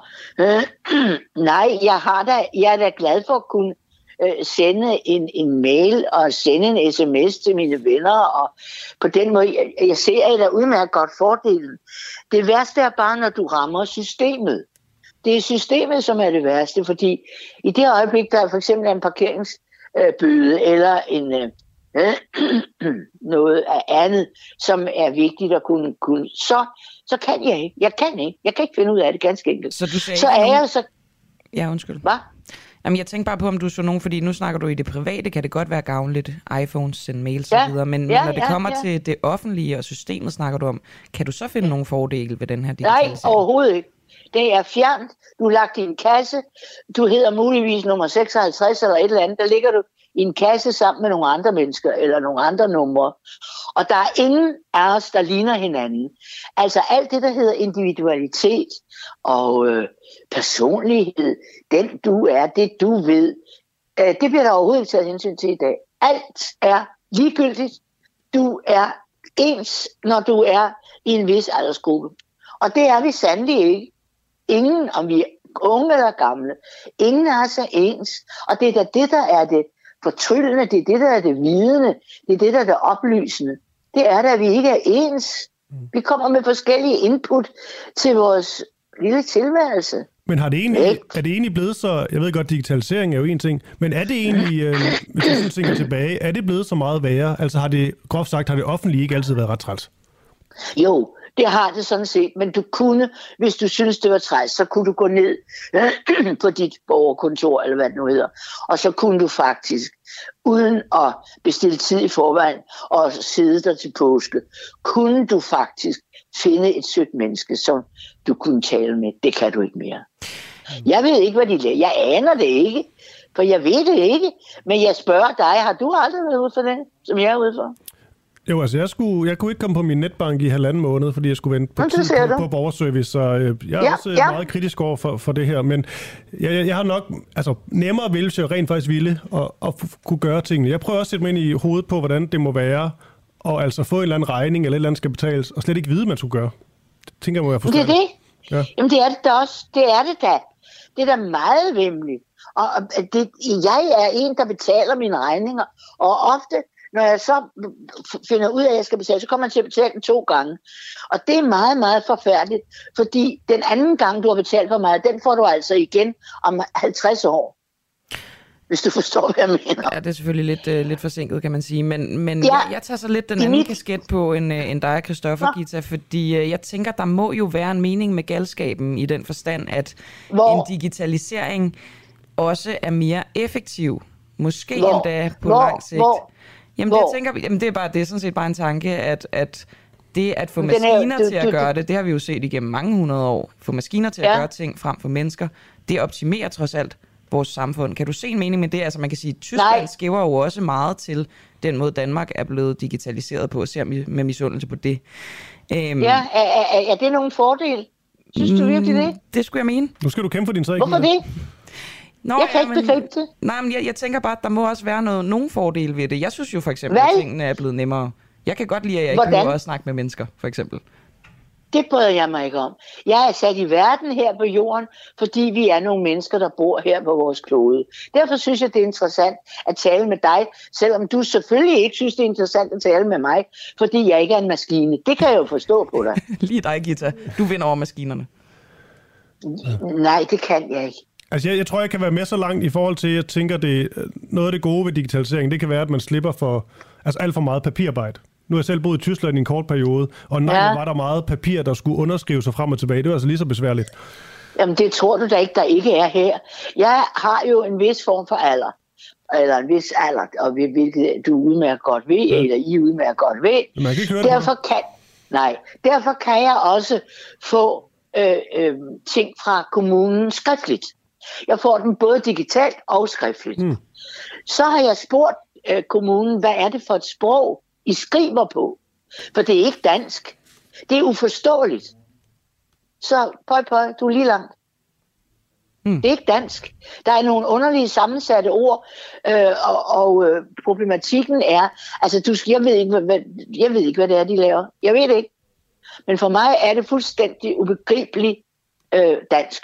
Nej, jeg er da glad for at kunne sende en mail og sende en sms til mine venner, og på den måde, jeg ser da udmærket godt fordelen. Det værste er bare, når du rammer systemet. Det er systemet, som er det værste, fordi i det øjeblik, der er for eksempel en parkeringsbøde eller en noget andet, som er vigtigt at kunne så kan jeg ikke. Jeg kan ikke finde ud af det, ganske enkelt. Så du sagde så er jeg så... Ja, undskyld. Hvad? Jamen, jeg tænker bare på, om du så nogen, fordi nu snakker du i det private, kan det godt være gavnligt, iPhones, sende mails og videre, men når det kommer til det offentlige og systemet, snakker du om, kan du så finde nogle fordele ved den her digitalisering? Nej, overhovedet ikke. Det er fjernt. Du er lagt i en kasse. Du hedder muligvis nummer 56 eller et eller andet. Der ligger du i en kasse sammen med nogle andre mennesker eller nogle andre numre. Og der er ingen af os, der ligner hinanden. Altså alt det, der hedder individualitet og personlighed, den du er, det du ved, det bliver der overhovedet ikke taget hensyn til i dag. Alt er ligegyldigt. Du er ens, når du er i en vis aldersgruppe. Og det er vi sandelig ikke. Ingen, om vi er unge eller gamle, ingen er så ens. Og det er da det, der er det fortryllende, det er det, der er det vidende, det er det, der er det oplysende. Det er der, at vi ikke er ens. Vi kommer med forskellige input til vores lille tilværelse. Men er det egentlig blevet så, jeg ved godt, digitalisering er jo en ting, men er det egentlig, hvis jeg sådan tænker tilbage, er det blevet så meget værre? Altså har det, groft sagt, har det offentlige ikke altid været ret træls? Jo, det har det sådan set, men du kunne, hvis du synes det var træls, så kunne du gå ned på dit borgerkontor, eller hvad det nu hedder, og så kunne du faktisk, uden at bestille tid i forvejen og sidde der til påske, kunne du faktisk finde et sødt menneske, som du kunne tale med. Det kan du ikke mere. Jeg ved ikke, hvad de laver. Jeg aner det ikke, for jeg ved det ikke, men jeg spørger dig, har du aldrig været ude for det, som jeg er ude for? Jo, altså jeg kunne ikke komme på min netbank i 1,5 måned, fordi jeg skulle vente på tid på borgerservice, så jeg er også meget kritisk over for det her, men jeg har nok, altså nemmere vil jeg rent faktisk ville at kunne gøre tingene. Jeg prøver også at sætte mig ind i hovedet på, hvordan det må være, og altså få en eller anden regning, eller et eller andet skal betales, og slet ikke vide, hvad man skulle gøre. Det tænker jeg må jeg forstå. Det er det. Ja. Jamen det er det da også. Det er det da. Det er da meget vemmeligt. Og jeg er en, der betaler mine regninger, og ofte når jeg så finder ud af, at jeg skal betale, så kommer man til at betale den 2 gange. Og det er meget, meget forfærdeligt, fordi den anden gang, du har betalt for meget, den får du altså igen om 50 år. Hvis du forstår, hvad jeg mener. Ja, det er selvfølgelig lidt forsinket, kan man sige. Men ja, jeg tager så lidt den anden kasket på end dig, Christoffer, Gita, fordi jeg tænker, der må jo være en mening med galskaben i den forstand, at en digitalisering også er mere effektiv. Måske endda på lang sigt. Jamen, jeg tænker, det er sådan set bare en tanke, at det at få maskiner til at gøre det har vi jo set igennem mange 100 år. Få maskiner til at gøre ting frem for mennesker, det optimerer trods alt vores samfund. Kan du se en mening med det? Altså man kan sige, at Tyskland skæver jo også meget til den måde, Danmark er blevet digitaliseret på, og ser med misundelse på det. Er det nogen fordel? Synes du virkelig det? Det skulle jeg mene. Nu skal du kæmpe for din sag. Hvorfor det? Jeg kan ikke begribe det. Nej, men jeg tænker bare, at der må også være nogen fordele ved det. Jeg synes jo for eksempel, at tingene er blevet nemmere. Jeg kan godt lide, at jeg ikke behøver at snakke med mennesker, for eksempel. Det bryder jeg mig ikke om. Jeg er sat i verden her på jorden, fordi vi er nogle mennesker, der bor her på vores klode. Derfor synes jeg, det er interessant at tale med dig, selvom du selvfølgelig ikke synes, det er interessant at tale med mig, fordi jeg ikke er en maskine. Det kan jeg jo forstå på dig. Lige dig, Gita. Du vinder over maskinerne. Nej, det kan jeg ikke. Altså, jeg tror, jeg kan være med så langt i forhold til, at jeg tænker, det noget af det gode ved digitalisering, det kan være, at man slipper for alt for meget papirarbejde. Nu har jeg selv boet i Tyskland i en kort periode, og var der meget papir, der skulle underskrive sig frem og tilbage. Det var altså lige så besværligt. Jamen, det tror du da ikke, der ikke er her. Jeg har jo en vis form for alder, eller en vis alder, og hvilket du udmærket godt ved, eller I udmærket godt ved. Man kan ikke høre derfor kan jeg også få ting fra kommunen skriftligt. Jeg får den både digitalt og skriftligt. Så har jeg spurgt kommunen, hvad er det for et sprog, I skriver på? For det er ikke dansk. Det er uforståeligt. Så pøj, du er lige langt. Det er ikke dansk. Der er nogle underlige sammensatte ord, og problematikken er, altså jeg ved ikke, hvad det er, de laver. Jeg ved det ikke. Men for mig er det fuldstændig ubegribeligt dansk.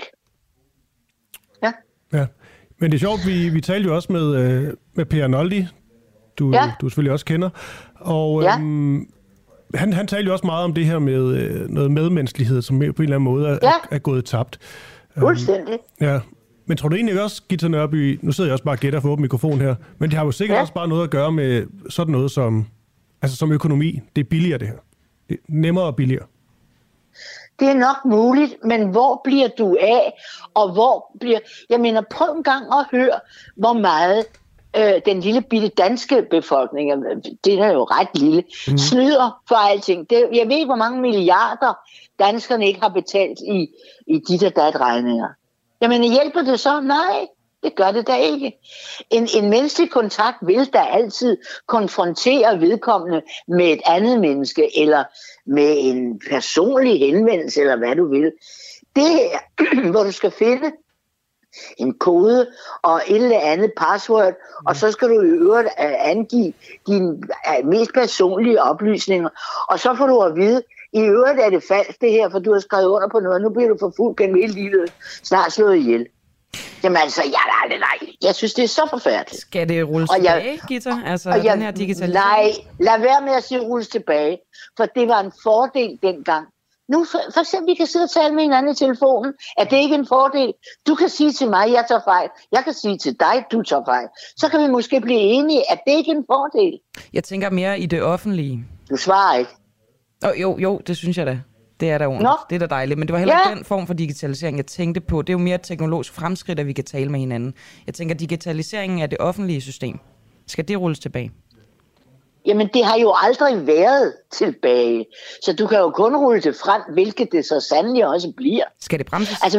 Ja, men det er sjovt, vi talte jo også med Per Arnoldi, du selvfølgelig også kender, og han talte jo også meget om det her med noget medmenneskelighed, som på en eller anden måde er gået tabt. Fuldstændig. Ja, men tror du egentlig også, Gita Nørby, nu sidder jeg også bare og gætter for åben mikrofon her, men det har jo sikkert også bare noget at gøre med sådan noget som økonomi. Det er billigere det her. Det er nemmere og billigere. Det er nok muligt, men hvor bliver du af, og jeg mener, prøv en gang at høre, hvor meget den lille bitte danske befolkning, det er jo ret lille, snyder for alting. Jeg ved ikke, hvor mange milliarder danskerne ikke har betalt i dit og dat regninger. Jeg mener, hjælper det så? Nej, det gør det da ikke. En menneskelig kontakt vil da altid konfrontere vedkommende med et andet menneske, eller med en personlig henvendelse, eller hvad du vil. Det er, hvor du skal finde en kode og et eller andet password, og så skal du i øvrigt angive dine mest personlige oplysninger, og så får du at vide, i øvrigt er det falsk det her, for du har skrevet under på noget, og nu bliver du forfulgt gennem hele livet, snart slået ihjel. Jamen altså, nej. Jeg synes, det er så forfærdeligt. Skal det rulles tilbage, Gita? Altså, den her digitalisering? Nej, lad være med at sige rulles tilbage, for det var en fordel dengang. Nu for eksempel, vi kan sidde og tale med hinanden i telefonen. Er det ikke en fordel? Du kan sige til mig, jeg tager fejl. Jeg kan sige til dig, du tager fejl. Så kan vi måske blive enige, at det ikke er en fordel. Jeg tænker mere i det offentlige. Du svarer ikke. Jo, det synes jeg da. Det er da ordentligt. Det er da dejligt. Men det var heller ikke den form for digitalisering, jeg tænkte på. Det er jo mere et teknologisk fremskridt, at vi kan tale med hinanden. Jeg tænker, digitaliseringen af det offentlige system. Skal det rulles tilbage? Jamen, det har jo aldrig været tilbage. Så du kan jo kun rulle det frem, hvilket det så sandelig også bliver. Skal det bremses? Altså,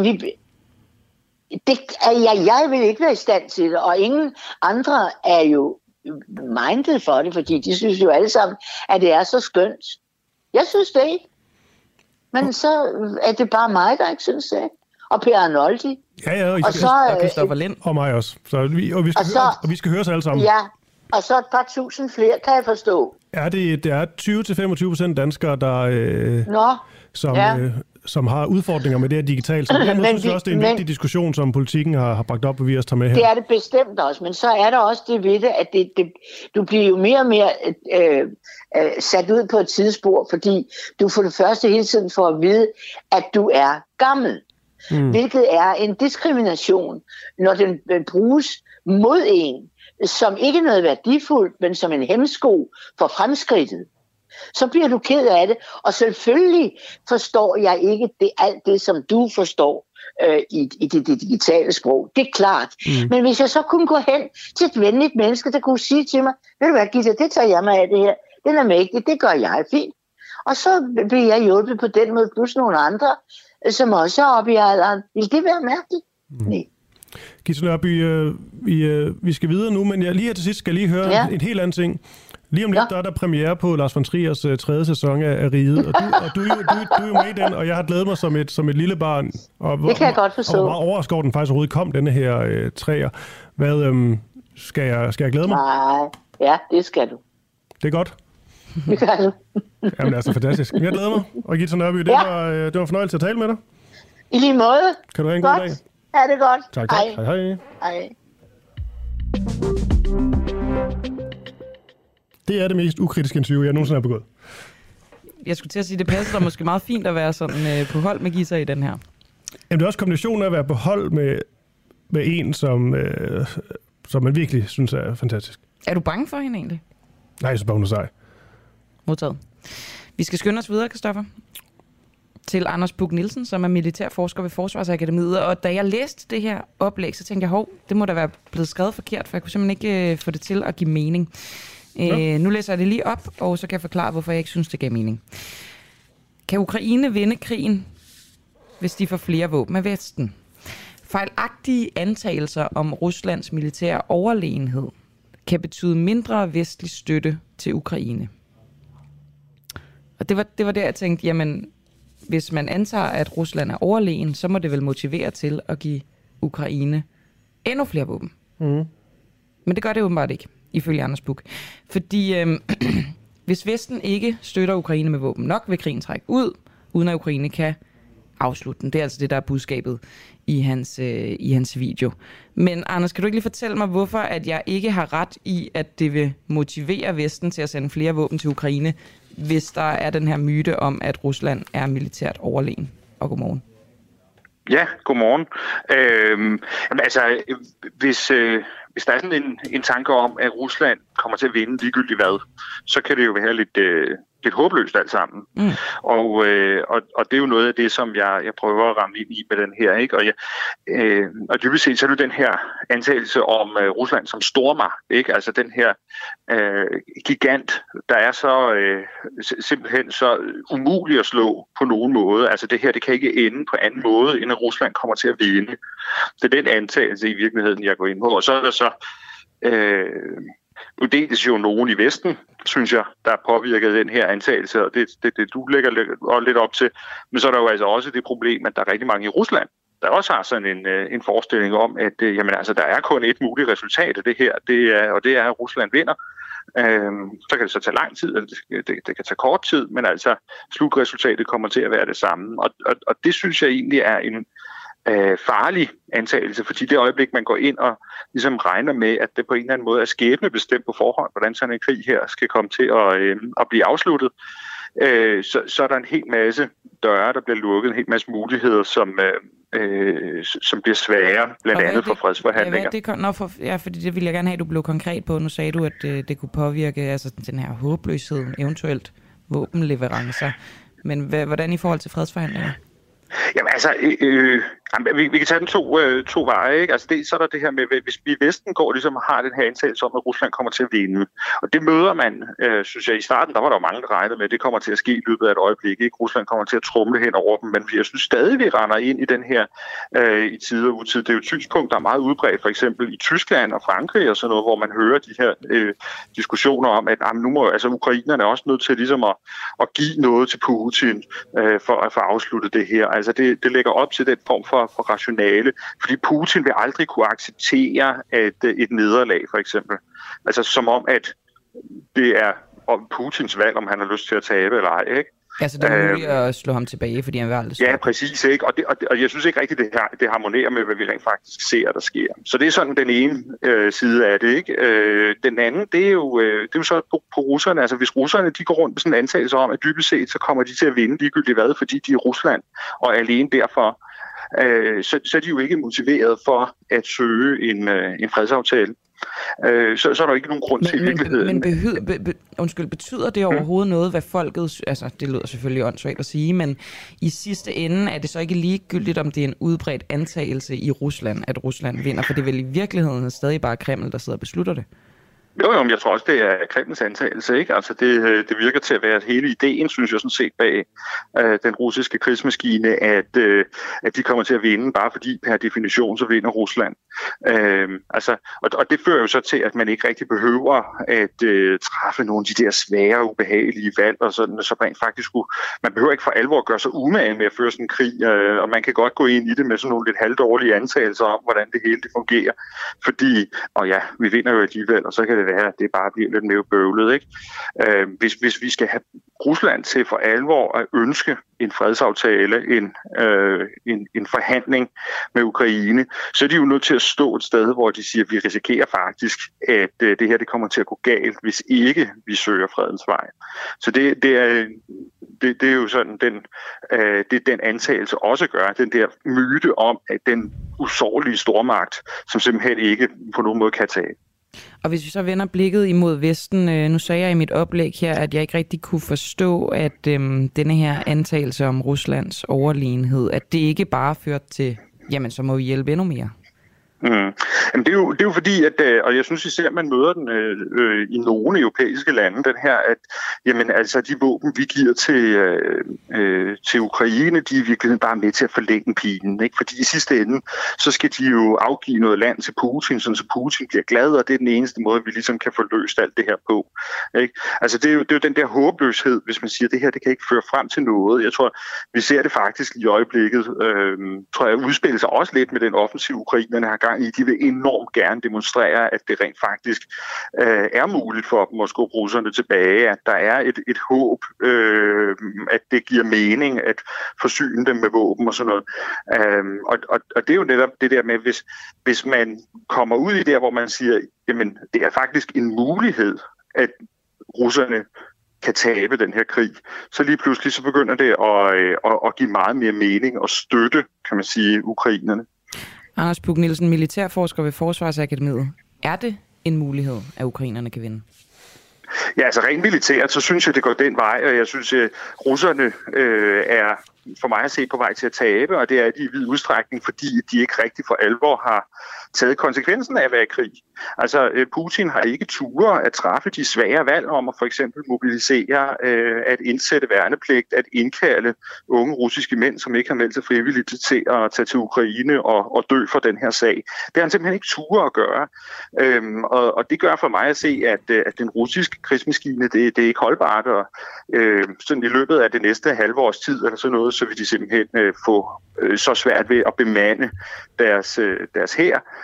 jeg vil ikke være i stand til det, og ingen andre er jo minded for det, fordi de synes jo alle sammen, at det er så skønt. Jeg synes det ikke. Men så er det bare mig, der ikke synes det. Og Per Arnoldi. Ja, og så Christoffer Lind. Og mig også. Vi skal høre os alle sammen. Ja, og så et par tusind flere, kan jeg forstå. Det er 20-25% danskere, der som har udfordringer med det her digitalt. Så på den måde synes jeg også, det er en vigtig diskussion, som politikken har bragt op, og vi også tager med her. Det er det bestemt også, men så er der også det ved det, at du bliver jo mere og mere sat ud på et tidsspor, fordi du for det første hele tiden får at vide, at du er gammel. Hvilket er en diskrimination, når den bruges mod en, som ikke er noget værdifuldt, men som en hæmsko for fremskridtet. Så bliver du ked af det, og selvfølgelig forstår jeg ikke alt det, som du forstår i det digitale sprog. Det er klart. Men hvis jeg så kunne gå hen til et venligt menneske, der kunne sige til mig, ved du hvad, Gita, det tager jeg mig af det her. Den er mægtig, det gør jeg fint. Og så bliver jeg hjulpet på den måde, plus nogle andre, som også er oppe i alderen. Vil det være mærkeligt? Nej. Gita Nørby, vi skal videre nu, men jeg lige her til sidst skal lige høre en helt anden ting. Lige om lidt, der er der premiere på Lars von Triers 3. sæson af Riget, og du er jo med i den, og jeg har glædet mig som et lille barn. Og det kan jeg godt forstå. Og hvor meget overrasket den faktisk overhovedet kom, denne her træer. Skal jeg glæde mig? Nej, ja, det skal du. Det er godt. Det gør du. Jamen altså, fantastisk. Jeg glæder mig. Og Gita Nørby, det var en fornøjelse at tale med dig. I lige måde. Kan du have en god dag? Ja, det er godt. Tak. Hej. Det er det mest ukritiske interview, jeg nogensinde har begået. Jeg skulle til at sige, det passer måske meget fint at være sådan på hold med Gita i den her. Jamen, det er også kombinationen af at være på hold med en, som man virkelig synes er fantastisk. Er du bange for hende egentlig? Nej, jeg synes bare, hun er sej. Modtaget. Vi skal skynde os videre, Christoffer, til Anders Puk Nielsen, som er militærforsker ved Forsvarsakademiet. Og da jeg læste det her oplæg, så tænkte jeg, det må da være blevet skrevet forkert, for jeg kunne simpelthen ikke få det til at give mening. Nu læser jeg det lige op, og så kan jeg forklare, hvorfor jeg ikke synes, det gav mening. Kan Ukraine vinde krigen, hvis de får flere våben af Vesten? Fejlagtige antagelser om Ruslands militære overlegenhed kan betyde mindre vestlig støtte til Ukraine. Og det var der, jeg tænkte, jamen, hvis man antager, at Rusland er overlegen, så må det vel motivere til at give Ukraine endnu flere våben. Men det gør det åbenbart ikke, ifølge Anders Puk. Fordi hvis Vesten ikke støtter Ukraine med våben nok, vil krigen trække ud, uden at Ukraine kan afslutte den. Det er altså det, der er budskabet i hans video. Men Anders, kan du ikke lige fortælle mig, hvorfor at jeg ikke har ret i, at det vil motivere Vesten til at sende flere våben til Ukraine, hvis der er den her myte om, at Rusland er militært overlegen? Og godmorgen. Ja, godmorgen. Hvis der er sådan en tanke om, at Rusland kommer til at vinde ligegyldigt hvad, så kan det jo være lidt håbløst alt sammen. Og det er jo noget af det, som jeg prøver at ramme ind i med den her, ikke? Og dybest set, så er det den her antagelse om Rusland som stormagt, ikke? Altså den her gigant, der er så simpelthen så umulig at slå på nogen måde. Altså det her, det kan ikke ende på anden måde, end at Rusland kommer til at vinde. Det er den antagelse i virkeligheden, jeg går ind på. Og så er der så dels jo nogen i Vesten, synes jeg, der har påvirket den her antagelse, og det du lægger lidt op til. Men så er der jo altså også det problem, at der er rigtig mange i Rusland, der også har sådan en forestilling om, at der er kun et muligt resultat af det her, det er, at Rusland vinder. Så kan det så tage lang tid, eller det kan tage kort tid, men altså slutresultatet kommer til at være det samme. Og det synes jeg egentlig er farlig antagelse, fordi det øjeblik, man går ind og ligesom regner med, at det på en eller anden måde er skæbnebestemt på forhånd, hvordan sådan en krig her skal komme til at blive afsluttet, så er der en hel masse døre, der bliver lukket, en hel masse muligheder, som bliver svære, blandt andet for fredsforhandlinger. Fordi det ville jeg gerne have, at du blev konkret på. Nu sagde du, at det kunne påvirke altså, den her håbløshed, eventuelt våbenleverancer. Men hvordan i forhold til fredsforhandlinger? Jamen altså, vi kan tage den to veje, ikke? Altså så er der det her med, hvis vi i Vesten går ligesom og har den her antagelse om, at Rusland kommer til at vinde. Og det møder man, synes jeg, i starten, der var der jo mange, der regnede med, at det kommer til at ske i løbet af et øjeblik, ikke? Rusland kommer til at tromle hen over dem, men jeg synes stadig, vi render ind i den her i tid og utid. Det er jo et synspunkt, der er meget udbredt, for eksempel i Tyskland og Frankrig og sådan noget, hvor man hører de her diskussioner om, at nu må ukrainerne også nødt til ligesom at give noget til Putin for at få afsluttet det her. Altså det lægger op til den form for rationale, fordi Putin vil aldrig kunne acceptere et nederlag, for eksempel. Altså som om, at det er om Putins valg, om han har lyst til at tabe eller ej, ikke? Altså det er muligt at slå ham tilbage, fordi han vil aldrig slå. Ja, præcis, ikke? Og jeg synes ikke rigtigt, det harmonerer med, hvad vi rent faktisk ser, der sker. Så det er sådan den ene side af det, ikke? Den anden, det er jo så på russerne. Altså hvis russerne, de går rundt med sådan en antagelse om, at dybest set, så kommer de til at vinde ligegyldigt hvad, fordi de er Rusland, og alene derfor, så er de jo ikke motiveret for at søge en fredsaftale. Så er der ikke nogen grund til i virkeligheden. Men betyder det overhovedet noget, hvad folket... Altså, det lyder selvfølgelig åndssvagt at sige, men i sidste ende er det så ikke ligegyldigt, om det er en udbredt antagelse i Rusland, at Rusland vinder, for det er vel i virkeligheden stadig bare Kreml, der sidder og beslutter det? Jo, men jeg tror også, det er Kremls antagelse, ikke? Altså, det virker til at være hele ideen, synes jeg sådan set, bag den russiske krigsmaskine, at de kommer til at vinde, bare fordi per definition, så vinder Rusland. Og det fører jo så til, at man ikke rigtig behøver at træffe nogle af de der svære, ubehagelige valg, og sådan, så rent faktisk man behøver ikke for alvor gøre sig umage med at føre sådan en krig, og man kan godt gå ind i det med sådan nogle lidt halvdårlige antagelser om, hvordan det hele det fungerer, fordi, vi vinder jo alligevel, og så kan det være, at det bare bliver lidt mere bøvlet, ikke? Hvis vi skal have Rusland til for alvor at ønske en fredsaftale, en forhandling med Ukraine, så er de jo nødt til at stå et sted, hvor de siger, at vi risikerer faktisk, at det her det kommer til at gå galt, hvis ikke vi søger fredens vej. Så det er jo sådan, den antagelse også gør, den der myte om, at den usårlige stormagt, som simpelthen ikke på nogen måde kan tage. Og hvis vi så vender blikket imod Vesten, nu sagde jeg i mit oplæg her, at jeg ikke rigtig kunne forstå, at denne her antagelse om Ruslands overlegenhed, at det ikke bare førte til, jamen så må vi hjælpe endnu mere. Jamen, det er jo fordi, at, og jeg synes især, at man møder den i nogle europæiske lande, den her, at jamen, altså, de våben, vi giver til Ukraine, de er i virkeligheden bare med til at forlænge pinen, ikke? Fordi i sidste ende, så skal de jo afgive noget land til Putin, så Putin bliver glad, og det er den eneste måde, vi ligesom kan få løst alt det her på. Ikke? Altså, det er jo den der håbløshed, hvis man siger, at det her det kan ikke føre frem til noget. Jeg tror, vi ser det faktisk i øjeblikket, tror jeg, udspiller sig også lidt med den offensiv, ukrainerne har gang i. De vil enormt gerne demonstrere, at det rent faktisk er muligt for dem at skubbe russerne tilbage, at der er et håb, at det giver mening at forsyne dem med våben og sådan noget. Og det er jo netop det der med, hvis man kommer ud i det, hvor man siger, jamen det er faktisk en mulighed, at russerne kan tabe den her krig, så lige pludselig så begynder det at give meget mere mening og støtte, kan man sige, ukrainerne. Anders Puk Nielsen, militærforsker ved Forsvarsakademiet. Er det en mulighed, at ukrainerne kan vinde? Ja, altså rent militært, så synes jeg, det går den vej, og jeg synes, at russerne er for mig at se på vej til at tabe, og det er de i vid udstrækning, fordi de ikke rigtig for alvor har taget konsekvensen af at være i krig. Altså, Putin har ikke ture at træffe de svære valg om at for eksempel mobilisere, at indsætte værnepligt, at indkalde unge russiske mænd, som ikke har meldt sig frivilligt til at tage til Ukraine og dø for den her sag. Det har han simpelthen ikke ture at gøre. Og det gør for mig at se, at den russiske krigsmaskine, det er ikke holdbart, og sådan i løbet af det næste halve års tid, eller sådan noget, så vil de simpelthen få så svært ved at bemande deres hær,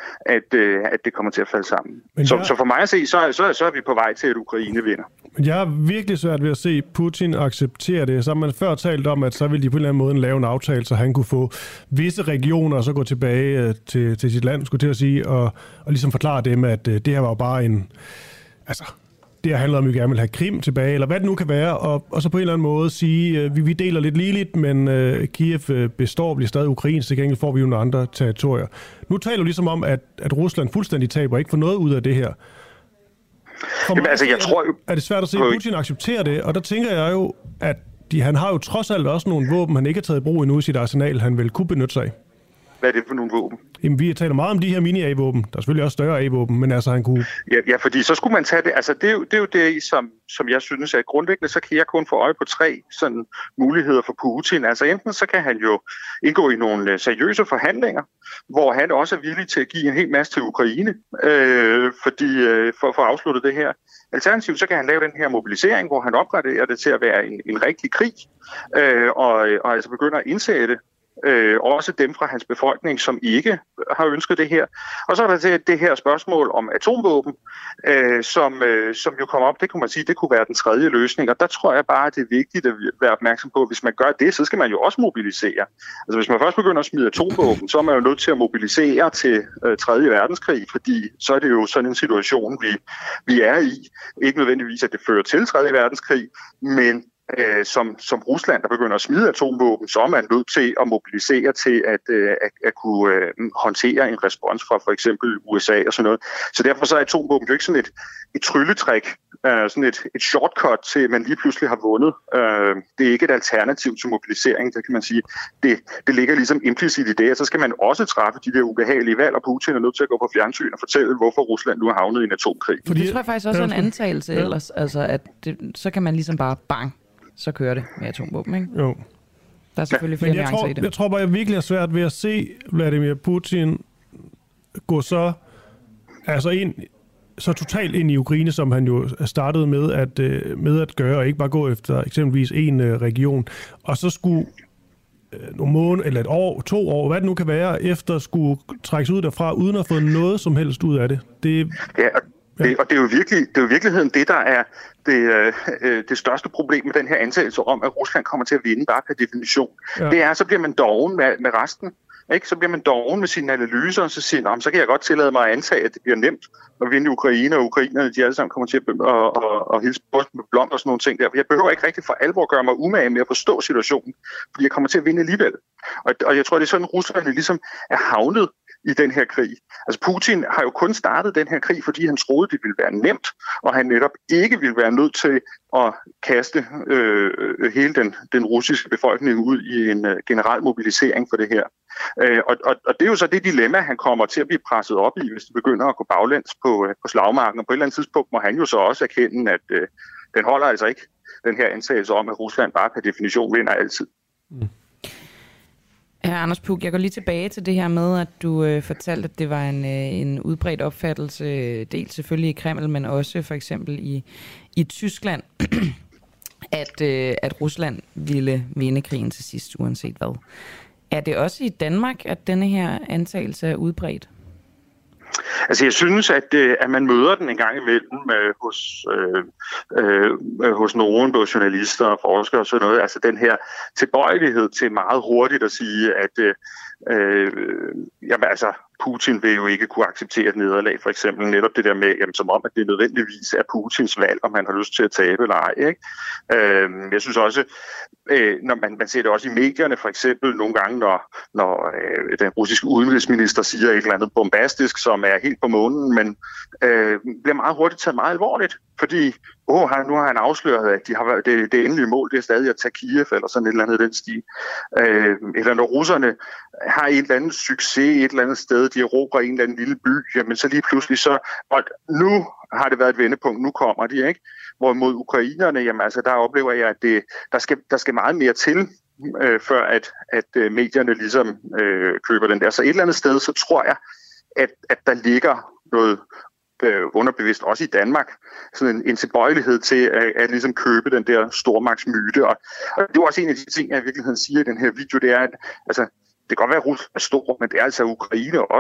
at det kommer til at falde sammen. Så for mig at se, så er vi på vej til, at Ukraine vinder. Men jeg har virkelig svært ved at se Putin acceptere det. Så har man før talt om, at så ville de på en eller anden måde lave en aftale, så han kunne få visse regioner og så gå tilbage til sit land, skulle til at sige, og ligesom forklare dem, at det her var jo bare en... Altså, det her handler om, at vi gerne vil have Krim tilbage, eller hvad det nu kan være, og så på en eller anden måde sige, vi deler lidt ligeligt, men Kiev består, bliver stadig ukrainsk, til gengæld får vi jo nogle andre territorier. Nu taler du ligesom om, at Rusland fuldstændig taber, ikke får noget ud af det her. Jamen, altså, jeg tror jo... Er det svært at se, at Putin accepterer det? Og der tænker jeg jo, at han har jo trods alt også nogle våben, han ikke har taget i brug endnu i sit arsenal, han vil kunne benytte sig af. Hvad er det for nogle våben? Jamen, vi taler meget om de her mini-A-våben. Der er selvfølgelig også større A-våben, men altså han kunne... Ja, fordi så skulle man tage det... Altså, det er jo det, som jeg synes er grundlæggende, så kan jeg kun få øje på 3 sådan muligheder for Putin. Altså enten så kan han jo indgå i nogle seriøse forhandlinger, hvor han også er villig til at give en hel masse til Ukraine, for at afslutte det her. Alternativt så kan han lave den her mobilisering, hvor han opgraderer det til at være en rigtig krig, og altså begynder at indsætte også dem fra hans befolkning, som ikke har ønsket det her. Og så er der det her spørgsmål om atomvåben, som jo kommer op. Det kunne man sige, det kunne være den tredje løsning. Og der tror jeg bare, at det er vigtigt at være opmærksom på, at hvis man gør det, så skal man jo også mobilisere. Altså hvis man først begynder at smide atomvåben, så er man jo nødt til at mobilisere til 3. verdenskrig, fordi så er det jo sådan en situation, vi er i. Ikke nødvendigvis, at det fører til 3. verdenskrig, men som Rusland, der begynder at smide atomvåben, så er man nødt til at mobilisere til at kunne håndtere en respons fra for eksempel USA og sådan noget. Så derfor så er atomvåben jo ikke sådan et trylletrik, sådan et shortcut til, at man lige pludselig har vundet. Det er ikke et alternativ til mobilisering, det kan man sige. Det ligger ligesom implicit i det, og så skal man også træffe de der ubehagelige valg, og Putin er nødt til at gå på fjernsyn og fortælle, hvorfor Rusland nu har havnet i en atomkrig. Det tror jeg faktisk også er en antagelse ellers, altså at så kan man ligesom bare bang, så kører det med atomvåben, ikke? Jo. Der er selvfølgelig flere nuancer i det. Jeg tror bare, jeg virkelig har svært ved at se Vladimir Putin gå så totalt ind i Ukraine, som han jo startede med at gøre, og ikke bare gå efter eksempelvis en region, og så skulle nogle måneder, eller 1 år, 2 år, hvad det nu kan være, efter skulle trækkes ud derfra, uden at få noget som helst ud af det. Og det er jo virkeligheden det, der er det største problem med den her antagelse om, at Rusland kommer til at vinde bare per definition. Ja. Det er, så bliver man doven med resten. Ikke? Så bliver man doven med sine analyser, og så siger man, så kan jeg godt tillade mig at antage, at det bliver nemt at vinde Ukraine, og ukrainerne, de alle sammen kommer til at hilse på med blomster og sådan nogle ting der. Jeg behøver ikke rigtig for alvor gøre mig umage med at forstå situationen, fordi jeg kommer til at vinde alligevel. Og jeg tror, det er sådan, Rusland ligesom er havnet i den her krig. Altså Putin har jo kun startet den her krig, fordi han troede, det ville være nemt, og han netop ikke ville være nødt til at kaste hele den russiske befolkning ud i en generel mobilisering for det her. Og det er jo så det dilemma, han kommer til at blive presset op i, hvis det begynder at gå baglæns på slagmarken. Og på et eller andet tidspunkt må han jo så også erkende, at den holder altså ikke, den her antagelse om, at Rusland bare per definition vinder altid. Mm. Ja, Anders Puk, jeg går lige tilbage til det her med, at du fortalte, at det var en udbredt opfattelse, dels selvfølgelig i Kreml, men også for eksempel i Tyskland, at Rusland ville vinde krigen til sidst, uanset hvad. Er det også i Danmark, at denne her antagelse er udbredt? Altså jeg synes, at man møder den en gang imellem hos nogle, både journalister og forskere og sådan noget. Altså den her tilbøjelighed til meget hurtigt at sige, at jamen altså Putin vil jo ikke kunne acceptere et nederlag, for eksempel netop det der med, jamen, som om, at det nødvendigvis er Putins valg, om han har lyst til at tabe eller ej. Ikke? Jeg synes også, når man ser det også i medierne, for eksempel nogle gange, når den russiske udenrigsminister siger et eller andet bombastisk, som er helt på månen, men bliver meget hurtigt taget meget alvorligt, fordi nu har han afsløret, at det endelige mål, det er stadig at tage Kiev, eller sådan et eller andet den stil. Eller når russerne har et eller andet succes et eller andet sted, de erobrer en eller anden lille by, jamen så lige pludselig og nu har det været et vendepunkt, nu kommer de, ikke? Hvorimod ukrainerne, jamen altså der oplever jeg, at der skal meget mere til, før at medierne ligesom køber den der. Så et eller andet sted, så tror jeg, at der ligger noget underbevidst, også i Danmark, sådan en tilbøjelighed til at ligesom købe den der stormagtsmyte. Og det er jo også en af de ting, jeg i virkeligheden siger i den her video, det er, at altså, det kan godt være, at Rusland er stor, men det er altså Ukraine også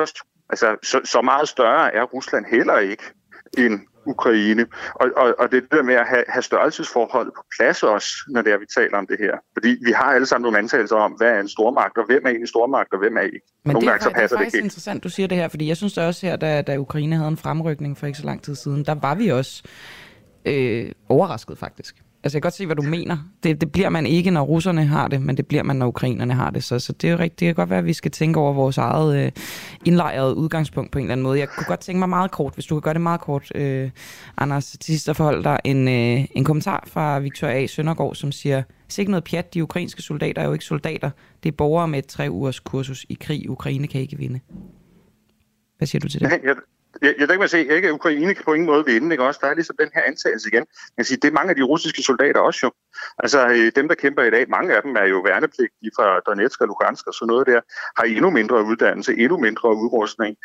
Altså, så meget større er Rusland heller ikke end Ukraine. Og det der med at have størrelsesforholdet på plads også, når det er, vi taler om det her. Fordi vi har alle sammen nogle antagelser om, hvad er en stormagt, og hvem er egentlig stormagt, og hvem er ikke. Men det er faktisk interessant, du siger det her, fordi jeg synes da også her, da Ukraine havde en fremrykning for ikke så lang tid siden, der var vi også overrasket faktisk. Altså jeg kan godt se, hvad du mener. Det bliver man ikke, når russerne har det, men det bliver man, når ukrainerne har det. Så det er jo rigtigt. Det kan godt være, at vi skal tænke over vores eget indlejrede udgangspunkt på en eller anden måde. Jeg kunne godt tænke mig meget kort, hvis du kan gøre det meget kort, Anders, til sidst at forholde dig en kommentar fra Victoria A. Søndergaard, som siger, sikke noget pjat, de ukrainske soldater er jo ikke soldater. Det er borgere med et 3 ugers kursus i krig. Ukraine kan ikke vinde. Hvad siger du til det? Jeg kan se, at Ukraine kan på ingen måde vinde, ikke også? Der er ligesom den her antagelse igen. Jeg kan sige, det er mange af de russiske soldater også jo. Altså dem, der kæmper i dag, mange af dem er jo værnepligtige fra Donetsk og Lugansk og sådan noget der, har endnu mindre uddannelse, endnu mindre udrustning.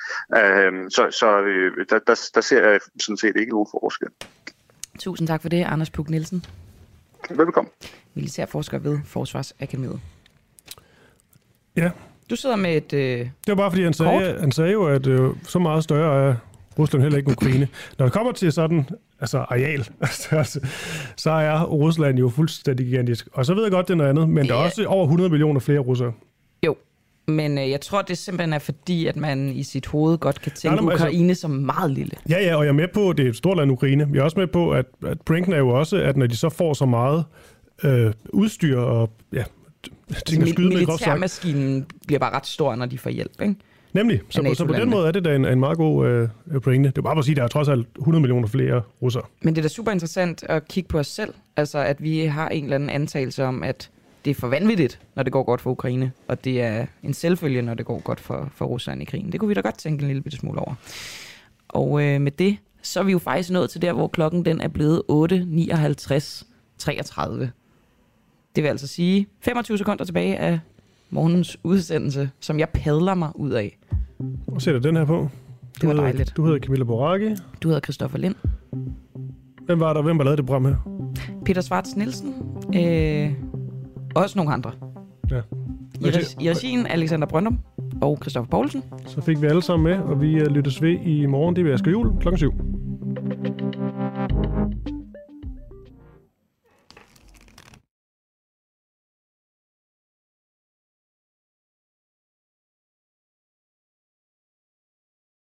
Der ser jeg sådan set ikke nogen forskel. Tusind tak for det, Anders Puk Nielsen. Velkommen. Militærforsker ved Forsvarsakademiet. Ja. Du sidder med et det var bare fordi, han sagde jo, at så meget større er Rusland heller ikke Ukraine. Når det kommer til sådan areal, så er Rusland jo fuldstændig gigantisk. Og så ved jeg godt, det er noget andet, men der er også over 100 millioner flere russere. Jo, men jeg tror, det simpelthen er fordi, at man i sit hoved godt kan tænke Ukraine som meget lille. Ja, og jeg er med på, at det er et stort land Ukraine. Jeg er også med på, at pointen er jo også, at når de så får så meget udstyr og militærmaskinen bliver bare ret stor, når de får hjælp, ikke? Nemlig. Så på den måde er det da en meget god pointe. Det er bare for at sige, at der er trods alt 100 millioner flere russere. Men det er da super interessant at kigge på os selv. Altså, at vi har en eller anden antagelse om, at det er for vanvittigt, når det går godt for Ukraine. Og det er en selvfølge, når det går godt for Rusland i krigen. Det kunne vi da godt tænke en lille bitte smule over. Og med det, så er vi jo faktisk nået til der, hvor klokken den er blevet 8:59:33. Det vil altså sige 25 sekunder tilbage af morgens udsendelse, som jeg padler mig ud af. Og sætter den her på. Det var dejligt. Du hedder Camilla Boracchi. Du hedder Christoffer Lind. Hvem var lavet det program her? Peter Schwartz Nielsen. Også nogle andre. Ja. I regien Alexander Brøndum og Christoffer Poulsen. Så fik vi alle sammen med, og vi lyttes ved i morgen. Det vil Asger Juhl klokken 7.